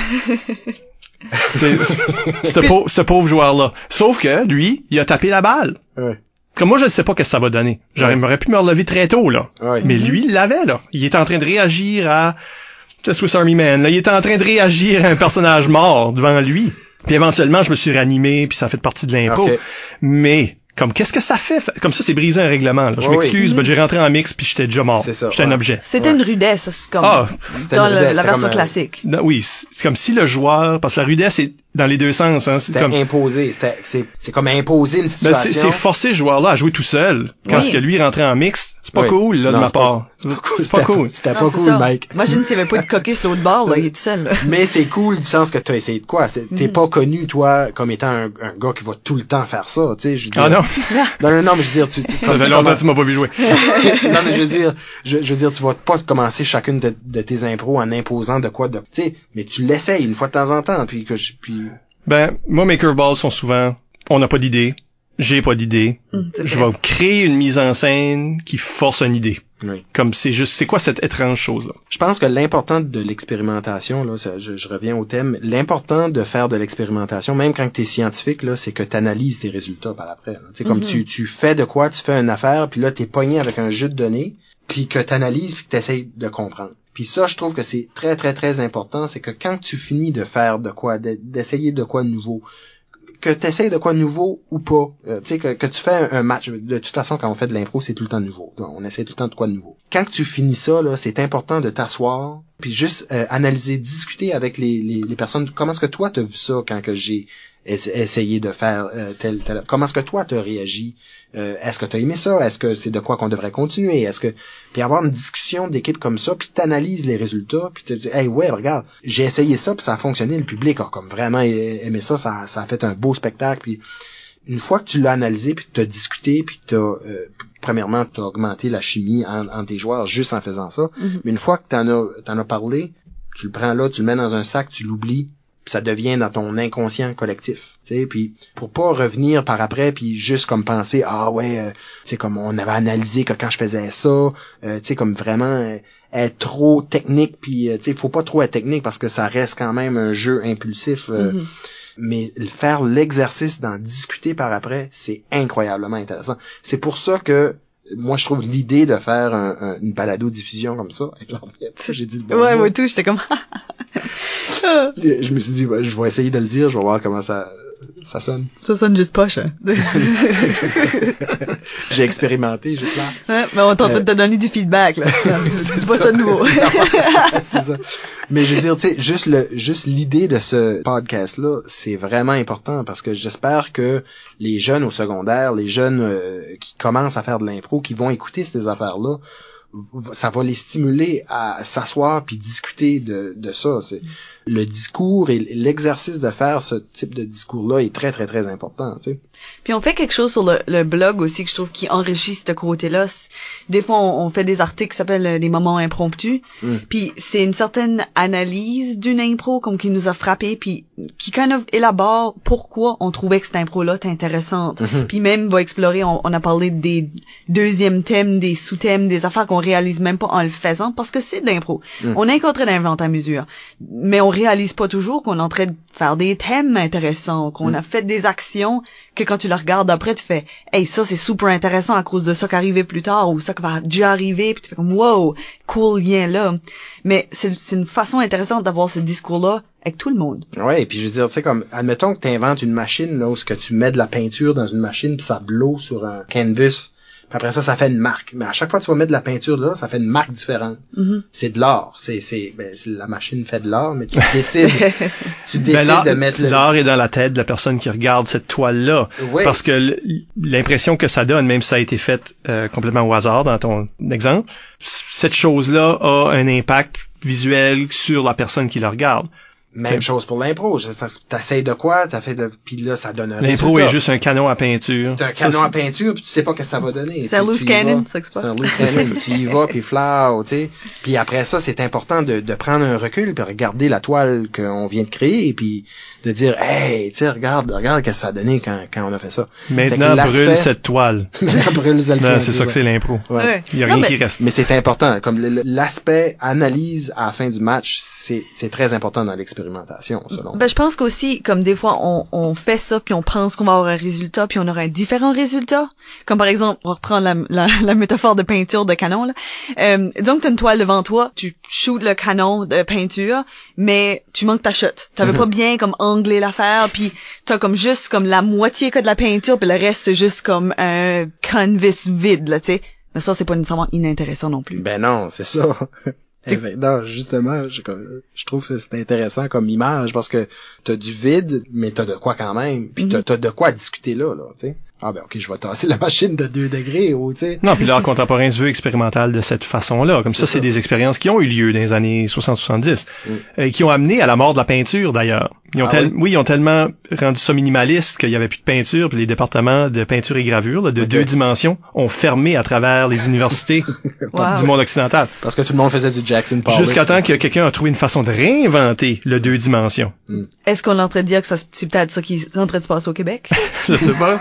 B: C'est ce pauvre, ce pauvre joueur-là. Sauf que, lui, il a tapé la balle.
D: Ouais.
B: Comme moi, je ne sais pas qu'est-ce que ça va donner. J'aurais
D: ouais.
B: pu me relever très tôt, là.
D: Ouais.
B: Mais lui, il l'avait, là. Il est en train de réagir à The Swiss Army Man, là. Il est en train de réagir à un personnage mort devant lui. Puis éventuellement, je me suis ranimé, puis ça fait partie de l'impro.
D: Okay.
B: Mais... Comme, qu'est-ce que ça fait? Comme ça, c'est briser un règlement, là. Je
D: oui,
B: m'excuse,
D: oui.
B: ben, j'ai rentré en mix puis j'étais déjà mort.
D: C'est ça.
B: J'étais
D: ouais.
B: un objet.
C: C'était
D: ouais.
C: une rudesse, c'est comme,
B: ah,
C: dans
D: une
C: le,
D: rudesse,
C: la version
D: comme,
C: classique.
B: Non, oui, c'est comme si le joueur, parce que la rudesse, c'est dans les deux sens, hein.
D: C'était
B: comme,
D: imposé. C'était, c'est, c'est comme imposer une
B: ben,
D: situation.
B: c'est, c'est forcer ce joueur-là à jouer tout seul. Quand
C: oui.
B: que lui rentrait en mix, c'est pas
D: oui.
B: cool, là,
D: non,
B: de ma
D: c'est
B: part.
D: Pas, c'est pas cool.
B: C'est pas cool.
D: C'était
C: non,
D: pas
C: c'est
D: cool,
C: ça.
D: Mike.
C: Imagine s'il y avait pas de caucus l'autre bord, là, il est tout seul, là.
D: Mais c'est cool du sens que t'as essayé de quoi. C'est, t'es mm. pas connu, toi, comme étant un, un gars qui va tout le temps faire ça, tu sais, je veux dire.
B: Ah non?
D: non, non, non, mais je veux dire, tu, tu
B: ça fait longtemps que tu m'as pas vu jouer.
D: non, mais je veux dire, je, je veux dire, tu vas pas commencer chacune de, de tes impros en imposant de quoi de, tu sais, mais tu l'essayes une fois de temps en temps, puis que je, puis.
B: Ben, moi, mes curveballs sont souvent, on n'a pas d'idée, j'ai pas d'idée,
C: mmh,
B: je vais créer une mise en scène qui force une idée.
D: Oui.
B: Comme c'est juste, c'est quoi cette étrange chose-là?
D: Je pense que l'important de l'expérimentation, là, ça, je, je reviens au thème, l'important de faire de l'expérimentation, même quand t'es scientifique, là, c'est que t'analyses tes résultats par après. Tu sais, comme mm-hmm. tu, tu fais de quoi, tu fais une affaire, puis là, t'es pogné avec un jeu de données, puis que t'analyses, puis que t'essayes de comprendre. Puis ça, je trouve que c'est très, très, très important, c'est que quand tu finis de faire de quoi, d'essayer de quoi de nouveau, que tu essayes de quoi de nouveau ou pas, euh, tu sais, que, que tu fais un, un match, de toute façon, quand on fait de l'impro, c'est tout le temps nouveau. On essaie tout le temps de quoi de nouveau. Quand tu finis ça, là, c'est important de t'asseoir, puis juste euh, analyser, discuter avec les, les, les personnes. Comment est-ce que toi, t'as vu ça quand que j'ai essayer de faire euh, tel tel comment est-ce que toi t'as réagi, euh, est-ce que t'as aimé ça, est-ce que c'est de quoi qu'on devrait continuer, est-ce que puis avoir une discussion d'équipe comme ça, puis t'analyses les résultats, puis te dis hey ouais regarde j'ai essayé ça puis ça a fonctionné, le public a comme vraiment aimé ça, ça ça a fait un beau spectacle, puis une fois que tu l'as analysé puis que t'as discuté puis que t'as euh, premièrement t'as augmenté la chimie entre en tes joueurs juste en faisant ça, mm-hmm. mais une fois que t'en as t'en as parlé, tu le prends là, tu le mets dans un sac, tu l'oublies, ça devient dans ton inconscient collectif, tu sais, puis pour pas revenir par après puis juste comme penser ah ouais euh, tu sais comme on avait analysé que quand je faisais ça euh, tu sais comme vraiment euh, être trop technique puis euh, tu sais faut pas trop être technique parce que ça reste quand même un jeu impulsif euh, mm-hmm. mais faire l'exercice d'en discuter par après, c'est incroyablement intéressant. C'est pour ça que moi, je trouve l'idée de faire un, un, une balado-diffusion comme ça, j'ai dit le bon
C: ouais,
D: mot.
C: moi tout, j'étais comme...
D: je me suis dit, ouais, je vais essayer de le dire, je vais voir comment ça, ça sonne.
C: Ça sonne juste poche, hein.
D: J'ai expérimenté juste là.
C: Ouais, mais on est en train de te donner du feedback, là. C'est pas ça, ça de nouveau.
D: C'est ça. Mais je veux dire, tu sais, juste le, juste l'idée de ce podcast-là, c'est vraiment important parce que j'espère que les jeunes au secondaire, les jeunes euh, qui commencent à faire de l'impro, qui vont écouter ces affaires-là, ça va les stimuler à s'asseoir puis discuter de, de ça. C'est le discours et l'exercice de faire ce type de discours-là est très, très, très important, tu sais.
C: Puis on fait quelque chose sur le, le blog aussi que je trouve qui enrichit ce côté-là. Des fois, on, on fait des articles qui s'appellent des moments impromptus. Mm. Puis c'est une certaine analyse d'une impro comme qui nous a frappé puis qui kind of élabore pourquoi on trouvait que cette impro-là était intéressante. Mm-hmm. Puis même va explorer, on, on a parlé des deuxièmes thèmes, des sous-thèmes, des affaires qu'on réalise même pas en le faisant parce que c'est de l'impro. Mm. On est en train d'inventer à mesure. Mais on réalise pas toujours qu'on est en train de faire des thèmes intéressants, qu'on mm. a fait des actions que quand tu le regardes après, tu fais « Hey, ça, c'est super intéressant à cause de ça qui arrivait plus tard ou ça qui va déjà arriver. » Puis tu fais comme « Wow, cool lien là. » Mais c'est, c'est une façon intéressante d'avoir ce discours-là avec tout le monde.
D: Ouais, et puis je veux dire, tu sais, comme, admettons que tu inventes une machine là où ce que tu mets de la peinture dans une machine puis ça blow sur un canvas. Puis après ça, ça fait une marque. Mais à chaque fois que tu vas mettre de la peinture là, ça fait une marque différente. Mm-hmm. C'est de l'art. C'est, c'est, ben, c'est, la machine fait de l'art, mais tu décides, tu décides ben de mettre le...
B: L'art est dans la tête de la personne qui regarde cette toile-là. Oui. Parce que l'impression que ça donne, même si ça a été fait euh, complètement au hasard dans ton exemple, cette chose-là a un impact visuel sur la personne qui la regarde.
D: Même T'sais, chose pour l'impro, parce que t'essayes de quoi, t'as fait de, puis là ça donne un
B: l'impro résultat. Est juste un canon à peinture.
D: C'est un canon ça, à peinture, puis tu sais pas ce que ça va donner.
C: C'est un loose cannon, c'est
D: c'est un loose cannon, tu y vas puis flow, tu sais. Puis après ça, c'est important de, de prendre un recul puis regarder la toile qu'on vient de créer, puis de dire hey, tu sais, regarde, regarde qu'est-ce que ça a donné quand quand on a fait ça.
B: Maintenant brûle cette toile.
D: Maintenant brûle cette
B: toile. C'est ça que c'est l'impro.
D: Ouais.
C: Ouais.
B: Il y a
C: non,
B: rien
C: mais...
B: qui reste.
D: Mais c'est important, comme l'aspect analyse à la fin du match, c'est c'est très important dans l'expérimentation, selon.
C: Ben je pense qu'aussi comme des fois on on fait ça puis on pense qu'on va avoir un résultat puis on aura un différent résultat. Comme par exemple, on reprend la la, la métaphore de peinture de canon là. Euh, disons que t'as une toile devant toi, tu shoots le canon de peinture, mais tu manques ta shot. T'avais mm-hmm. pas bien comme anglé l'affaire puis t'as comme juste comme la moitié que de la peinture puis le reste c'est juste comme un canvas vide là, tu sais. Mais ça c'est pas nécessairement inintéressant non plus.
D: Ben non, c'est ça. Eh ben, non, justement, je, je trouve que c'est intéressant comme image parce que t'as du vide, mais t'as de quoi quand même. Puis t'as, t'as de quoi discuter là, là, tu sais. Ah ben ok, je vais tasser la machine de deux degrés, ou tu sais.
B: Non, puis l'art contemporain se veut expérimental de cette façon-là. Comme c'est ça, ça, c'est des expériences qui ont eu lieu dans les années soixante soixante-dix, mm. et qui ont amené à la mort de la peinture d'ailleurs. Ils ont ah, tel... oui? oui, ils ont tellement rendu ça minimaliste qu'il y avait plus de peinture, puis les départements de peinture et gravure là, de okay. deux dimensions ont fermé à travers les universités wow. du monde occidental.
D: Parce que tout le monde faisait du Jackson Pollock.
B: Jusqu'à temps que quelqu'un a trouvé une façon de réinventer le deux dimensions.
C: Mm. Est-ce qu'on est en train de dire que ça, c'est peut-être ça qui est en train de se passer au Québec?
B: Je sais pas.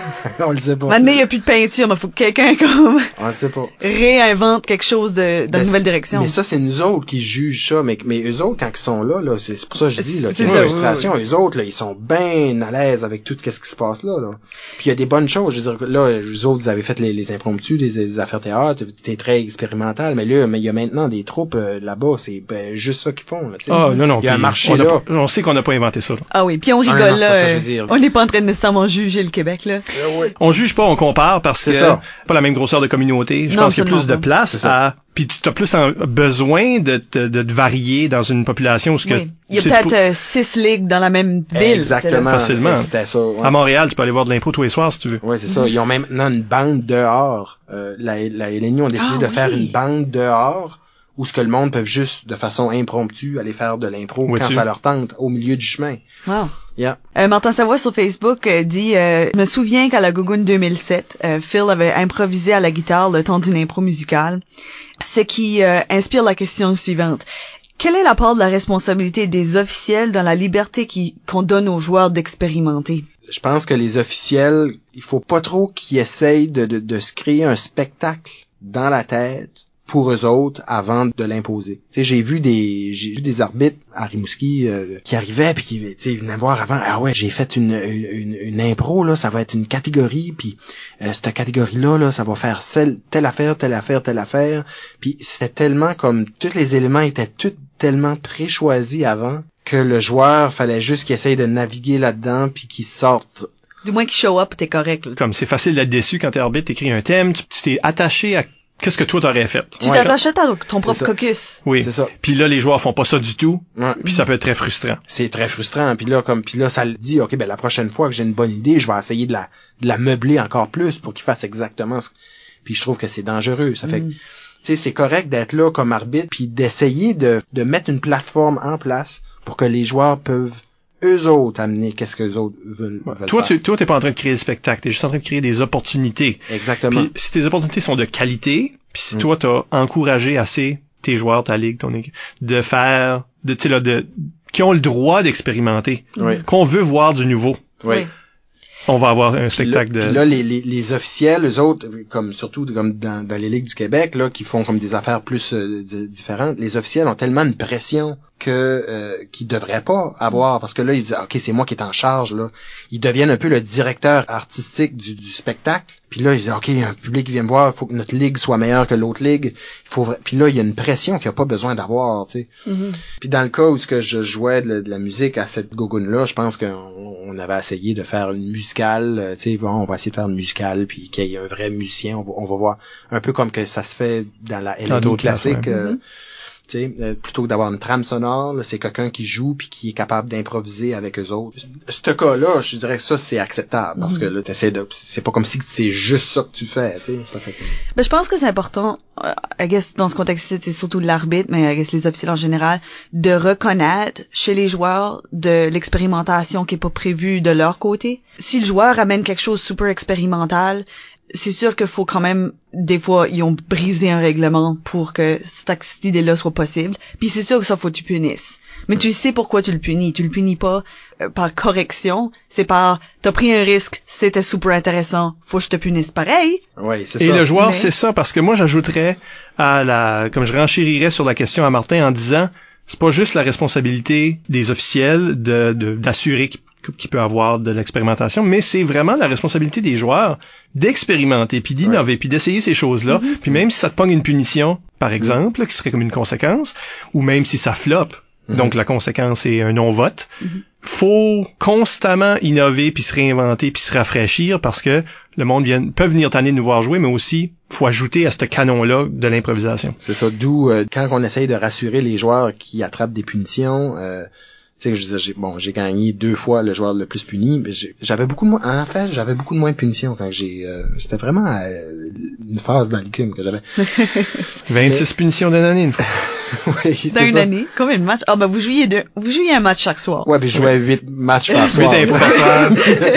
D: on le sait pas.
C: Maintenant, il n'y a plus de peinture, mais faut que quelqu'un comme
D: On le sait pas.
C: réinvente quelque chose de, dans
D: Ben,
C: une nouvelle direction.
D: Mais ça, c'est nous autres qui jugent ça. Mais, mais eux autres, quand ils sont là, là, c'est, c'est pour ça que je dis, là,
C: C'est
D: c'est
C: ça,
D: une frustration.
C: oui, oui.
D: Eux autres, là, ils sont bien à l'aise avec tout ce qui se passe là, là. Puis il y a des bonnes choses. Je veux dire, là, eux autres, vous avez fait les, les impromptus, les, les affaires théâtre, t'es très expérimental. Mais là, mais il y a maintenant des troupes euh, là-bas, c'est ben, juste ça qu'ils font. Là,
B: ah, non, non.
D: Il y a un marché
B: on
D: là.
B: Pas, on sait qu'on n'a pas inventé ça. Là.
C: Ah oui, puis on rigole
D: Ah, non, c'est
C: là.
D: pas ça que je
C: euh,
D: veux dire.
C: on n'est pas en train de nécessairement juger le Québec là.
D: Euh, oui.
B: On juge pas, on compare parce
D: C'est
B: que
D: ça.
B: pas la même grosseur de communauté. Je
C: Non,
B: pense qu'il y a plus de
C: absolument
B: place
D: C'est ça.
B: à puis tu as plus en, besoin de te, de te varier dans une population où ce que
C: Oui. Il y a
B: c'est-
C: peut-être
B: tu
C: euh, six ligues dans la même ville.
D: Exactement.
B: Facilement.
D: C'était ça. Ouais.
B: peux- à Montréal, tu peux aller voir de l'impro tous les soirs si tu veux.
D: Oui, c'est ça. Ils ont même maintenant une bande dehors. Euh, la, la L N I ont décidé
C: Ah,
D: de
C: oui.
D: faire une bande dehors où ce que le monde peut juste, de façon impromptue, aller faire de l'impro
B: Oui,
D: quand
B: tu-
D: ça leur tente, au milieu du chemin.
C: Wow.
D: Yeah.
C: Euh, Martin Savoie sur Facebook euh, dit euh, je me souviens qu'à la Gougoune deux mille sept, euh, Phil avait improvisé à la guitare le temps d'une impro musicale, ce qui euh, inspire la question suivante. Quelle est la part de la responsabilité des officiels dans la liberté qui, qu'on donne aux joueurs d'expérimenter?
D: Je pense que les officiels, il faut pas trop qu'ils essayent de, de, de se créer un spectacle dans la tête pour eux autres avant de l'imposer. Tu sais, j'ai vu des j'ai vu des arbitres à Rimouski euh, qui arrivaient puis qui tu sais venaient me voir avant. Ah ouais, j'ai fait une, une une impro là, ça va être une catégorie puis euh, cette catégorie là là, ça va faire celle, telle affaire, telle affaire, telle affaire. Puis c'était tellement comme tous les éléments étaient tout tellement pré-choisis avant que le joueur fallait juste qu'il essaye de naviguer là-dedans puis qu'il sorte.
C: Du moins qu'ils show up, t'es correct. Là.
B: Comme c'est facile d'être déçu quand t'es arbitre, t'écris un thème, tu, tu t'es attaché à qu'est-ce que toi t'aurais fait.
C: Tu
D: Ouais.
C: t'attachais à ton propre
D: ça.
C: caucus.
B: Oui.
D: C'est ça.
B: Puis là, les joueurs font pas ça du tout.
D: Ouais.
B: Puis ça peut être très frustrant.
D: C'est très frustrant. Puis là, comme puis là, ça le dit, ok, ben la prochaine fois que j'ai une bonne idée, je vais essayer de la de la meubler encore plus pour qu'il fasse exactement ce. Puis je trouve que c'est dangereux. Ça fait que,
C: Mm.
D: tu sais, c'est correct d'être là comme arbitre puis d'essayer de de mettre une plateforme en place pour que les joueurs peuvent eux autres amener qu'est-ce que les autres veulent.
B: Ouais.
D: veulent
B: Toi,
D: faire.
B: tu, toi, t'es pas en train de créer le spectacle, t'es juste en train de créer des opportunités.
D: Exactement.
B: Puis si tes opportunités sont de qualité, puis si
D: Mm.
B: toi t'as encouragé assez tes joueurs, ta ligue, ton équipe, de faire, de tu sais là, de qui ont le droit d'expérimenter,
D: Oui.
B: qu'on veut voir du nouveau,
D: Oui.
C: Oui.
B: on va avoir un
D: Puis là,
B: spectacle de.
D: puis là, les, les, les officiels, eux autres, comme surtout comme dans, dans les ligues du Québec, là, qui font comme des affaires plus euh, di- différentes, les officiels ont tellement une pression que euh, qu'ils devraient pas avoir, parce que là, ils disent, ok, c'est moi qui est en charge, là. Ils deviennent un peu le directeur artistique du, du spectacle. Puis là, ils disent, ok, il y a un public qui vient me voir, il faut que notre ligue soit meilleure que l'autre ligue. Il faut, vra- puis là, il y a une pression qu'il n'y a pas besoin d'avoir, tu sais.
C: Mhm.
D: Puis dans le cas où ce que je jouais de, la- de la musique à cette gogoune-là, je pense qu'on on avait essayé de faire une musicale, euh, tu sais, bon, on va essayer de faire une musicale, puis qu'il y ait un vrai musicien, on va, on va voir un peu comme que ça se fait dans la L N I
B: d'autres
D: classique,
B: classes, ouais.
D: euh,
C: Mhm.
D: tu sais, euh, plutôt que d'avoir une trame sonore, là, c'est quelqu'un qui joue puis qui est capable d'improviser avec eux autres. Ce cas-là, je dirais que ça c'est acceptable parce que là t'essaies de, c'est pas comme si c'est juste ça que tu fais, tu sais, ça fait que...
C: Ben, je pense que c'est important, euh, I guess, dans ce contexte-ci, c'est surtout l'arbitre, mais I guess les officiels en général, de reconnaître chez les joueurs de l'expérimentation qui est pas prévue de leur côté. Si le joueur amène quelque chose super expérimental, c'est sûr qu'il faut quand même, des fois, ils ont brisé un règlement pour que cette, cette idée-là soit possible. Puis c'est sûr que ça, faut que tu punisses. Mais tu sais pourquoi tu le punis. Tu le punis pas euh, par correction. C'est par, t'as pris un risque, c'était super intéressant, faut que je te punisse pareil.
D: Ouais, c'est
B: Et
D: ça.
B: le joueur,
C: Mais-
B: c'est ça, parce que moi, j'ajouterais à la, comme je renchérirais sur la question à Martin en disant, c'est pas juste la responsabilité des officiels de, de, d'assurer qu'il, qu'il peut avoir de l'expérimentation, mais c'est vraiment la responsabilité des joueurs d'expérimenter, puis d'innover, puis d'essayer ces choses-là, puis même si ça te pogne une punition, par exemple, là, qui serait comme une conséquence, ou même si ça floppe,
D: Mhm.
B: donc la conséquence est un non-vote, faut constamment innover, puis se réinventer, puis se rafraîchir, parce que le monde vient, peut venir tanner de nous voir jouer, mais aussi, faut ajouter à ce canon-là de l'improvisation.
D: C'est ça, d'où euh, quand on essaye de rassurer les joueurs qui attrapent des punitions, euh, tu sais, je veux dire, j'ai, bon, j'ai gagné deux fois le joueur le plus puni, mais j'ai- j'avais beaucoup de moins, en fait, j'avais beaucoup de moins de punitions quand j'ai, euh, c'était vraiment euh, une phase dans le cum que j'avais.
B: vingt-six punitions d'une année, une fois.
D: Oui, c'est
C: Dans une
D: ça.
C: année, combien de matchs? Ah, ben, vous jouiez deux, vous jouiez un match chaque soir.
D: Ouais, puis je jouais huit matchs par soir.
B: Huit impôts par soir.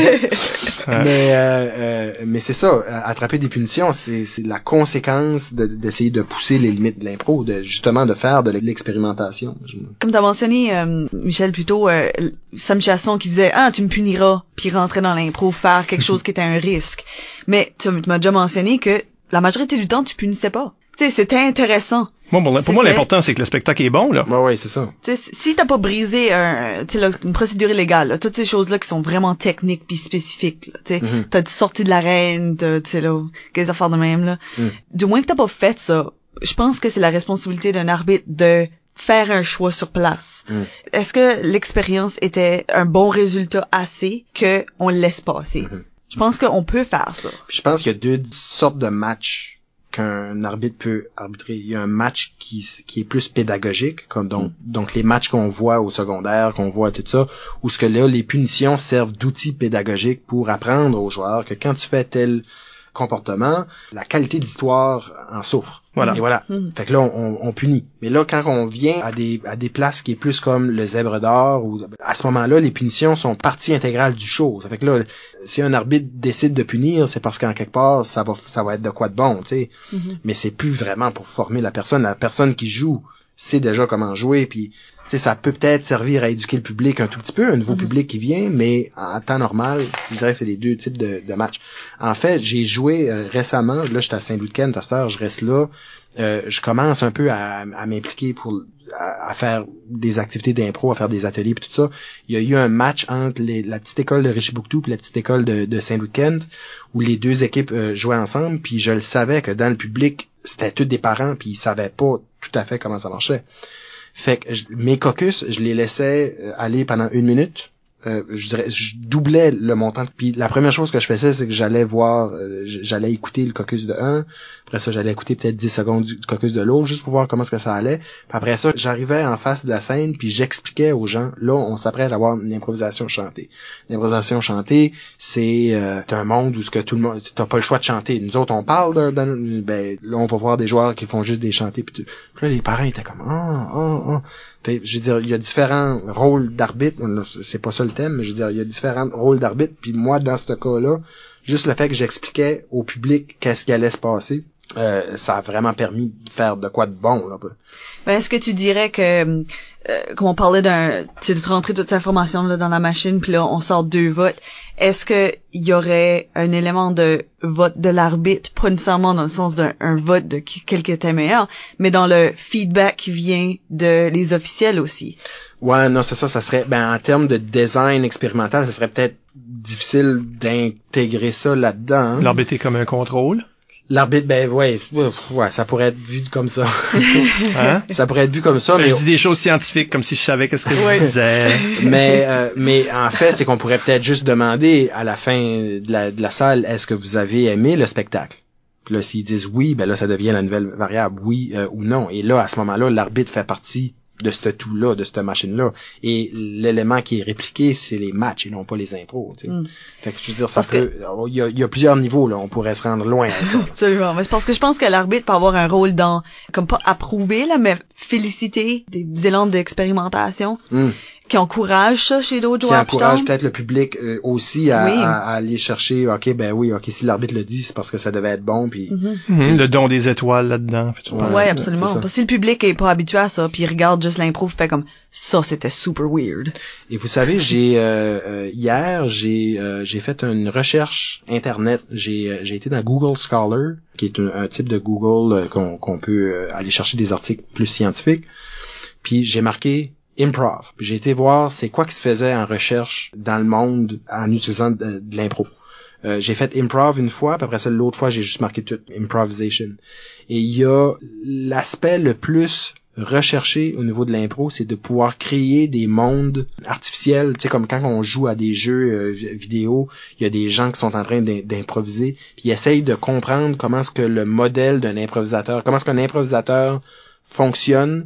B: Ouais.
D: Mais euh, euh, mais c'est ça, attraper des punitions, c'est c'est la conséquence de d'essayer de pousser les limites de l'impro, de justement de faire de l'expérimentation.
C: Comme t'as mentionné, euh, Michel, plutôt euh, Sam Chasson qui faisait ah tu me puniras, puis rentrer dans l'impro, faire quelque chose qui était un risque. Mais tu m'as déjà mentionné que la majorité du temps tu punissais pas. Tu sais, c'était intéressant.
B: Bon, bon, pour
C: C'était...
B: moi, l'important, c'est que le spectacle est bon, là.
D: Ouais, ouais, c'est ça.
C: Tu sais, si t'as pas brisé un, tu sais, là, une procédure illégale, là, toutes ces choses-là qui sont vraiment techniques puis spécifiques, là, tu sais,
D: Mm-hmm.
C: t'as sorti de l'arène, tu sais, là, des affaires de même, là.
D: Mm.
C: Du moins que t'as pas fait ça, je pense que c'est la responsabilité d'un arbitre de faire un choix sur place.
D: Mm.
C: Est-ce que l'expérience était un bon résultat assez que on le laisse passer?
D: Mm-hmm.
C: Je pense qu'on peut faire ça.
D: Puis je pense qu'il y a deux sortes de matchs qu'un arbitre peut arbitrer. Il y a un match qui, qui est plus pédagogique, comme donc, mm. donc les matchs qu'on voit au secondaire, qu'on voit tout ça, où ce que là, les punitions servent d'outils pédagogiques pour apprendre aux joueurs que quand tu fais tel comportement, la qualité de l'histoire en souffre.
B: Voilà.
D: Et voilà.
C: Mm.
D: Fait que là, on, on punit. Mais là, quand on vient à des, à des places qui est plus comme le Zèbre d'or, ou à ce moment-là, les punitions sont partie intégrale du show. Ça fait que là, si un arbitre décide de punir, c'est parce qu'en quelque part, ça va, ça va être de quoi de bon, tu sais.
C: Mm-hmm.
D: Mais c'est plus vraiment pour former la personne. La personne qui joue sait déjà comment jouer, puis tu sais, ça peut peut-être servir à éduquer le public un tout petit peu, un nouveau mm-hmm. public qui vient, mais en temps normal, je dirais que c'est les deux types de, de matchs. En fait, j'ai joué euh, récemment, là, j'étais à Saint-Louis-de-Kent, à cette heure, je reste là, euh, je commence un peu à, à m'impliquer pour à, à faire des activités d'impro, à faire des ateliers puis tout ça. Il y a eu un match entre les, la petite école de Richibouctou et la petite école de, de Saint-Louis-de-Kent, où les deux équipes euh, jouaient ensemble, puis je le savais que dans le public, c'était tous des parents, puis ils savaient pas tout à fait comment ça marchait. Fait que je, mes caucus, je les laissais aller pendant une minute. Euh, je dirais, je doublais le montant. Puis la première chose que je faisais, c'est que j'allais voir, euh, j'allais écouter le caucus de un. Après ça, j'allais écouter peut-être dix secondes du caucus de l'autre, juste pour voir comment est-ce que ça allait. Puis après ça, j'arrivais en face de la scène, puis j'expliquais aux gens, là, on s'apprête à avoir une improvisation chantée. L'improvisation chantée, c'est euh, un monde où ce que tout le monde, t'as pas le choix de chanter. Nous autres, on parle de, de, ben là, on va voir des joueurs qui font juste des chantés. Puis, puis là, les parents étaient comme, ah, ah, ah. Fait, je veux dire, il y a différents rôles d'arbitre. C'est pas ça le thème, mais je veux dire, il y a différents rôles d'arbitre. Puis moi, dans ce cas-là, juste le fait que j'expliquais au public qu'est-ce qui allait se passer, euh, ça a vraiment permis de faire de quoi de bon, là.
C: Ben, est-ce que tu dirais que, euh, comme on parlait d'un, tu sais, de rentrer toute cette information là dans la machine, puis là, on sort deux votes, est-ce que il y aurait un élément de vote de l'arbitre, pas nécessairement dans le sens d'un un vote de qui, quel qui était meilleur, mais dans le feedback qui vient de les officiels aussi?
D: Ouais, non, c'est ça, ça serait, ben, en termes de design expérimental, ça serait peut-être difficile d'intégrer ça là-dedans. Hein?
B: L'arbitre est comme un contrôle.
D: L'arbitre, ben ouais, ouais, ça pourrait être vu comme ça.
B: Hein?
D: Ça pourrait être vu comme ça, mais
B: je dis des choses scientifiques comme si je savais qu'est-ce que je disais.
D: mais euh, mais en fait, c'est qu'on pourrait peut-être juste demander à la fin de la, de la salle, est-ce que vous avez aimé le spectacle? Puis là, s'ils disent oui, ben là, ça devient la nouvelle variable, oui euh, ou non. Et là, à ce moment-là, l'arbitre fait partie de ce tout-là, de cette machine-là. Et l'élément qui est répliqué, c'est les matchs et non pas les impros. Tu sais. Mm. Fait que je veux dire, ça peut. Il y a, il y a plusieurs niveaux, là. On pourrait se rendre loin à ça.
C: Absolument. Mais c'est parce que je pense que l'arbitre peut avoir un rôle dans, comme pas approuver, là, mais féliciter des élans d'expérimentation. Mm. Qui encourage ça chez d'autres joueurs.
D: Qui encourage peut-être le public euh, aussi à, oui. à, à aller chercher, ok, ben oui, ok, si l'arbitre le dit, c'est parce que ça devait être bon, puis
B: mm-hmm. mm-hmm. le don des étoiles là-dedans.
C: Ouais, ouais, absolument. Parce que si le public est pas habitué à ça, puis il regarde juste l'impro, fait comme ça, c'était super weird.
D: Et vous savez, j'ai euh, euh, hier, j'ai euh, j'ai fait une recherche internet. J'ai euh, j'ai été dans Google Scholar, qui est un, un type de Google euh, qu'on qu'on peut euh, aller chercher des articles plus scientifiques. Puis j'ai marqué improv. Puis j'ai été voir c'est quoi qui se faisait en recherche dans le monde en utilisant de, de l'impro. Euh, j'ai fait improv une fois, puis après ça, l'autre fois, j'ai juste marqué tout improvisation. Et il y a l'aspect le plus recherché au niveau de l'impro, c'est de pouvoir créer des mondes artificiels. Tu sais, comme quand on joue à des jeux euh, vidéo, il y a des gens qui sont en train d'improviser, puis ils essayent de comprendre comment est-ce que le modèle d'un improvisateur, comment est-ce qu'un improvisateur fonctionne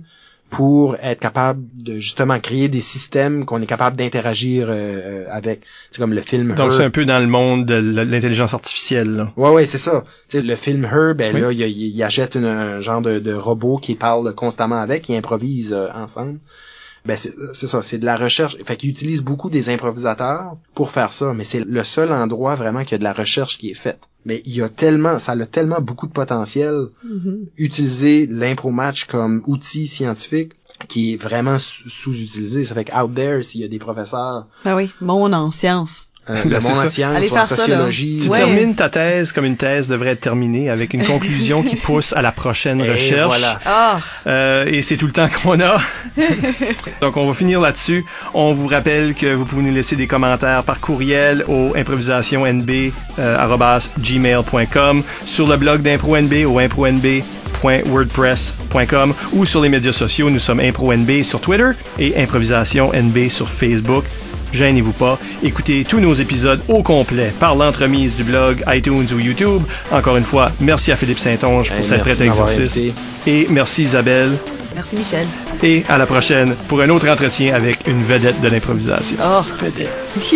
D: pour être capable de justement créer des systèmes qu'on est capable d'interagir euh, avec. C'est comme le film
B: Donc
D: Her.
B: c'est un peu dans le monde de l'intelligence artificielle. Là.
D: Ouais, ouais, c'est ça. Tu sais, le film Her, ben
B: oui.
D: là, il, il, il achète une, un genre de, de robot qui parle constamment avec, qui improvise euh, ensemble. Ben c'est, c'est ça, c'est de la recherche. Fait qu'il utilise beaucoup des improvisateurs pour faire ça, mais c'est le seul endroit vraiment qu'il y a de la recherche qui est faite. Mais il y a tellement, ça a tellement beaucoup de potentiel. Mm-hmm. Utiliser l'impro match comme outil scientifique qui est vraiment sous-utilisé. Ça fait que out there, s'il y a des professeurs.
C: Ben oui, mon en sciences.
D: Euh, le monde en sciences ou en sociologie.
B: Tu
C: ouais.
B: termines ta thèse comme une thèse devrait être terminée avec une conclusion qui pousse à la prochaine
D: et
B: recherche.
D: Voilà.
C: Ah.
B: Euh, et c'est tout le temps qu'on a. Donc on va finir là-dessus. On vous rappelle que vous pouvez nous laisser des commentaires par courriel au improvisationnb arobase gmail point com, sur le blog d'ImproNB au impronb point wordpress point com ou sur les médias sociaux. Nous sommes ImproNB sur Twitter et ImprovisationNB sur Facebook. Gênez-vous pas. Écoutez tous nos épisodes au complet par l'entremise du blog, iTunes ou YouTube. Encore une fois, merci à Philippe Saint-Onge pour hey, cet prêt exercice. Et merci Isabelle.
C: Merci Michel.
B: Et à la prochaine pour un autre entretien avec une vedette de l'improvisation.
C: Oh, vedette.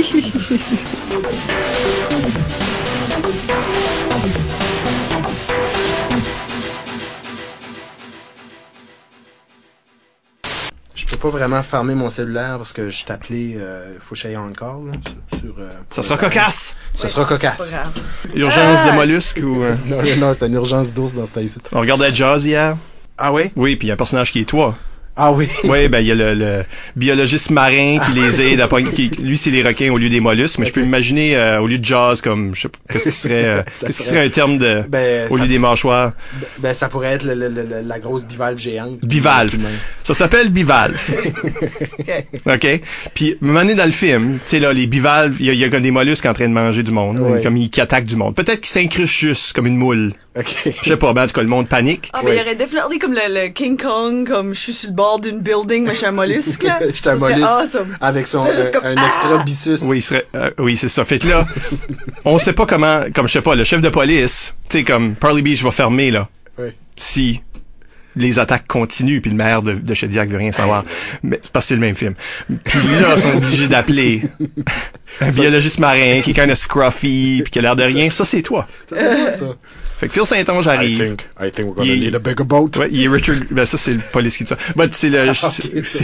D: Je peux pas vraiment fermer mon cellulaire parce que je t'appelais euh, faut que j'aille encore là, sur, sur euh,
B: ça sera cocasse.
D: Ça oui, sera cocasse.
B: Urgence ah! de mollusque ou euh...
D: non non, c'est une urgence d'ours dans cette ici.
B: On regardait Jaws hier.
D: Ah oui?
B: Oui, puis il y a un personnage qui est toi.
D: Ah oui?
B: Oui, ben il y a le, le biologiste marin qui les aide à qui, lui c'est les requins au lieu des mollusques, mais okay. Je peux imaginer euh, au lieu de Jaws comme je sais pas, qu'est-ce qui serait euh, qu'est-ce qui serait un terme de
D: ben,
B: au lieu
D: ça,
B: des mâchoires.
D: Ben ça pourrait être le, le, le, la grosse bivalve géante.
B: Bivalve. Ça s'appelle bivalve. OK. Puis un moment donné dans le film, tu sais là les bivalves, il y a, y a comme des mollusques en train de manger du monde, oui. Comme ils qui attaquent du monde. Peut-être qu'ils s'incrustent juste comme une moule.
D: OK.
B: Je sais pas, ben en tout cas le monde panique.
C: Ah mais il y aurait définitivement comme le, le King Kong comme je suis sur le bord d'une building mais je suis un mollusque là.
D: Je suis un mollusque awesome. Avec son euh, comme, un ah! extra byssus.
B: Oui, il serait euh, oui, c'est ça. Fait que là, on sait pas comment comme je sais pas, le chef de police, tu sais comme Parley Beach va fermer là.
D: Oui.
B: Si les attaques continuent puis le maire de, de Shediac veut rien savoir. Mais parce que c'est le même film. Puis là, ils sont obligés d'appeler un ça, biologiste marin qui est kind of scruffy puis qui a l'air de rien. Ça, c'est toi.
D: Ça, c'est moi, ça.
B: Fait que Phil Saint-Onge arrive.
D: I think, I think we're gonna il, need a bigger boat.
B: Ouais, il est Richard, ben ça c'est le police qui dit ça. Ben c'est le, okay. c'est,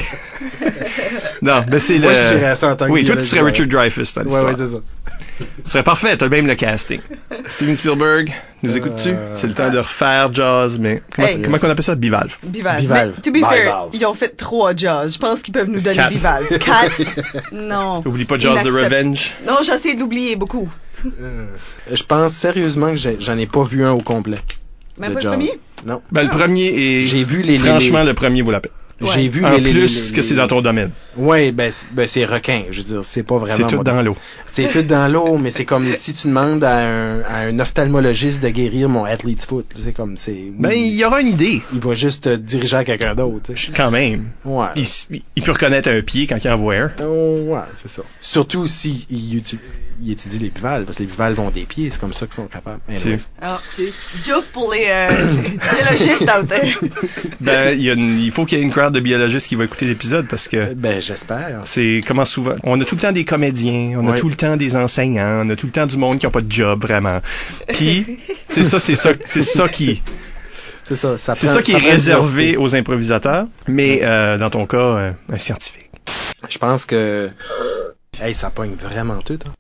B: non, ben c'est
D: moi,
B: le.
D: Je dirais ça en tant que
B: oui, toi tu serais Richard Dreyfuss dans l'histoire.
D: Ouais, ouais, c'est ça.
B: Ce serait parfait, t'as même le casting. Steven Spielberg, nous euh, écoutes-tu? C'est le temps de refaire Jaws, mais comment, hey. comment on appelle ça? Bivalve.
C: Bivalve.
D: Bivalve.
C: Mais, to be fair, ils ont fait trois Jaws. Je pense qu'ils peuvent nous donner
B: Cat.
C: Bivalve. Quatre. Non.
B: Oublie pas Jaws the Revenge.
C: Non, j'essaie de l'oublier beaucoup.
D: Euh, je pense sérieusement que j'ai, j'en ai pas vu un au complet.
C: Même pas le premier?
D: Non.
B: Ben, le premier est...
D: J'ai vu les...
B: Franchement,
D: les...
B: le premier vaut la peine.
D: Ouais. J'ai vu
B: en
D: les,
B: plus
D: les, les,
B: que c'est dans ton domaine.
D: Ouais, ben, ben c'est requin, je veux dire, c'est pas vraiment.
B: C'est tout dans l'eau.
D: C'est tout dans l'eau, mais c'est comme si tu demandes à un, à un ophtalmologiste de guérir mon athlete's foot, c'est comme c'est.
B: Ben il y aura une idée.
D: Il va juste te diriger à quelqu'un d'autre. Tu sais.
B: Quand même.
D: Ouais.
B: Il, il peut reconnaître un pied quand il en voit un.
D: Oh, ouais, c'est ça. Surtout si il, uti- il étudie les bivalves, parce que les bivalves ont des pieds, c'est comme ça qu'ils sont capables.
C: Ah, okay. Joke pour les euh, biologistes out there.
B: Ben il y a une, il faut qu'il y ait une crowd de biologistes qui va écouter l'épisode parce que
D: ben j'espère.
B: C'est comment souvent on a tout le temps des comédiens, on a oui. tout le temps des enseignants, on a tout le temps du monde qui a pas de job vraiment. Puis c'est ça c'est ça c'est ça qui
D: c'est ça, ça
B: c'est
D: prend,
B: ça qui
D: ça
B: est réservé aux improvisateurs, mais euh, dans ton cas euh, un scientifique.
D: Je pense que hey ça pogne vraiment tout. Hein.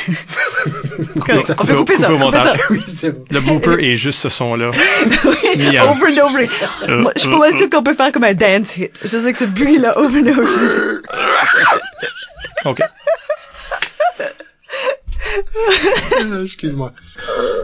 C: Okay, on peut couper ça.
B: Au montage.
D: Oui, c'est bon.
B: Le blooper est juste ce son-là.
C: Oui, over and over. Euh, Moi, je suis pas mal sûr qu'on peut faire comme un dance hit. Je sais que ce bruit-là, over and over.
B: OK.
D: Excuse-moi.